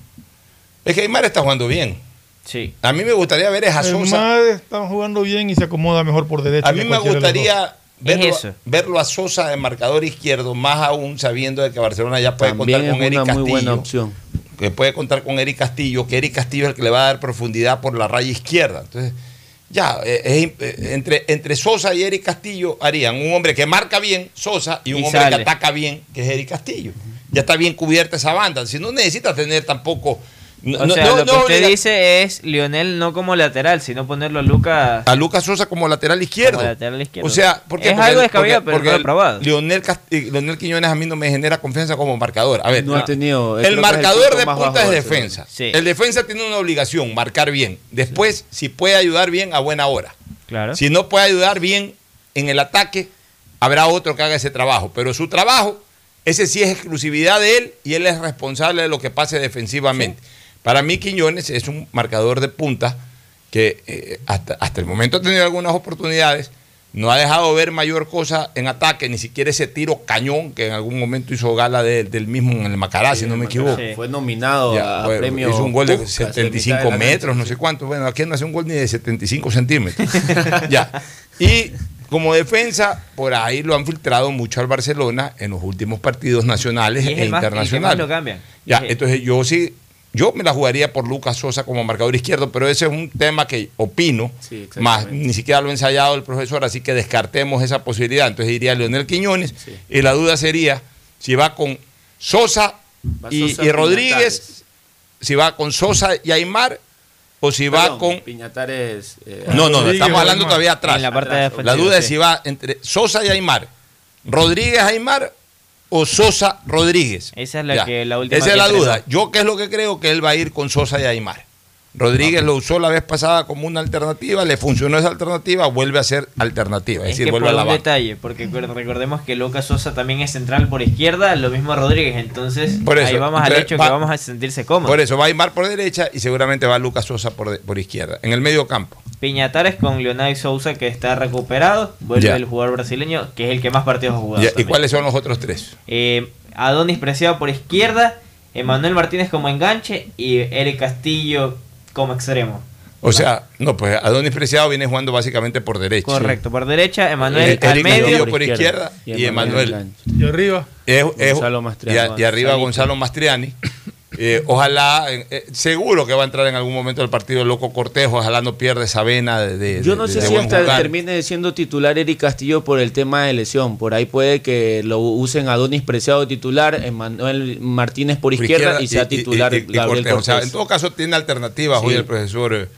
Es que Aymar está jugando bien. Sí. A mí me gustaría ver a Sosa. Aymar está jugando bien y se acomoda mejor por derecha. A mí que me cualquiera de los dos. gustaría verlo, eso. verlo a Sosa de marcador izquierdo, más aún sabiendo de que Barcelona ya puede También contar es con Eric una muy buena Castillo. opción. Que puede contar con Eric Castillo, que Eric Castillo es el que le va a dar profundidad por la raya izquierda. Entonces, ya, eh, es imp- eh, entre, entre Sosa y Eric Castillo harían un hombre que marca bien, Sosa, y un Y hombre sale. que ataca bien, que es Eric Castillo. Ya está bien cubierta esa banda. Si no necesita tener tampoco. No, O no- sea, no- lo no que usted obliga- dice es Lionel no como lateral, sino ponerlo a Lucas a Lucas Sosa como lateral izquierdo. como lateral izquierdo. O sea, ¿por qué? es Porque- algo descabellado, porque- pero porque no lo he probado. Leonel, Cast- eh, Leonel Quiñones a mí no me genera confianza como marcador. A ver, No ha tenido. creo que el es el marcador punto de más punta bajo es de defensa. Sí. El defensa tiene una obligación, marcar bien. Después, si puede ayudar bien, a buena hora. Claro. Si no puede ayudar bien en el ataque, habrá otro que haga ese trabajo. Pero su trabajo, ese sí es exclusividad de él y él es responsable de lo que pase defensivamente. Para mí, Quiñones es un marcador de punta que eh, hasta, hasta el momento ha tenido algunas oportunidades, no ha dejado ver mayor cosa en ataque, ni siquiera ese tiro cañón que en algún momento hizo gala de- del mismo en el Macará, si no me equivoco. Sí. Fue nominado Ya, a bueno, premio. hizo un gol de Puskás, setenta y mitad de cinco la metros, cancha, no sí. sé cuánto. Bueno, aquí no hace un gol ni de setenta y cinco centímetros. Ya. Y como defensa, por ahí lo han filtrado mucho al Barcelona en los últimos partidos nacionales Y es e el más- el que más internacionales. lo cambian. Ya, Es el- entonces yo sí, yo me la jugaría por Lucas Sosa como marcador izquierdo, pero ese es un tema que opino, Sí, exactamente. más ni siquiera lo ha ensayado el profesor, así que descartemos esa posibilidad. Entonces iría Leonel Quiñones, Sí. y la duda sería si va con Sosa Va y, Sosa, y Rodríguez, Piñatares. si va con Sosa y Aymar, o si va Perdón, con... Piñatares. eh, No, no, no, Rodríguez estamos o hablando Aymar. todavía atrás. En la parte Atrás. defensiva, La duda es sí. si va entre Sosa y Aymar, Rodríguez Aymar o Sosa Rodríguez. Esa es la Ya. que la última Esa que es la interesó. duda. Yo qué es lo que creo que él va a ir con Sosa y Aymar. Rodríguez lo usó la vez pasada como una alternativa, le funcionó esa alternativa, vuelve a ser alternativa, es, Es decir, que vuelve por a la un banca. detalle, porque recu- recordemos que Lucas Sosa también es central por izquierda, lo mismo Rodríguez, entonces Por eso, ahí vamos al entonces, hecho va- que vamos a sentirse cómodos. Por eso va Aymar por derecha y seguramente va Lucas Sosa por, de- por izquierda. En el medio campo. Piñatares con Leonel Sousa que está recuperado, vuelve Ya. el jugador brasileño que es el que más partidos ha jugado. Ya, ¿y también. cuáles son los otros tres? Eh, Adonis Preciado por izquierda, Emanuel Martínez como enganche y Eric Castillo como extremo. O sea, no, pues Adonis Preciado viene jugando básicamente por derecha. Correcto, por derecha, Emanuel Eric al medio. Castillo por izquierda y Emanuel. Y arriba. Es- es- Gonzalo y, Mastriani. a- y arriba Gonzalo Mastriani. Eh, ojalá, eh, eh, seguro que va a entrar en algún momento del partido el Loco Cortejo, ojalá no pierda esa vena de, de- Yo no de- sé de si buen hasta jugar. termine siendo titular Eric Castillo por el tema de lesión. Por ahí puede que lo usen a Adonis Preciado de titular, Emanuel Martínez por Por izquierda, y sea titular y- y- y Gabriel Cortejo. O sea, Cortés. en todo caso tiene alternativas Sí. hoy el profesor. eh,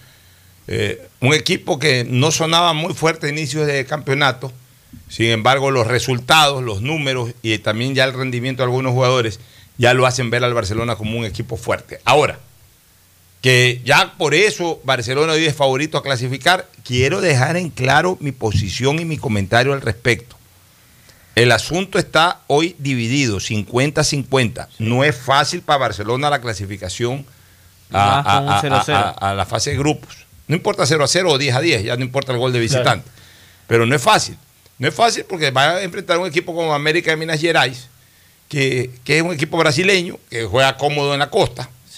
eh, un equipo que no sonaba muy fuerte a inicios de campeonato, sin embargo los resultados, los números y también ya el rendimiento de algunos jugadores ya lo hacen ver al Barcelona como un equipo fuerte. Ahora, que ya por eso Barcelona hoy es favorito a clasificar, quiero dejar en claro mi posición y mi comentario al respecto. El asunto está hoy dividido, cincuenta cincuenta. No es fácil para Barcelona la clasificación a, Más con un a- a- cero a cero. a- a la fase de grupos. No importa cero a cero o diez a diez, ya no importa el gol de visitante. Pero no es fácil. No es fácil porque va a enfrentar un equipo como América de Minas Gerais, que, que es un equipo brasileño, que juega cómodo en la costa. Sí.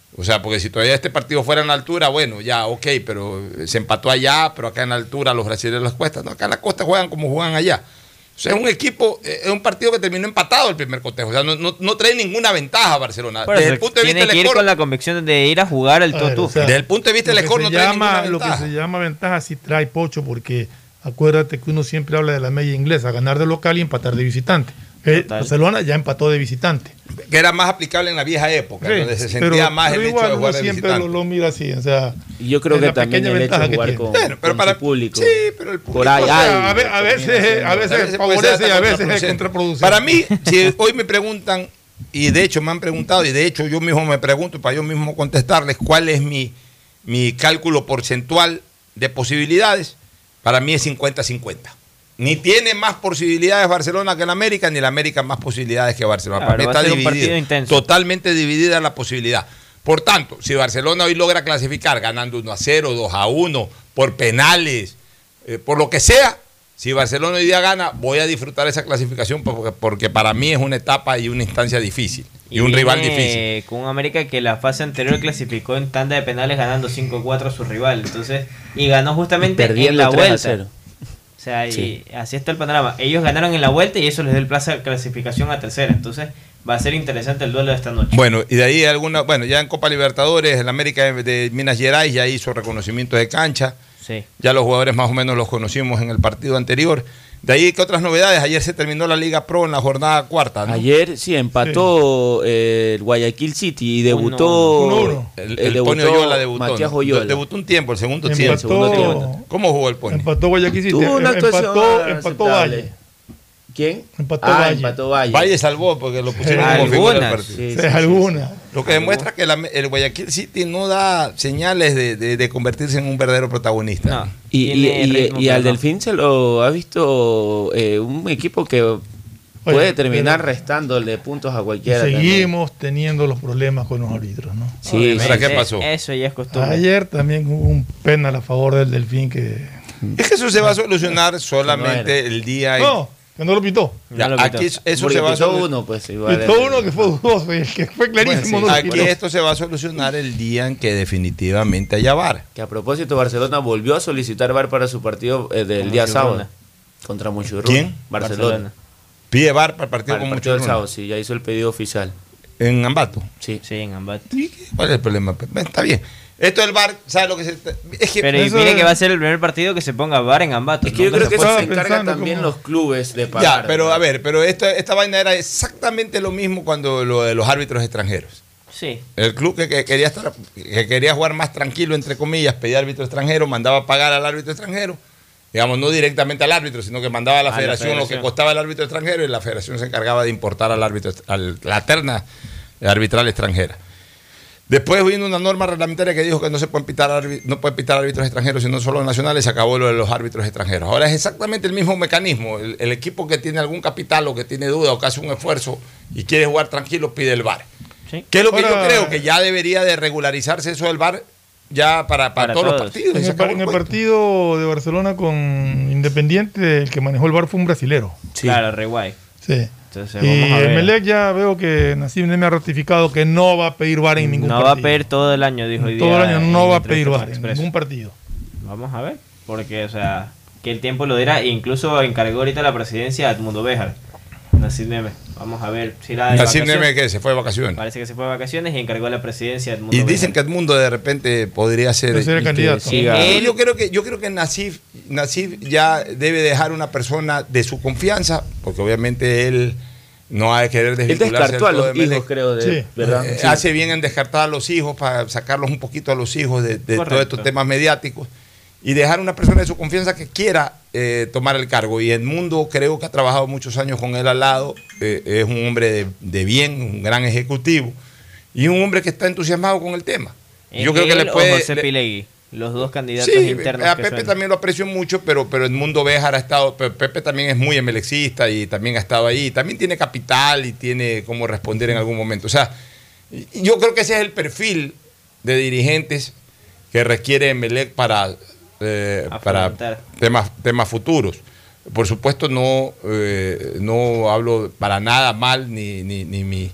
O sea, porque si todavía este partido fuera en la altura, bueno, ya, ok, pero se empató allá, pero acá en la altura a los brasileños les cuesta. No, acá en la costa juegan como juegan allá. O sea, es un equipo, es un partido que terminó empatado el primer cotejo. O sea, no, no, no trae ninguna ventaja Barcelona. Desde el punto de vista tiene que ir con la convicción de ir a jugar el ver, tú. o sea, Desde el punto de vista del score no trae ninguna Lo ventaja. que se llama ventaja sí trae, Pocho, porque acuérdate que uno siempre habla de la media inglesa, ganar de local y empatar de visitante. Eh, Barcelona ya empató de visitante. Que era más aplicable en la vieja época, Sí, donde se sentía pero, más pero el igual hecho de jugar uno de siempre visitante. lo, lo mira así, o sea, Yo creo es que la también pequeña el hecho ventaja de que jugar tiene. con, Bueno, pero con para- su público. sí, pero el Por ahí público, hay. o sea, a, ve- a veces, a veces puede ser favorece y a hasta veces es contraproducente. contraproducente. Para mí, si hoy me preguntan, y de hecho me han preguntado, y de hecho yo mismo me pregunto para yo mismo contestarles cuál es mi, mi cálculo porcentual de posibilidades, para mí es cincuenta cincuenta. Ni tiene más posibilidades Barcelona que el América, ni el América más posibilidades que Barcelona. Claro, para mí va a está ser un dividido, partido intenso. totalmente dividida la posibilidad. Por tanto, si Barcelona hoy logra clasificar ganando uno a cero, dos a uno, por penales, eh, por lo que sea, si Barcelona hoy día gana, voy a disfrutar esa clasificación porque, porque para mí es una etapa y una instancia difícil y, un viene rival difícil. Con un América que la fase anterior clasificó en tanda de penales ganando cinco a cuatro a su rival. Entonces, y ganó justamente en la tres a vuelta. cero. O sea, y Sí. así está el panorama. Ellos ganaron en la vuelta y eso les dio el plazo de clasificación a tercera. Entonces, va a ser interesante el duelo de esta noche. Bueno, y de ahí alguna, bueno, ya en Copa Libertadores, el América de, de Minas Gerais ya hizo reconocimiento de cancha. Sí. Ya los jugadores más o menos los conocimos en el partido anterior. De ahí, ¿qué otras novedades? Ayer se terminó la Liga Pro en la jornada cuarta, ¿no? Ayer sí empató eh, el Guayaquil City y debutó uno uno. El, eh, el debutó Pony Oyola debutó. Matías ¿no? Oyola. Debutó un tiempo, el segundo Empató- tiempo. el segundo tiempo. ¿Cómo jugó el Pony? Empató Guayaquil City, Tuvo una actuación empató, empató aceptable. Valle. ¿Quién? Empató ah, Valle. empató Valle. Valle salvó porque lo pusieron Eh, como figura del algunas, partido. Sí, Sí, sí, sí, alguna. Lo que demuestra que la- el Guayaquil City no da señales de, de- de convertirse en un verdadero protagonista. No. Y, y, Tiene y- ritmo, y pero al no. Delfín se lo ha visto eh, un equipo que puede terminar pero- restándole puntos a cualquiera. Seguimos teniendo los problemas con los árbitros, ¿no? Sí, Obviamente, ¿para qué pasó? Eso ya es costumbre. Ayer también hubo un penal a favor del Delfín que... Es que eso se va a solucionar solamente el día en- No, que no lo pitó. Ya, No lo pitó. aquí eso Porque se va a pitó solucionar. uno, pues igual. Pitó uno que fue dudoso y el que fue clarísimo. Bueno, no lo aquí pitó. esto se va a solucionar el día en que definitivamente haya V A R. Que a propósito, Barcelona volvió a solicitar V A R para su partido eh, del Con día Muchurruna. sábado contra Muchurruna. ¿Quién? Barcelona. Pide V A R para el partido Para el con partido del Muchurruna. sábado, sí, ya hizo el pedido oficial. En Ambato. Sí. Sí, en Ambato. ¿Cuál es el problema? Está bien. Esto del V A R, ¿sabes lo que se.? Es que. Pero y eso mire es- que va a ser el primer partido que se ponga V A R en Ambato. Es que yo ¿no? creo que eso estaba se encarga pensando también cómo- los clubes de pagar. Ya, pero ¿no? a ver, pero esta, esta vaina era exactamente lo mismo cuando lo de los árbitros extranjeros. Sí. El club que, que quería estar, que quería jugar más tranquilo, entre comillas, pedía árbitro extranjero, mandaba pagar al árbitro extranjero, digamos, no directamente al árbitro, sino que mandaba a la A la federación lo que federación. costaba el árbitro extranjero y la federación se encargaba de importar al árbitro, a la terna arbitral extranjera. Después vino una norma reglamentaria que dijo que no se pueden pitar, árbi- no pueden pitar árbitros extranjeros, sino solo nacionales, se acabó lo de los árbitros extranjeros. Ahora es exactamente el mismo mecanismo. El, el equipo que tiene algún capital o que tiene duda o que hace un esfuerzo y quiere jugar tranquilo, pide el V A R. Sí. ¿Qué es lo que Ahora- yo creo? Que ya debería de regularizarse eso del V A R ya para, para, Para todos, los todos. partidos. y En se el, par- acabó en el el cuento. partido de Barcelona con Independiente, el que manejó el V A R fue un brasilero. Sí. Claro, re guay. Sí. Entonces, Y vamos a ver. Emelec ya veo que Nassim me ha ratificado que no va a pedir V A R en ningún No partido. va a pedir todo el año, dijo hoy Todo día el año en no va a entrevista pedir con V A R en Expreso. ningún partido. Vamos a ver, porque, o sea, que el tiempo lo dirá. E incluso encargó ahorita la presidencia a Edmundo Béjar. Nassim Neme. Vamos a ver si la de Nassim vacaciones. Neme que se fue de vacaciones. Parece que se fue de vacaciones y encargó la presidencia a Edmundo Y Béjar. dicen que Edmundo de repente podría ser, Puede ser el que candidato. siga. Él- Yo creo que yo creo que Nasif, Nasif ya debe dejar una persona de su confianza, porque obviamente él no ha de querer Él desvincularse descartó a del todo los de Emelec. hijos, creo, de, Sí. ¿verdad? Eh, Sí. Hace bien en descartar a los hijos para sacarlos un poquito a los hijos de, de todos Correcto. estos temas mediáticos y dejar una persona de su confianza que quiera eh, tomar el cargo. Y Edmundo creo que ha trabajado muchos años con él al lado, eh, es un hombre de, de bien, un gran ejecutivo y un hombre que está entusiasmado con el tema. ¿Es Yo creo que él le o puede... José le- Pilegui, los dos candidatos Sí, internos a que Pepe suenan. también lo aprecio mucho, pero, pero Edmundo Béjar ha estado, pero Pepe también es muy emelecista y también ha estado ahí, también tiene capital y tiene cómo responder en algún momento. O sea, y- yo creo que ese es el perfil de dirigentes que requiere Emelec para, eh, para Afrontar. temas, temas futuros. Por supuesto, no, eh, no hablo para nada mal, ni, ni, ni mi,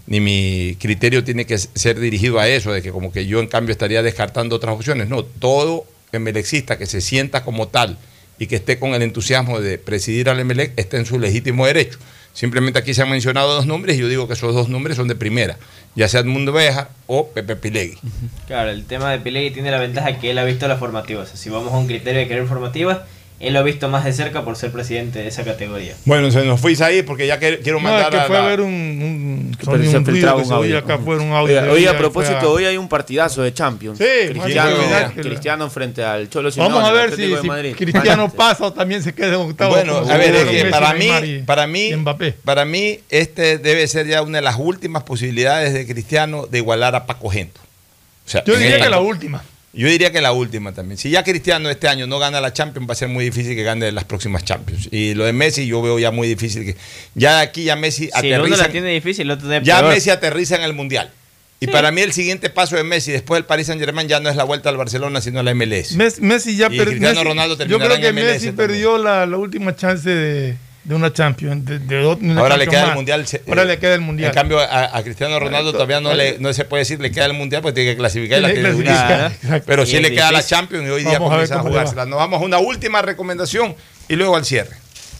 ni mi criterio tiene que ser dirigido a eso, de que como que yo en cambio estaría descartando otras opciones. No, todo emelexista que se sienta como tal y que esté con el entusiasmo de presidir al Emelec está en su legítimo derecho. Simplemente aquí se han mencionado dos nombres y yo digo que esos dos nombres son de primera, ya sea Edmundo Béjar o Pepe Pilegui. Claro, el tema de Pilegui tiene la ventaja que él ha visto las formativas. Si vamos a un criterio de querer formativas, él lo ha visto más de cerca por ser presidente de esa categoría. Bueno, se nos fue ahí porque ya que, quiero mandar no, es que fue a, la... a ver un, un, un, un filtrado un audio. Acá fue un audio. Oye, oye, a propósito, a... hoy hay un partidazo de Champions. Sí, Cristiano, Cristiano frente al Cholo Simeone. Vamos a ver si, si Cristiano pasa o también se queda en octavo. Bueno, a ver, es que para mí, para mí, para mí, este debe ser ya una de las últimas posibilidades de Cristiano de igualar a Paco Gento. O sea, yo diría esta... que la última. Yo diría que la última también. Si ya Cristiano este año no gana la Champions, va a ser muy difícil que gane las próximas Champions. Y lo de Messi yo veo ya muy difícil. que Ya aquí ya Messi si aterriza. Uno la tiene difícil, el otro ya peor. Messi aterriza en el Mundial. Y sí. Para mí el siguiente paso de Messi después del Paris Saint-Germain ya no es la vuelta al Barcelona, sino la M L S. Messi, Messi ya perdió. Yo creo que Messi también. perdió la, la última chance de... de una Champions, de, de una ahora Champions le queda más. el Mundial. Ahora eh, le queda el Mundial. En cambio, a, a Cristiano Ronaldo todavía no, le, no se puede decir le queda el Mundial porque tiene que clasificar la clasificar. Pero sí le queda la Champions y hoy día vamos comienza a, a jugársela. Nos vamos a una última recomendación y luego al cierre.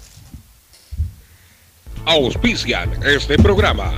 Auspician este programa.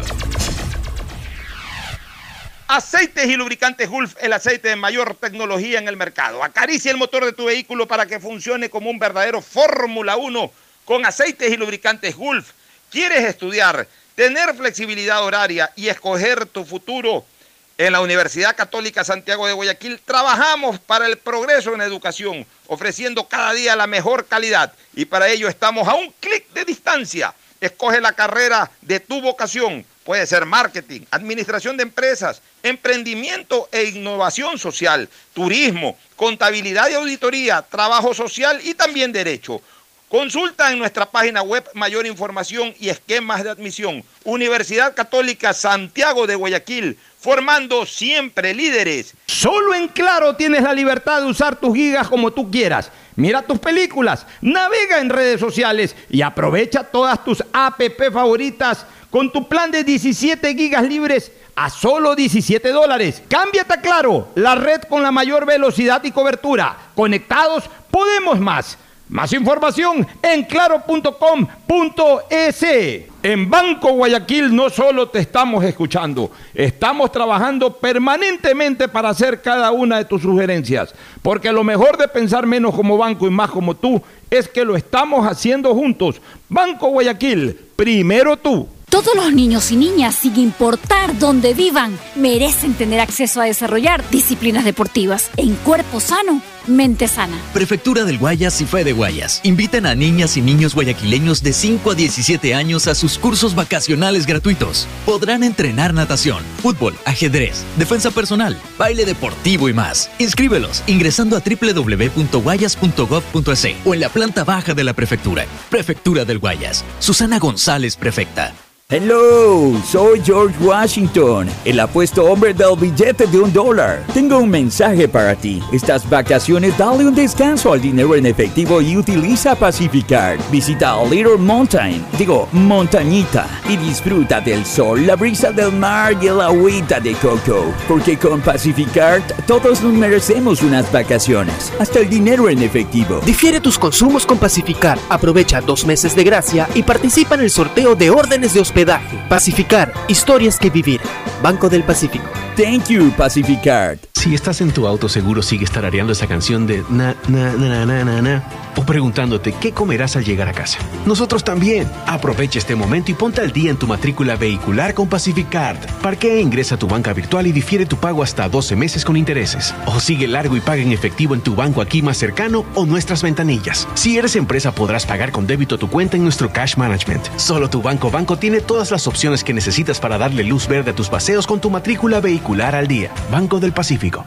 Aceites y lubricantes Gulf, el aceite de mayor tecnología en el mercado. Acaricia el motor de tu vehículo para que funcione como un verdadero Fórmula uno con aceites y lubricantes Gulf. ¿Quieres estudiar, tener flexibilidad horaria y escoger tu futuro? En la Universidad Católica Santiago de Guayaquil trabajamos para el progreso en educación, ofreciendo cada día la mejor calidad. Y para ello estamos a un clic de distancia. Escoge la carrera de tu vocación. Puede ser marketing, administración de empresas, emprendimiento e innovación social, turismo, contabilidad y auditoría, trabajo social y también derecho. Consulta en nuestra página web mayor información y esquemas de admisión. Universidad Católica Santiago de Guayaquil, formando siempre líderes. Solo en Claro tienes la libertad de usar tus gigas como tú quieras. Mira tus películas, navega en redes sociales y aprovecha todas tus app favoritas con tu plan de diecisiete gigas libres a solo diecisiete dólares. Cámbiate a Claro, la red con la mayor velocidad y cobertura. Conectados, podemos más. Más información en claro punto com punto es. En Banco Guayaquil no solo te estamos escuchando, estamos trabajando permanentemente para hacer cada una de tus sugerencias, porque lo mejor de pensar menos como banco y más como tú es que lo estamos haciendo juntos. Banco Guayaquil, primero tú. Todos los niños y niñas, sin importar dónde vivan, merecen tener acceso a desarrollar disciplinas deportivas en cuerpo sano, mente sana. Prefectura del Guayas y Fede Guayas invitan a niñas y niños guayaquileños de cinco a diecisiete años a sus cursos vacacionales gratuitos. Podrán entrenar natación, fútbol, ajedrez, defensa personal, baile deportivo y más. Inscríbelos ingresando a doble u doble u doble u punto guayas punto gov punto es o en la planta baja de la prefectura. Prefectura del Guayas. Susana González, prefecta. Hello, soy George Washington, el apuesto hombre del billete de un dólar. Tengo un mensaje para ti. Estas vacaciones dale un descanso al dinero en efectivo y utiliza Pacificard. Visita Little Mountain, digo, montañita, y disfruta del sol, la brisa del mar y el agüita de coco. Porque con Pacificard todos nos merecemos unas vacaciones, hasta el dinero en efectivo. Difiere tus consumos con Pacificard. Aprovecha dos meses de gracia y participa en el sorteo de órdenes de hospedaje. Pacificard, historias que vivir. Banco del Pacífico. Thank you, Pacificard. Si estás en tu auto, seguro sigues tarareando esa canción de na, na, na, na, na, na, o preguntándote qué comerás al llegar a casa. Nosotros también. Aprovecha este momento y ponte al día en tu matrícula vehicular con Pacificard. Parquea, ingresa a tu banca virtual y difiere tu pago hasta doce meses con intereses. O sigue largo y paga en efectivo en tu banco aquí más cercano o nuestras ventanillas. Si eres empresa, podrás pagar con débito tu cuenta en nuestro Cash Management. Solo tu Banco Banco tiene todas las opciones que necesitas para darle luz verde a tus paseos con tu matrícula vehicular al día. Banco del Pacífico.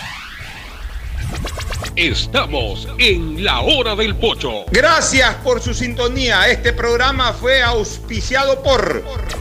Estamos en la hora del pocho. Gracias por su sintonía. Este programa fue auspiciado por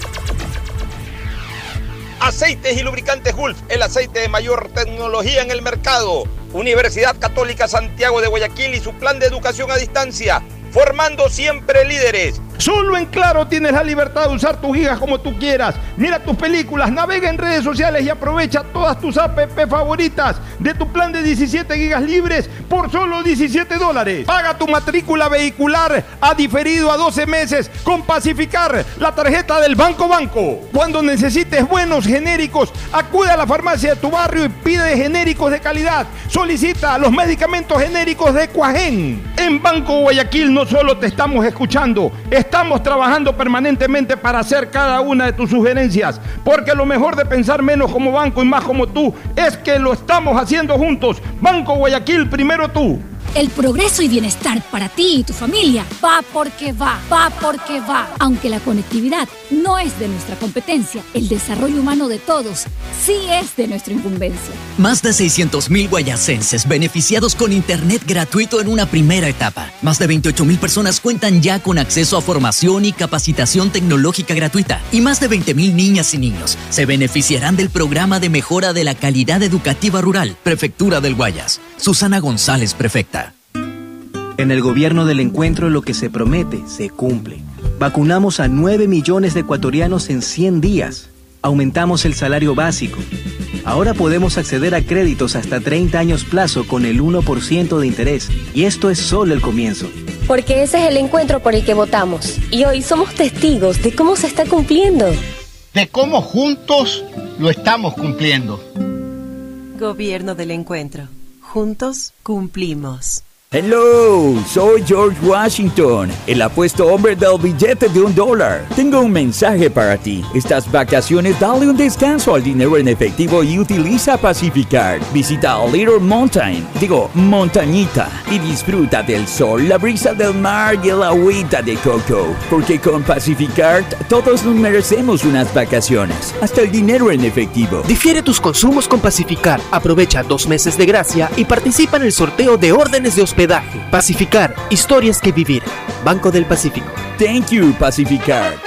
Aceites y Lubricantes Gulf, el aceite de mayor tecnología en el mercado. Universidad Católica Santiago de Guayaquil y su plan de educación a distancia, formando siempre líderes. Solo en Claro tienes la libertad de usar tus gigas como tú quieras. Mira tus películas, navega en redes sociales y aprovecha todas tus app favoritas de tu plan de diecisiete gigas libres por solo diecisiete dólares. Paga tu matrícula vehicular a diferido a doce meses con Pacificar, la tarjeta del Banco Banco. Cuando necesites buenos genéricos, acude a la farmacia de tu barrio y pide genéricos de calidad. Solicita los medicamentos genéricos de Cuajén. En Banco Guayaquil no solo te estamos escuchando, estamos trabajando permanentemente para hacer cada una de tus sugerencias, porque lo mejor de pensar menos como banco y más como tú es que lo estamos haciendo juntos. Banco Guayaquil, primero tú. El progreso y bienestar para ti y tu familia va porque va, va porque va. Aunque la conectividad no es de nuestra competencia, el desarrollo humano de todos sí es de nuestra incumbencia. Más de seiscientos mil guayasenses beneficiados con internet gratuito en una primera etapa. Más de veintiocho mil personas cuentan ya con acceso a formación y capacitación tecnológica gratuita. Y más de veinte mil niñas y niños se beneficiarán del programa de mejora de la calidad educativa rural. Prefectura del Guayas. Susana González, prefecta. En el gobierno del encuentro lo que se promete se cumple. Vacunamos a nueve millones de ecuatorianos en cien días. Aumentamos el salario básico. Ahora podemos acceder a créditos hasta treinta años plazo con el uno por ciento de interés. Y esto es solo el comienzo. Porque ese es el encuentro por el que votamos. Y hoy somos testigos de cómo se está cumpliendo. De cómo juntos lo estamos cumpliendo. Gobierno del encuentro. Juntos cumplimos. Hello, soy George Washington, el apuesto hombre del billete de un dólar. Tengo un mensaje para ti. Estas vacaciones dale un descanso al dinero en efectivo y utiliza Pacificar. Visita a Little Mountain, digo, montañita, y disfruta del sol, la brisa del mar y el agüita de coco. Porque con Pacificar todos nos merecemos unas vacaciones, hasta el dinero en efectivo. Difiere tus consumos con Pacificar. Aprovecha dos meses de gracia y participa en el sorteo de órdenes de hospedaje. Pacificar, historias que vivir. Banco del Pacífico. Thank you, Pacificar.